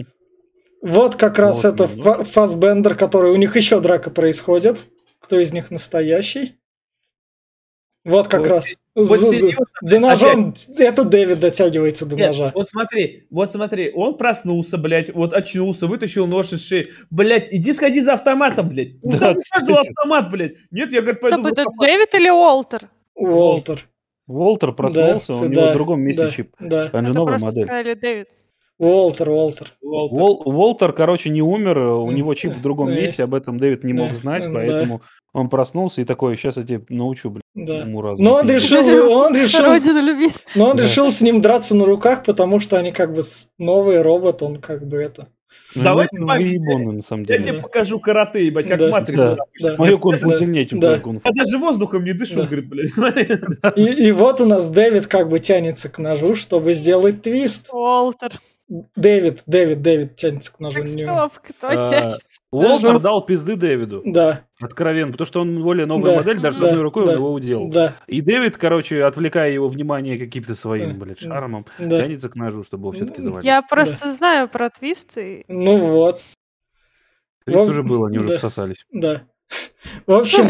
Вот как раз Вот, это ну. Фассбендер, который... У них еще драка происходит. Кто из них настоящий? Вот как Вот раз. вот серьезно, До ножом, это Дэвид дотягивается до Нет, ножа. вот смотри, он проснулся, блядь, вот очнулся, вытащил нож из шеи. Блядь, иди сходи за автоматом, блядь. Да, Там у каждого кстати. автомат, блядь. Нет, я, говорит, пойду Стоп, в это автомат. Дэвид или Уолтер? Уолтер. Уолтер проснулся, у него в другом месте чип. Да. Он же Это новая просто модель. сказали Дэвид. Уолтер. Уолтер. Уолтер, короче, не умер, у М, него чип в другом есть. месте, об этом Дэвид не мог Да, знать, да. поэтому он проснулся и такой, сейчас я тебя научу, блядь, Да. уму-разуму. Но он решил Родину любить. решил с ним драться на руках, потому что они как бы новый робот, он как бы это. Давай Ну, это выебоны, на самом Я деле. тебе покажу карате, ебать, как Да. матрица. Да. Мое кунг-фу Да. сильнее, чем Да. твое кунг-фу. Я даже воздухом не дышу, Да. говорит, блядь. И вот у нас Дэвид как бы тянется к ножу, чтобы сделать твист. Уолтер. Дэвид тянется к ножу. Так не- стоп, кто А, тянется? Уолтер дал пизды Дэвиду. Да, Откровенно, потому что он более новая Да. модель, даже с Да. одной рукой Да. он его уделал. да, И Дэвид, короче, отвлекая его внимание каким-то своим, Да. блядь, шармом, да. тянется к ножу, чтобы его все-таки завалить. Я просто знаю про твисты. Ну вот, Твист уже был, они уже Да. пососались. да. В общем,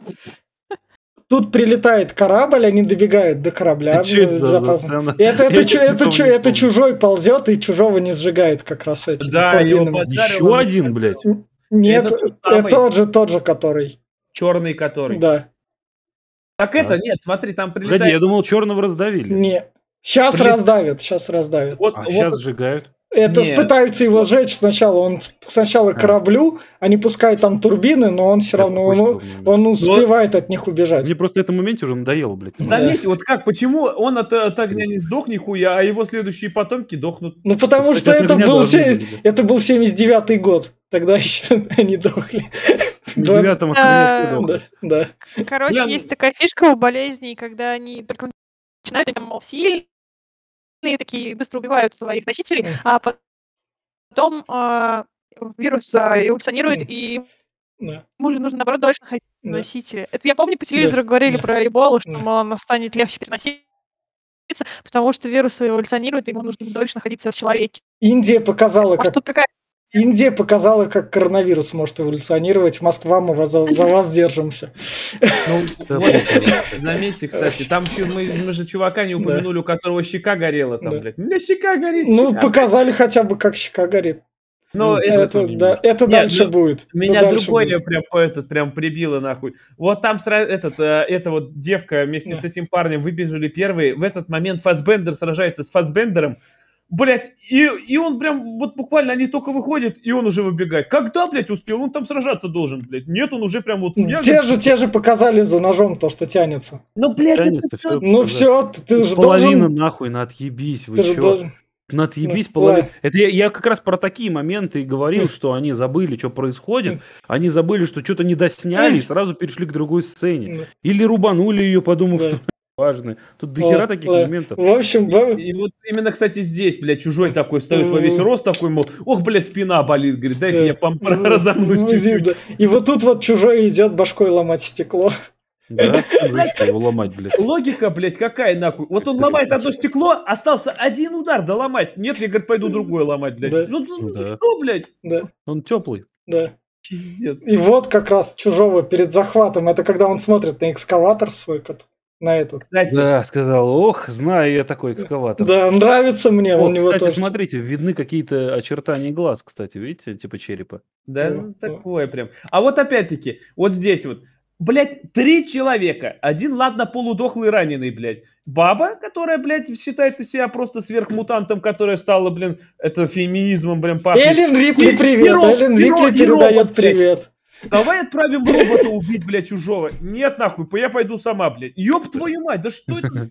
тут прилетает корабль, они добегают до корабля. Ты чё это за безопасно. сцена? Это Я что-то не это помню. чужой ползет, и чужого не сжигает как раз этим. Да, его турбинами. поджарило. Еще один, блядь. Нет, Это тот это самый. тот же, который. Черный который. Да. Так это, нет, смотри, там Погоди, я прилетает... думал, черного раздавили. Не. Сейчас Прилет- раздавят. Вот, А вот сейчас сжигают. Это Нет. пытаются его сжечь сначала. Он сначала к кораблю, они пускают там турбины, но он все равно он успевает от них убежать. Мне просто в этом моменте уже надоело, блядь. Заметьте, вот как, почему он от огня не сдох нихуя, а его следующие потомки дохнут. Ну потому Кстати, что от огня должны были. это был 79-й год. Тогда еще они дохли. В 9-м Да, да. Короче, Бля, есть такая фишка у болезней, когда они только начинают, они там, мол, сильные такие, быстро убивают своих носителей, а потом вирус эволюционирует, и Да. ему же нужно, наоборот, дольше находиться в Да. носителе. Это я помню, по телевизору говорили Да. про Эболу, что, Да. мол, она станет легче переноситься, потому что вирус эволюционирует, и ему нужно дольше находиться в человеке. Индия показала, Может, тут такая... как коронавирус может эволюционировать. Москва, мы за вас держимся. Да, Вот, похуй. заметьте, кстати, там мы же чувака не упомянули, у которого щека горела там, Да. блядь. У меня щека горит. Ну, щека. показали хотя бы, как щека горит. Но Это Нет, дальше ну, будет. меня Это дальше другое будет. прям прибило нахуй. Вот там эта вот девка вместе Да. с этим парнем выбежали первые. В этот момент Фассбендер сражается с Фассбендером. Блять, и он прям, вот буквально они только выходят, и он уже выбегает. Когда, блядь, успел? Он там сражаться должен, блядь. Нет, он уже прям вот... Те же показали за ножом то, что тянется. Ну, блядь, Тянется, это всё. всё- Ну все, ты же Половина должен... нахуй, на отъебись, вы ты же чё? должен- На отъебись Ну, половина. ладно. Это я как раз про такие моменты и говорил, что они забыли, что происходит. Они забыли, что что-то не досняли и сразу перешли к другой сцене. Да. Или рубанули ее, подумав, Да. что важно. Тут дохера таких Ладно. моментов. В общем, И вот именно, кстати, здесь, блядь, чужой такой встает во весь рост, такой, мол, ох, блядь, спина болит, говорит, дай-ка я разомнусь чуть-чуть. Да. И вот тут вот чужой идет башкой ломать стекло. Да, уже что, его ломать, блядь. Логика, блядь, какая нахуй? Вот он ломает одно стекло, остался один удар доломать. Нет, я, говорит, пойду другое ломать, блядь. Да. Ну, Да. что, блядь? Да, Он теплый. да. Пиздец. И вот как раз чужого перед захватом. Это когда он смотрит на экскаватор свой, на этот. Кстати, Да, сказал, ох, знаю я такой экскаватор. Да, нравится мне. О, у него кстати, тоже. смотрите, видны какие-то очертания глаз, кстати, видите, типа черепа. да, О, ну, такое прям. А вот опять-таки, вот здесь вот, блядь, 3 человека. Один, ладно, полудохлый раненый, блядь. Баба, которая, блядь, считает себя просто сверхмутантом, которая стала, блин, это феминизмом, блин, пахнет. Эллен Рипли, И привет. робот, Эллен и Рипли и передает робот, блядь. привет. Давай отправим робота убить, блядь, чужого. Нет, нахуй, я пойду сама, блядь. Ёб твою мать, да что это?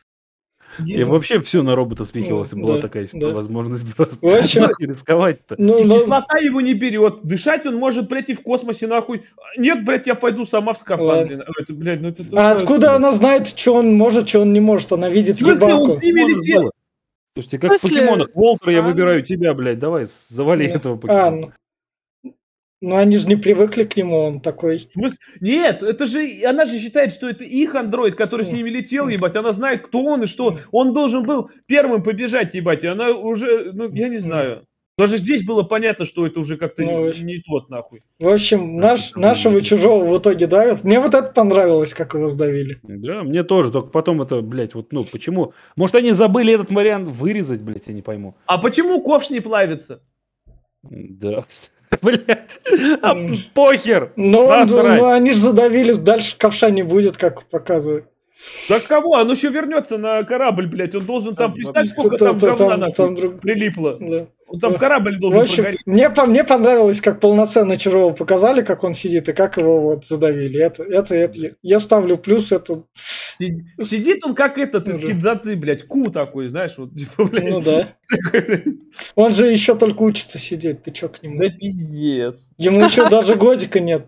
Я вообще все на робота спихивал, если была Да, такая да. возможность просто. В общем, Нахуй рисковать-то. ну, Кислота его не берет. Дышать он может, блядь, и в космосе, нахуй. Нет, блядь, я пойду сама в скафандре. Это, блядь, ну это... а откуда она знает, что он может, что он не может? Она видит В смысле, он ебалку. с ними летел? Слушайте, как в После покемонах. Волтер, я странно. выбираю тебя, блядь, давай, завали Да. этого А, покемона. ну они же не привыкли к нему, он такой. В смысле? Нет, это же, она же считает, что это их андроид, который с ними летел, ебать. Она знает, кто он и что. Он должен был первым побежать, ебать. И она уже, ну, я не знаю. Даже здесь было понятно, что это уже как-то Ну, не тот, нахуй. В общем, нашего чужого в итоге давят. Мне вот это понравилось, как его сдавили. Да, мне тоже, только потом это, блядь, вот, ну, почему? Может, они забыли этот вариант вырезать, блядь, я не пойму. А почему ковш не плавится? Да, блядь, похер, Но насрать. они же задавили, дальше ковша не будет, как показывают. Да кого? Он еще вернется на корабль, блядь. Он должен там, представь, сколько Там- там говна там нахуй друг- прилипло. Да. Он там корабль В должен общем, прогореть. мне понравилось, как полноценно чужого показали, как он сидит, и как его вот задавили. Это я ставлю плюс, это... Сидит он как этот из Да. Кидзадзы, блядь, ку такой, знаешь, вот, типа, блядь. Ну да. Он же еще только учится сидеть, ты чё к нему? Да пиздец. Ему еще даже годика нет.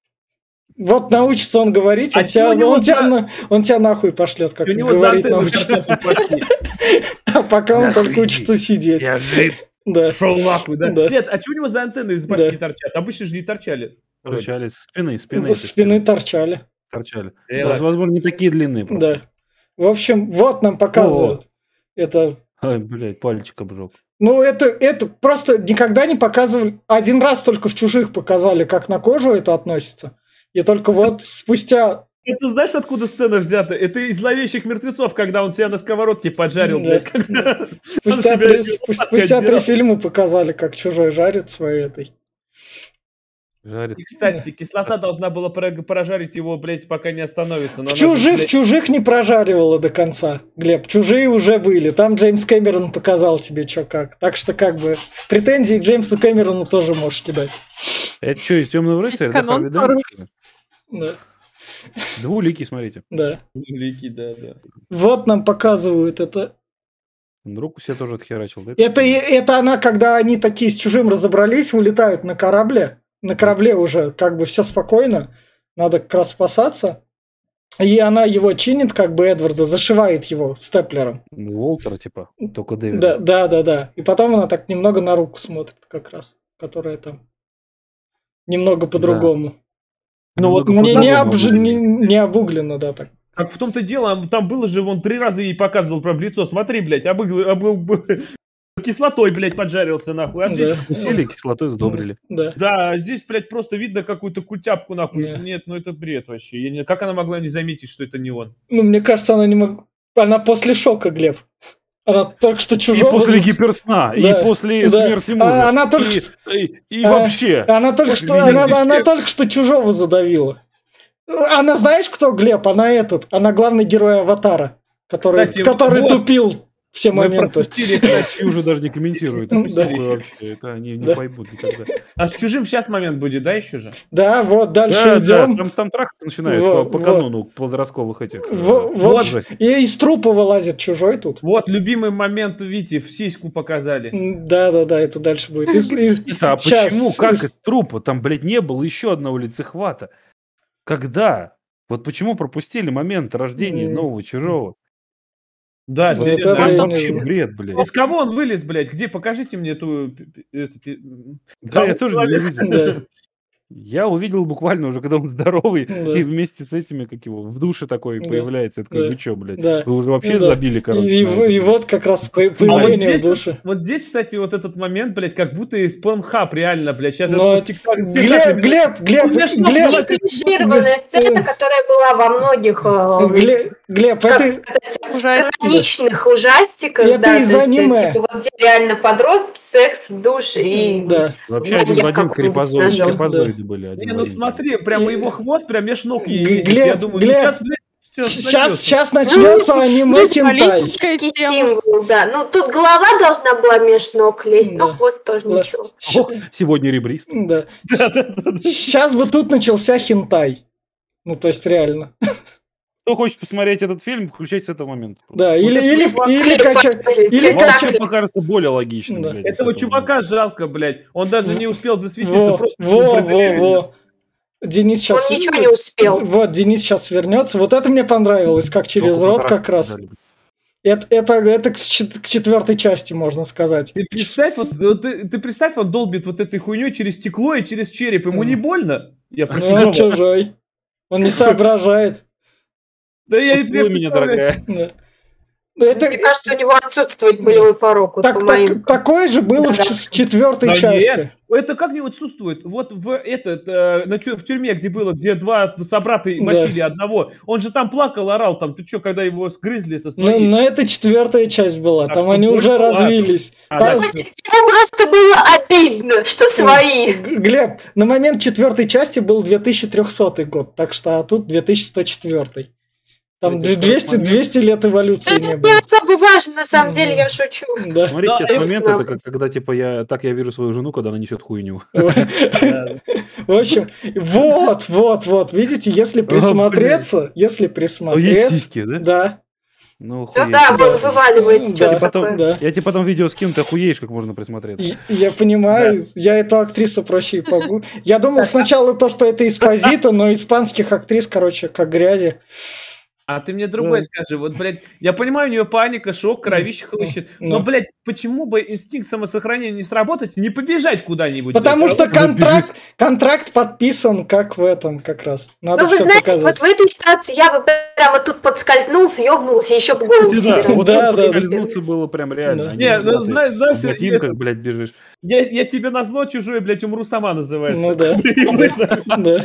Вот научится он говорить, А он чё у него тебя нахуй пошлет, как У него за говорить антенны научится. пошли. А пока он Нахуй только иди. учится сидеть. Я жив. Да. Шел нахуй, да? Да. Нет, а что у него за антенны из башки Да. торчат? Обычно же не торчали. Торчали с спины, С этой спины торчали. торчали. Ладно. Возможно, не такие длинные просто. Да. В общем, вот нам показывают. Это Ай, блядь, пальчик обжег. Ну, это просто никогда не показывали. Один раз только в «Чужих» показали, как на кожу это относится. И только вот спустя... Это знаешь, откуда сцена взята? Это из «Зловещих мертвецов», когда он себя на сковородке поджарил, Да. блядь. Когда Спустя он себя три, этим спустя три отдирал. фильма показали, как чужой жарит своей этой. Жарит. И, кстати, кислота должна была прожарить его, блядь, пока не остановится. Но В она же, чужих, блядь, в «Чужих» не прожаривало до конца, Глеб. «Чужие» уже были. Там Джеймс Кэмерон показал тебе, что как. Так что, как бы, претензии к Джеймсу Кэмерону тоже можешь кидать. Это что, из темного Весь рыцаря? канон Да, Харви Дент, порушен. что ли? Да. Двуликий, смотрите. Да. Великий, да. Вот нам показывают это. Он руку себе тоже отхерачил. Да? Это она, когда они такие с «Чужим» разобрались, улетают на корабле. На корабле уже как бы все спокойно. Надо как раз спасаться. И она его чинит, как бы Эдварда, зашивает его степлером. Уолтера, типа, только Дэвида. Да. И потом она так немного на руку смотрит, как раз. Которая там немного по-другому. Ну вот Немного по-другому Не обуглено, да, так. как в том-то дело, там было же, он 3 раза ей показывал прям в лицо. Смотри, блядь, кислотой, блядь, поджарился, нахуй. А здесь, Да. Усилили, кислотой сдобрили. Да. да, здесь, блядь, просто видно какую-то культяпку, нахуй. Да. Нет, ну это бред вообще. Как она могла не заметить, что это не он? Ну, мне кажется, она не могла... Она после шока, Глеб. Она только что И чужого... после гиперсна, Да, и после да. смерти мужа. Она только и, что- и вообще. Она только После что, визитки. она только что чужого задавила. Она знаешь, кто, Глеб? Она главный герой «Аватара», который Кстати, вот. тупил все Мы моменты. пропустили, кстати. Чьи уже даже не комментируют. Да. Это похуй вообще. Это они не Да. поймут никогда. А с чужим сейчас момент будет, да, еще же? Да, вот, дальше Да, идем. там трахаться начинают Вот, по вот. канону подростковых этих. Вот, ужастиков. и из трупа вылазит чужой тут. Вот, любимый момент, видите, в сиську показали. Да, это дальше будет. Это, а Щас, почему? Как из трупа? Там, блядь, не было еще одного лицехвата. Когда? Вот почему пропустили момент рождения нового чужого? Да, Вот серьезно. это А я что- не Вообще знаю. бред, блядь. Из кого он вылез, блядь? Где? Покажите мне эту... Да, я тоже не человек. увидел. Да. Я увидел буквально уже, когда он здоровый, Да. и вместе с этими, как его, в душе такой Да. появляется. Это как Да. вы чё, блядь? Да. Вы уже вообще Да. забили, короче. И на это. вот как раз А вот появление в здесь, душе. вот здесь, кстати, вот этот момент, блядь, как будто из Pornhub реально, блядь. Сейчас Но Глеб, Клишированная сцена, которая была во многих Глеб, как это сказать, Ужасно. ироничных ужастиках, Это да, из то есть, аниме. типа, вот где реально подростки, секс, душ и... да. Вообще Ну, один я в один как-нибудь нажал. крипозоиды были. один Не, в ну один. смотри, прямо его хвост прям меж ног ей Глеб, висит. Я думаю, Глеб, сейчас, блядь, всё начнётся. Сейчас начнется аниме хентай. Политическая Политический тема. символ, да. Ну, тут голова должна была меж ног лезть, Да. но хвост тоже Да. ничего. О, сегодня ребрист. Да. Да-да-да. Сейчас бы тут начался хентай. Ну, то есть реально. Кто хочет посмотреть этот фильм, включайте с этого момента. Да, Вот или Клип качать. показывает, Или так, Вообще качать. покажется более логичным, Да. блядь, с Этого этого чувака жалко, блядь. Он даже не успел засветиться. Во, Просто во. Денис Он сейчас... ничего не успел. Вот, Денис сейчас вернется. Вот это мне понравилось, как через Только рот потрахаться как раз. дали, блядь. Это к четвертой части, можно сказать. Ты представь, ты представь, он долбит вот этой хуйней через стекло и через череп. Ему не больно? Я про Ну, он чужого. чужой. Он не соображает. Да я и Поцелуй меня, представляю. дорогая. Да. Это, Мне кажется, у него отсутствует болевой порог. Вот по моим... такое же было в четвертой Да части. нет, это как не отсутствует? Вот в тюрьме, где было, где два собрата мочили одного, он же там плакал, орал, там, ты что, когда его сгрызли, это свои. Но это четвертая часть была, Так там что они больше, уже ладно. развились. А Там- дальше? Ему просто было обидно, что свои. Глеб, на момент четвертой части был 2300 год, так что а тут 2104. Там Это 200 лет эволюции Это не не было. особо важно, на самом деле, я шучу. Да. Смотрите, Да, этот момент, это собственно. когда, типа, я вижу свою жену, когда она несет хуйню. В общем, вот, видите, если присмотреться, Ну, есть сиськи, да? да, Ну, Ну охуеть. да, вон вываливается Да, что-то потом- такое. да. Я тебе потом видео скину, ты охуеешь, как можно присмотреться. Я понимаю, я эту актрису проще и погу. Я думал сначала то, что это Эспозито, но испанских актрис, короче, как грязи. А ты мне другое скажи. Вот, блядь, я понимаю, у нее паника, шок, кровище хлыщет. Но, Ну. блядь, почему бы инстинкт самосохранения не сработать, не побежать куда-нибудь? Потому блядь, что а вот контракт подписан, как в этом как раз. Надо Ну, вы все знаете, показать. вот в этой ситуации я бы прямо тут подскользнулся, ёбнулся, еще бы голову Кстати, себе да, вот Да, это да. скользнуться было прям реально. Да. а Не, ну, когда ты знаешь, в ботинках, блядь, бежишь. я тебе назло чужое, блядь, умру сама называется. Ну да. Да,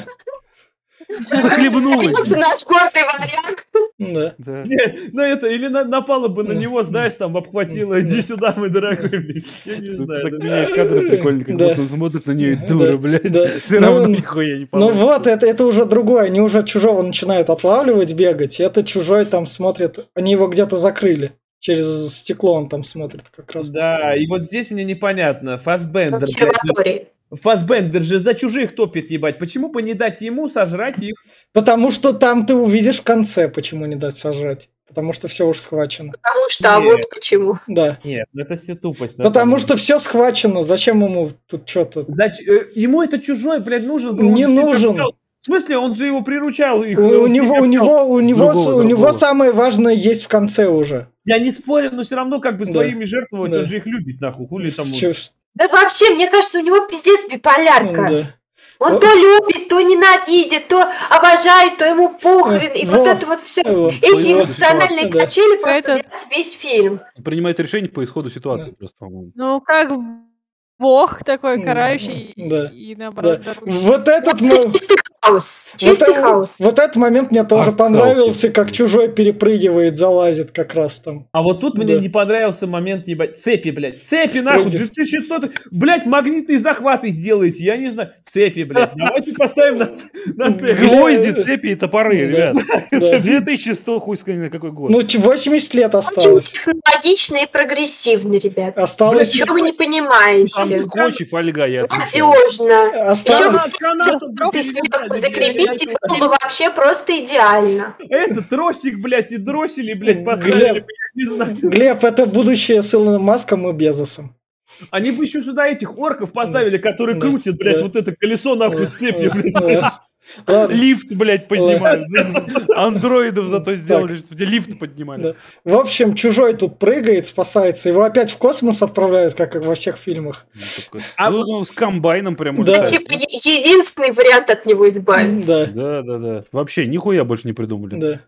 Захлебнулась. Остается наш гордый варяг. да. Да. Не, ну это, или напала бы на него, знаешь, там, обхватила, иди сюда, мой дорогой, блядь. Я не Ну, ты знаю. так да. меняешь кадры прикольно, как Да. будто он смотрит на нее и Да, дура, блядь. да. Все Ну, равно нихуя не Ну получится. вот, это уже другое. Они уже чужого начинают отлавливать, бегать. И это чужой там смотрит. Они его где-то закрыли. Через стекло он там смотрит как раз. Да, и вот здесь мне непонятно. Фассбендер, В блядь, обсерватории. Фассбендер же за чужих топит, ебать. Почему бы не дать ему сожрать их? Потому что там ты увидишь в конце, почему не дать сожрать. Потому что все уж схвачено. Потому что, а Нет. вот почему. Да. Нет, ну это все тупость. на Потому самом что все схвачено. Зачем ему тут что-то? деле. Ему это чужой, блядь, нужен был. Не Он же с ним нужен. общался. В смысле, он же его приручал. Их, У он с ними общался. Другого. самое важное есть в конце уже. Я не спорю, но все равно как бы Да. своими жертвовать, Да. он же их любит, нахуй. Хули там. Чё ж, Да вообще, мне кажется, у него пиздец биполярка. да. Он то любит, то ненавидит, то обожает, то ему похрен. И вот Вот. это вот все. Вот. Эти Вот. эмоциональные Да. качели просто Это- длятся весь фильм. Принимает решение по исходу ситуации просто, по-моему. Ну, как бог такой М, карающий да. и наоборот Да. дарующий. Вот этот Это чистый хаос. Чистый хаос. Вот этот момент мне тоже Арт-хаус, понравился, типа. как чужой перепрыгивает, залазит как раз там. А вот тут мне Да. не понравился момент, ебать, цепи, блядь. Цепи, нахуй, Спрыгивай. 2100, блядь, магнитные захваты сделайте, я не знаю. Цепи, блядь, давайте поставим на цепи. Гвозди, цепи и топоры, Да. ребят. Да. 2100, хуй сказать, какой год. Ну, 80 лет Очень осталось. технологично и прогрессивно, ребят. Осталось. Что вы не Там понимаете? скотч и фольга, я отвечаю. Надежно. Осталось. Ты сверху закрепить, и было бы вообще просто идеально. Это тросик, блядь, и дросили, блядь, поставили, Глеб. блядь, не знаю. Глеб, это будущее с Илоном Маском и Безосом. Они бы еще сюда этих орков поставили, которые Да. крутят, блядь, Да. вот это колесо нахуй степью, блядь. Да. Ладно. Лифт, блядь, поднимают. Андроидов зато сделали, чтобы тебе лифт поднимали. Да. В общем, чужой тут прыгает, спасается. Его опять в космос отправляют, как и во всех фильмах. Ну, такой. А Ну, ну, с комбайном прям Да. улетает. Типа единственный вариант от него избавиться. Да, Да. Вообще, нихуя больше не придумали. да.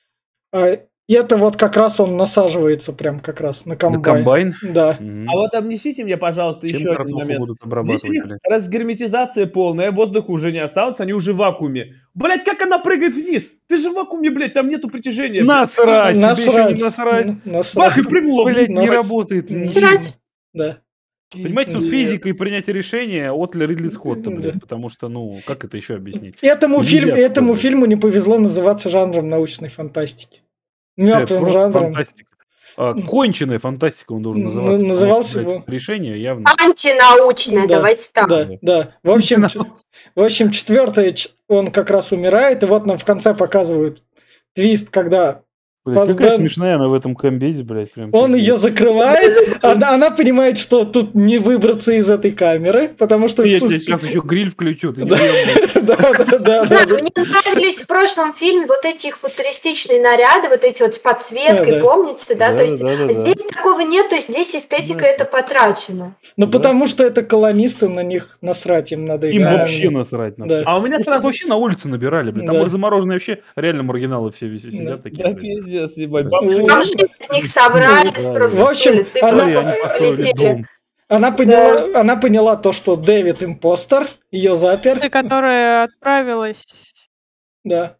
И это вот как раз он насаживается прям как раз на На комбайн. комбайн? Да. Мгм. А вот обнесите мне, пожалуйста, Чем еще один картоху момент. будут Здесь у обрабатывать, них блядь? разгерметизация полная, воздуха уже не осталось, они уже в вакууме. Блять, как она прыгает вниз? Ты же в вакууме, блядь, там нету притяжения. Насрать! Тебе еще Насрать. не насрать! Насрать. Бах, и прыгнула Блядь, вниз. не Нас- работает. Срать. Да. Понимаете, тут Нет. физика и принятие решения от Ридли Скотта, блядь, Да. потому что, ну, как это еще объяснить? Этому Нельзя фильму такое. не повезло называться жанром научной фантастики. Мертвым Просто жанром. фантастика. Конченая фантастика он должен называться. потому Назывался что, блядь, бы. решение явно. Антинаучное, Да. давайте так. Да. В общем, четвертое, он как раз умирает, и вот нам в конце показывают твист, когда Блядь, какая Фассбен- смешная она в этом комбезе, блядь. Прям, он пиздец. ее закрывает, она понимает, что тут не выбраться из этой камеры, потому что... Я тут- тебе сейчас еще гриль включу, ты не Да. уебывай. Да. Да, мне нравились в прошлом фильме вот эти их футуристичные наряды, вот эти вот с подсветкой, Да. помните, да? То есть Да. здесь такого нет, то есть здесь эстетика это потрачена. Ну, Да. потому что это колонисты, на них насрать им надо. Им играть. вообще насрать на Да. все. А у меня Просто сразу... вообще на улице набирали, блядь. Там Да. замороженные вообще реально маргиналы все Да. сидят такие, Да, блядь. пиздец. пиздец, ебать. Бомжи. Бомжи от них собрались Да, просто в с общем, улицы и она- Они построили полетели. дом. Она поняла то, что Дэвид импостер, ее запер. Которая отправилась... Да.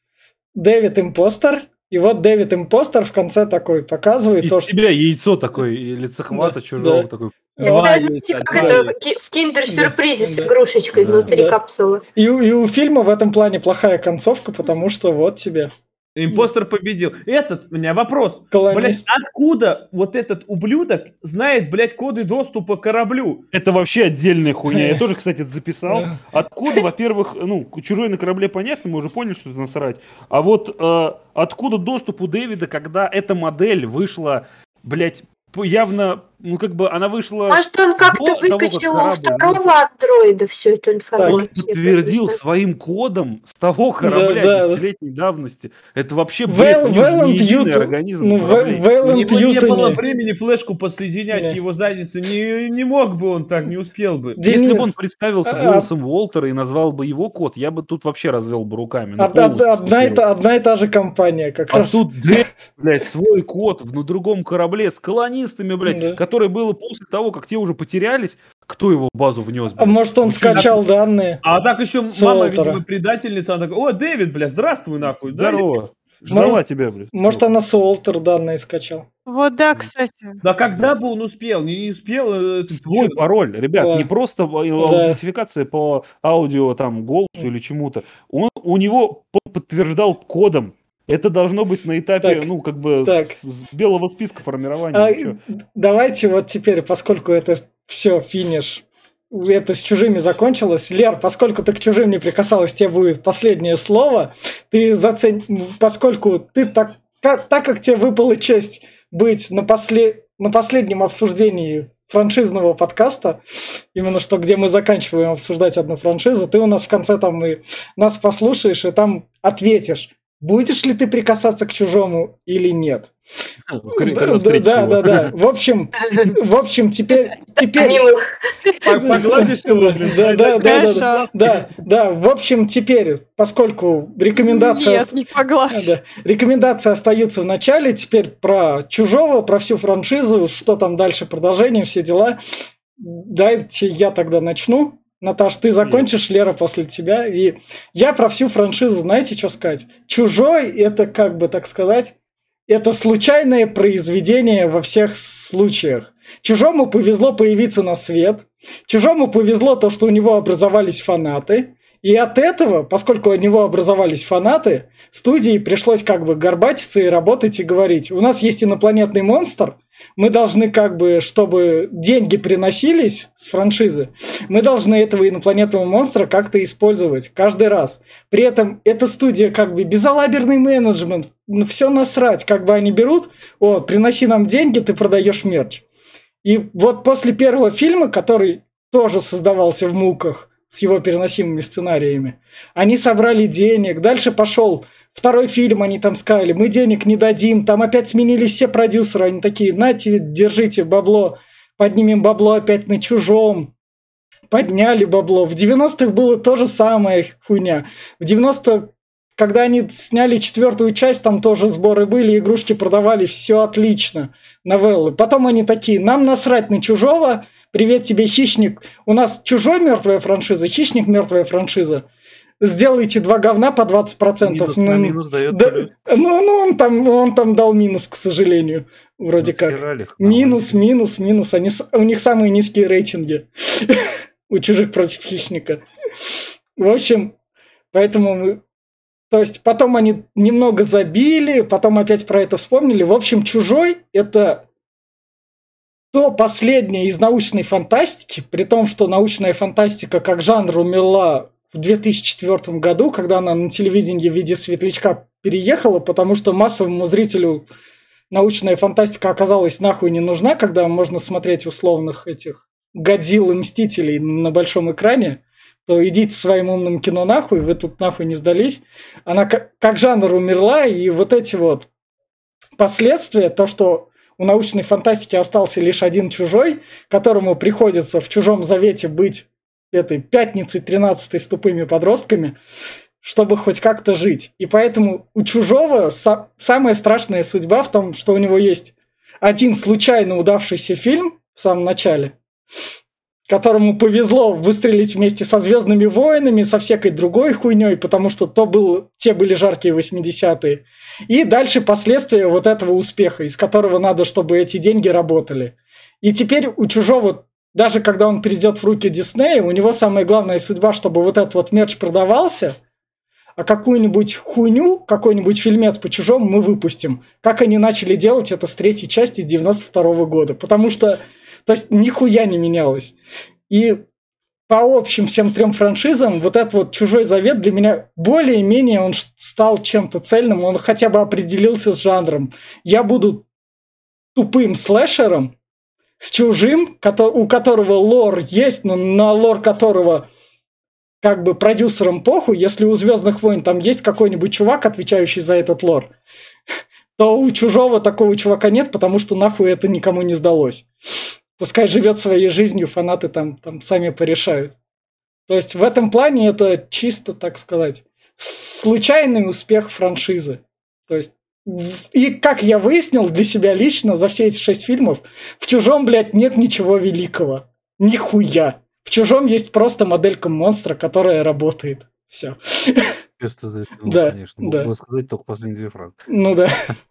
Дэвид импостер. И вот Дэвид импостер в конце такой показывает Из то, что... тебя яйцо такое, и лицехвата Да, чужого да. такой. Два Знаете, яйца, как два это яйца. в киндер-сюрпризе с Да. игрушечкой Да. внутри Да. капсулы. И у фильма в этом плане плохая концовка, потому что вот тебе Импостер победил. У меня вопрос. Блядь, колонист. откуда вот этот ублюдок знает, блядь, коды доступа к кораблю? Это вообще отдельная хуйня. Я тоже, кстати, это записал. Да. Откуда, во-первых, чужой на корабле понятно, мы уже поняли, что это насрать. А вот откуда доступ у Дэвида, когда эта модель вышла, блядь, явно, она вышла... Может, он как-то до того, как выкачал у корабль второго андроида всю эту Он информацию. подтвердил просто. своим кодом с того корабля Да. десятилетней давности. Это вообще бред. У него же Вэлант не единый Ютон. организм кораблей. У Вэлант него не было Ютони. времени флешку подсоединять Да. к его заднице. Не мог бы он так, не успел бы. Если Денис, бы он представился а- голосом Уолтера и назвал бы его код, я бы тут вообще развел бы руками. одна и та же компания как А раз. тут Дэвид, блядь, свой код на другом корабле с колонистами, блядь, Да. которое было после того, как те уже потерялись. Кто его в базу внес, А блядь? может, он Ну, чё, скачал данные? А так еще С мама, Уолтера. видимо, предательница. Она такая: о, Дэвид, бля, здравствуй, нахуй. Да, Здорово. Ждала тебя, блядь. Может, она с Уолтер данные скачал? Вот да, кстати. Да когда бы он успел? Не успел. Свой пароль, ребят, Да. не просто аутентификация по аудио, там, голосу или чему-то. У него подтверждал кодом. Это должно быть на этапе, Так, так. с белого списка формирования. А, Ничего. давайте вот теперь, поскольку это все финиш, это с чужими закончилось. Лер, поскольку ты к чужим не прикасалась, тебе будет последнее слово. Ты поскольку ты так как тебе выпала честь быть на последнем обсуждении франшизного подкаста, именно что где мы заканчиваем обсуждать одну франшизу, ты у нас в конце там и нас послушаешь и там ответишь, будешь ли ты прикасаться к чужому или нет. Когда встретишь его. Да. В общем, теперь... Анимых. Погладишь его, блин. Да. В общем, теперь, поскольку рекомендация... Нет, не поглажу. Да, рекомендации остаются в начале, теперь про чужого, про всю франшизу, что там дальше, продолжение, все дела. Дайте я тогда начну. Наташ, ты закончишь, Лера после тебя. И я про всю франшизу, знаете, что сказать? Чужой, это как бы, так сказать, это случайное произведение во всех случаях. Чужому повезло появиться на свет. Чужому повезло то, что у него образовались фанаты. И от этого, поскольку у него образовались фанаты, студии пришлось как бы горбатиться и работать и говорить: у нас есть инопланетный монстр, мы должны как бы, чтобы деньги приносились с франшизы, мы должны этого инопланетного монстра как-то использовать каждый раз. При этом эта студия как бы безалаберный менеджмент, все насрать, как бы они берут: о, приноси нам деньги, ты продаешь мерч. И вот после первого фильма, который тоже создавался в муках, с его переносимыми сценариями, они собрали денег. Дальше пошел второй фильм, они там сказали: мы денег не дадим. Там опять сменились все продюсеры. Они такие: нате, держите бабло, поднимем бабло опять на чужом. Подняли бабло. В 90-х было то же самое хуйня. В 90-х, когда они сняли 4-ю часть, там тоже сборы были, игрушки продавали, все отлично, новеллы. Потом они такие: нам насрать на чужого, привет тебе, Хищник. У нас чужой мертвая франшиза, Хищник мертвая франшиза. Сделайте 2 говна по 20%. Минус на минус дает. Да, он там дал минус, к сожалению. Вроде как. Минус. У них самые низкие рейтинги. У чужих против Хищника. В общем, поэтому то есть потом они немного забили, потом опять про это вспомнили. В общем, чужой — это то последнее из научной фантастики, при том, что научная фантастика как жанр умерла в 2004 году, когда она на телевидении в виде светлячка переехала, потому что массовому зрителю научная фантастика оказалась нахуй не нужна, когда можно смотреть условных этих Годзилл и Мстителей на большом экране, то идите своим умным кино нахуй, вы тут нахуй не сдались. Она как жанр умерла, и вот эти вот последствия, то, что у научной фантастики остался лишь один чужой, которому приходится в Чужом Завете быть этой пятницей 13-й с тупыми подростками, чтобы хоть как-то жить. И поэтому у Чужого самая страшная судьба в том, что у него есть один случайно удавшийся фильм в самом начале, которому повезло выстрелить вместе со «Звездными войнами», со всякой другой хуйней, потому что те были жаркие 80-е. И дальше последствия вот этого успеха, из которого надо, чтобы эти деньги работали. И теперь у Чужого, даже когда он перейдет в руки Диснея, у него самая главная судьба, чтобы вот этот вот мерч продавался, а какую-нибудь хуйню, какой-нибудь фильмец по Чужому мы выпустим. Как они начали делать это с третьей части с 92 года. Потому что, то есть, нихуя не менялось. И по общим всем трем франшизам вот этот вот «Чужой завет» для меня более-менее он стал чем-то цельным, он хотя бы определился с жанром. Я буду тупым слэшером с чужим, у которого лор есть, но на лор которого как бы продюсерам похуй. Если у «Звездных войн» там есть какой-нибудь чувак, отвечающий за этот лор, то у «Чужого» такого чувака нет, потому что нахуй это никому не сдалось. Пускай живет своей жизнью, фанаты там сами порешают. То есть в этом плане это чисто, так сказать, случайный успех франшизы. То есть, и как я выяснил для себя лично за все эти 6 фильмов, в «Чужом», блядь, нет ничего великого. Нихуя. В «Чужом» есть просто моделька монстра, которая работает. Все. Просто за это, Да, конечно. Мог бы сказать только последние 2 фразы. Ну да.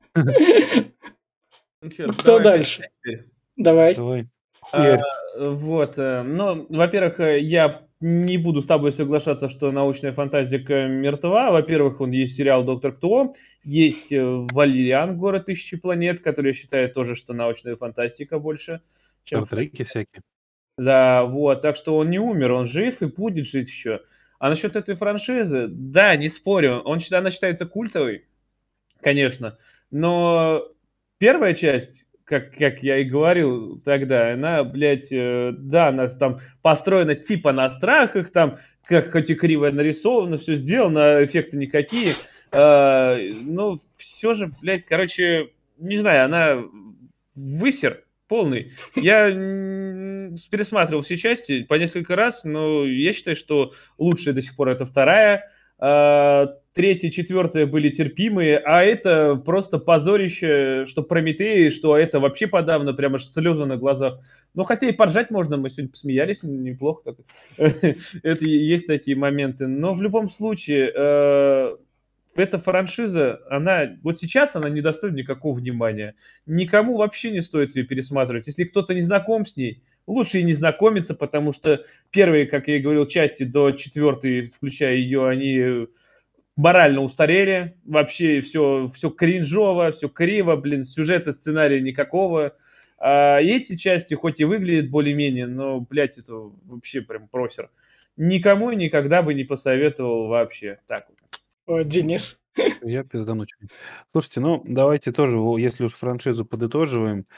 Ну чё, Кто давай дальше? опять теперь. Давай. Вот, ну, во-первых, я не буду с тобой соглашаться, что научная фантастика мертва. Во-первых, есть сериал «Доктор Кто», есть «Валериан. Город тысячи планет», который я считаю тоже, что научная фантастика больше, чем Стартреки всякие. да, вот, так что он не умер, он жив и будет жить еще. А насчет этой франшизы, да, не спорю, она считается культовой, конечно, но первая часть, как я и говорил тогда, она, блядь, да, она там построена типа на страхах, там, хоть и криво нарисовано, все сделано, эффекты никакие, но все же, блядь, короче, не знаю, она высер полный. Я пересматривал все части по несколько раз, но я считаю, что лучшая до сих пор это вторая. Третья, четвертая были терпимые, а это просто позорище, что Прометей, что это вообще подавно, прямо аж слезы на глазах. Ну, хотя и поржать можно, мы сегодня посмеялись, неплохо. Это есть такие моменты. Но в любом случае, эта франшиза, вот сейчас она не достойна никакого внимания. Никому вообще не стоит ее пересматривать. Если кто-то не знаком с ней, лучше и не знакомиться, потому что первые, как я и говорил, части до 4, включая ее, они морально устарели. Вообще все кринжово, все криво, сюжета, сценария никакого. А эти части хоть и выглядят более-менее, но, блядь, это вообще прям просер. Никому и никогда бы не посоветовал вообще. Так вот. Денис. Я пиздану что-нибудь. Слушайте, ну давайте тоже, если уж франшизу подытоживаем.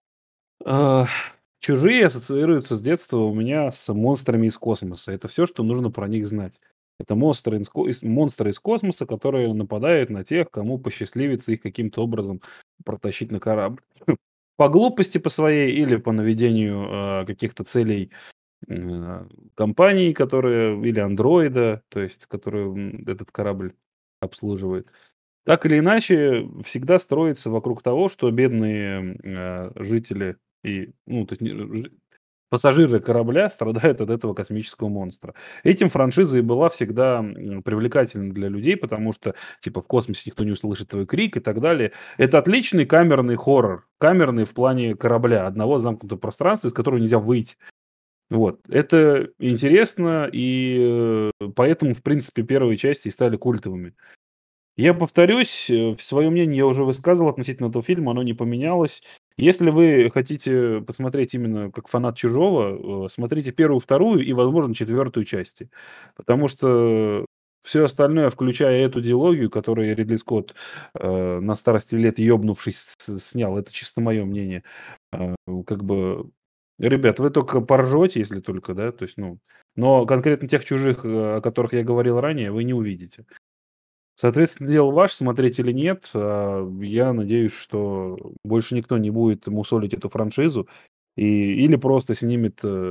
Чужие ассоциируются с детства у меня с монстрами из космоса. Это все, что нужно про них знать. Это монстры из космоса, которые нападают на тех, кому посчастливится их каким-то образом протащить на корабль. По глупости по своей или по наведению каких-то целей компании, или андроида, то есть, который этот корабль обслуживает. Так или иначе, всегда строится вокруг того, что бедные жители то есть пассажиры корабля страдают от этого космического монстра. Этим франшиза и была всегда привлекательна для людей, потому что, типа, в космосе никто не услышит твой крик и так далее. Это отличный камерный хоррор. Камерный в плане корабля, одного замкнутого пространства, из которого нельзя выйти. Вот. Это интересно, и поэтому, в принципе, первые части и стали культовыми. Я повторюсь, свое мнение я уже высказывал относительно этого фильма, оно не поменялось. Если вы хотите посмотреть именно как фанат «Чужого», смотрите первую, вторую и, возможно, 4 части. Потому что все остальное, включая эту дилогию, которую Ридли Скотт на старости лет ёбнувшись снял, это чисто мое мнение. Как бы, ребят, вы только поржете, если только, да, то есть, но конкретно тех «Чужих», о которых я говорил ранее, вы не увидите. Соответственно, дело ваше, смотреть или нет. Я надеюсь, что больше никто не будет мусолить эту франшизу или просто снимет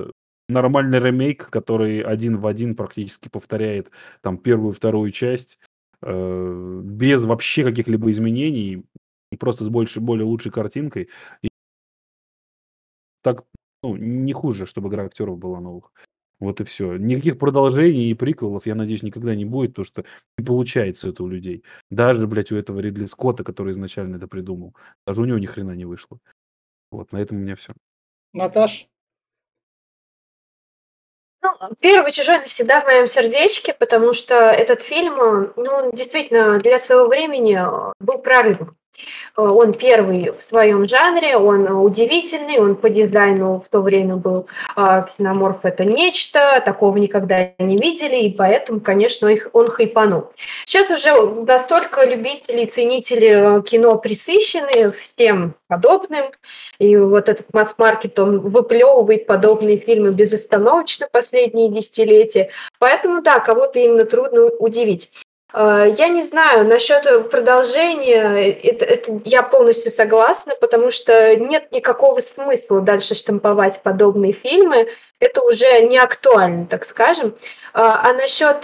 нормальный ремейк, который один в один практически повторяет там первую, вторую часть, без вообще каких-либо изменений, и просто с более лучшей картинкой. И так, не хуже, чтобы игра актеров была новых. Вот и все. Никаких продолжений и приквелов, я надеюсь, никогда не будет, потому что не получается это у людей. Даже, блядь, у этого Ридли Скотта, который изначально это придумал. Даже у него ни хрена не вышло. Вот, на этом у меня все. Наташ? Ну, первый «Чужой» навсегда в моем сердечке, потому что этот фильм, он действительно для своего времени был прорывом. Он первый в своем жанре, он удивительный, он по дизайну в то время был «Ксеноморф» — это нечто, такого никогда не видели, и поэтому, конечно, он хайпанул. Сейчас уже настолько любители, ценители кино присыщены всем подобным, и вот этот масс-маркет, он выплевывает подобные фильмы безостановочно последние десятилетия, поэтому, да, кого-то именно трудно удивить. Я не знаю, насчет продолжения, это я полностью согласна, потому что нет никакого смысла дальше штамповать подобные фильмы, это уже не актуально, так скажем. А насчет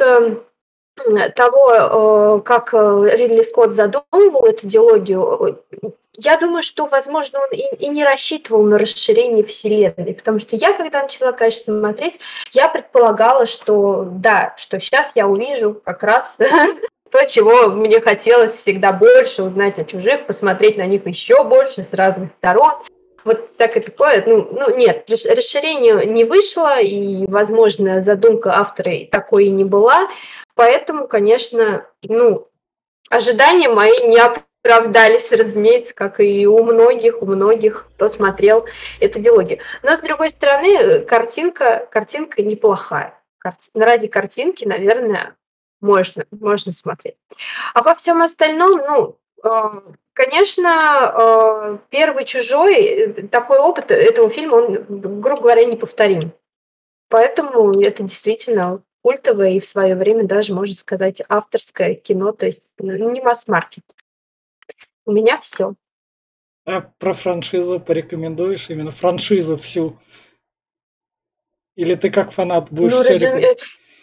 того, как Ридли Скотт задумывал эту диалогию, я думаю, что, возможно, он и не рассчитывал на расширение вселенной, потому что я, когда начала, конечно, смотреть, я предполагала, что да, что сейчас я увижу как раз то, чего мне хотелось всегда больше, узнать о чужих, посмотреть на них еще больше с разных сторон. Вот всякое такое, нет, расширение не вышло, и, возможно, задумка автора такой и не была, поэтому, конечно, ожидания мои не оправдались, разумеется, как и у многих, кто смотрел эту диалогию. Но, с другой стороны, картинка неплохая. Ради картинки, наверное, можно смотреть. А во всем остальном, конечно, первый «Чужой», такой опыт этого фильма, он, грубо говоря, неповторим. Поэтому это действительно культовое и в свое время даже, можно сказать, авторское кино, то есть не масс-маркет. У меня все. А про франшизу порекомендуешь? Именно франшизу всю? Или ты как фанат будешь все рекомендовать?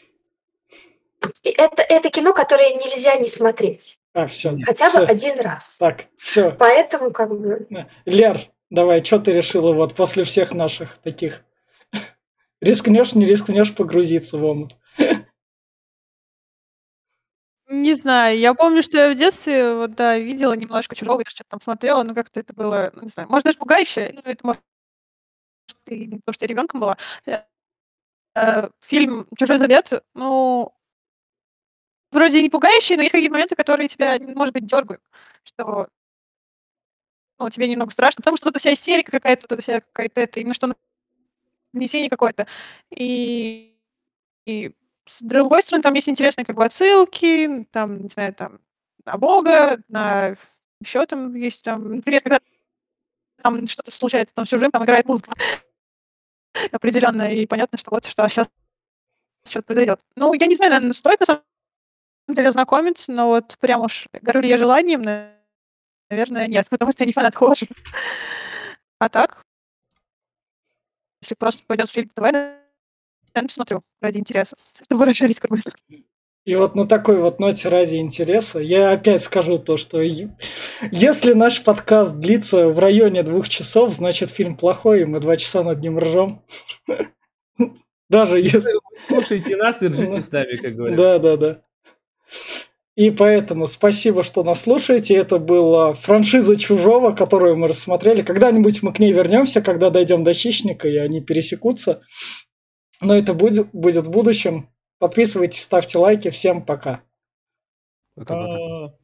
Это кино, которое нельзя не смотреть. Все. Хотя бы один раз. Так, все. Поэтому как бы... Лер, давай, что ты решила вот после всех наших таких? Рискнешь, не рискнешь погрузиться в омут? Не знаю, я помню, что я в детстве, вот, да, видела немножко «Чужого», и даже что-то там смотрела, но как-то это было, не знаю, может, даже пугающе, это может и потому что я ребенком была. Фильм «Чужой завет», вроде не пугающий, но есть какие-то моменты, которые тебя, может быть, дергают, что тебе немного страшно, потому что тут вся истерика какая-то, тут вся какая-то это, именно что нагнетение какое-то. И с другой стороны, там есть интересные как бы отсылки, там, не знаю, там, на Бога, на еще там есть, там, например, когда там что-то случается там с чужим, там играет музыка определенная, и понятно, что вот что сейчас что-то произойдет. Я не знаю, наверное, стоит на самом деле знакомиться, но вот прям уж горю ли я желанием, наверное, нет, потому что я не фанат хоррора. А так, если просто пойдет фильм, давай, наверное, посмотрю ради интереса, чтобы расширить кругозор. И вот на такой вот ноте ради интереса я опять скажу то, что если наш подкаст длится в районе 2 часов, значит фильм плохой, и мы 2 часа над ним ржем. Даже если... Слушайте нас и ржите с нами, как говорится. Да. И поэтому спасибо, что нас слушаете. Это была франшиза «Чужого», которую мы рассмотрели. Когда-нибудь мы к ней вернемся, когда дойдем до «Хищника», и они пересекутся. Но это будет в будущем. Подписывайтесь, ставьте лайки. Всем пока. Пока-пока.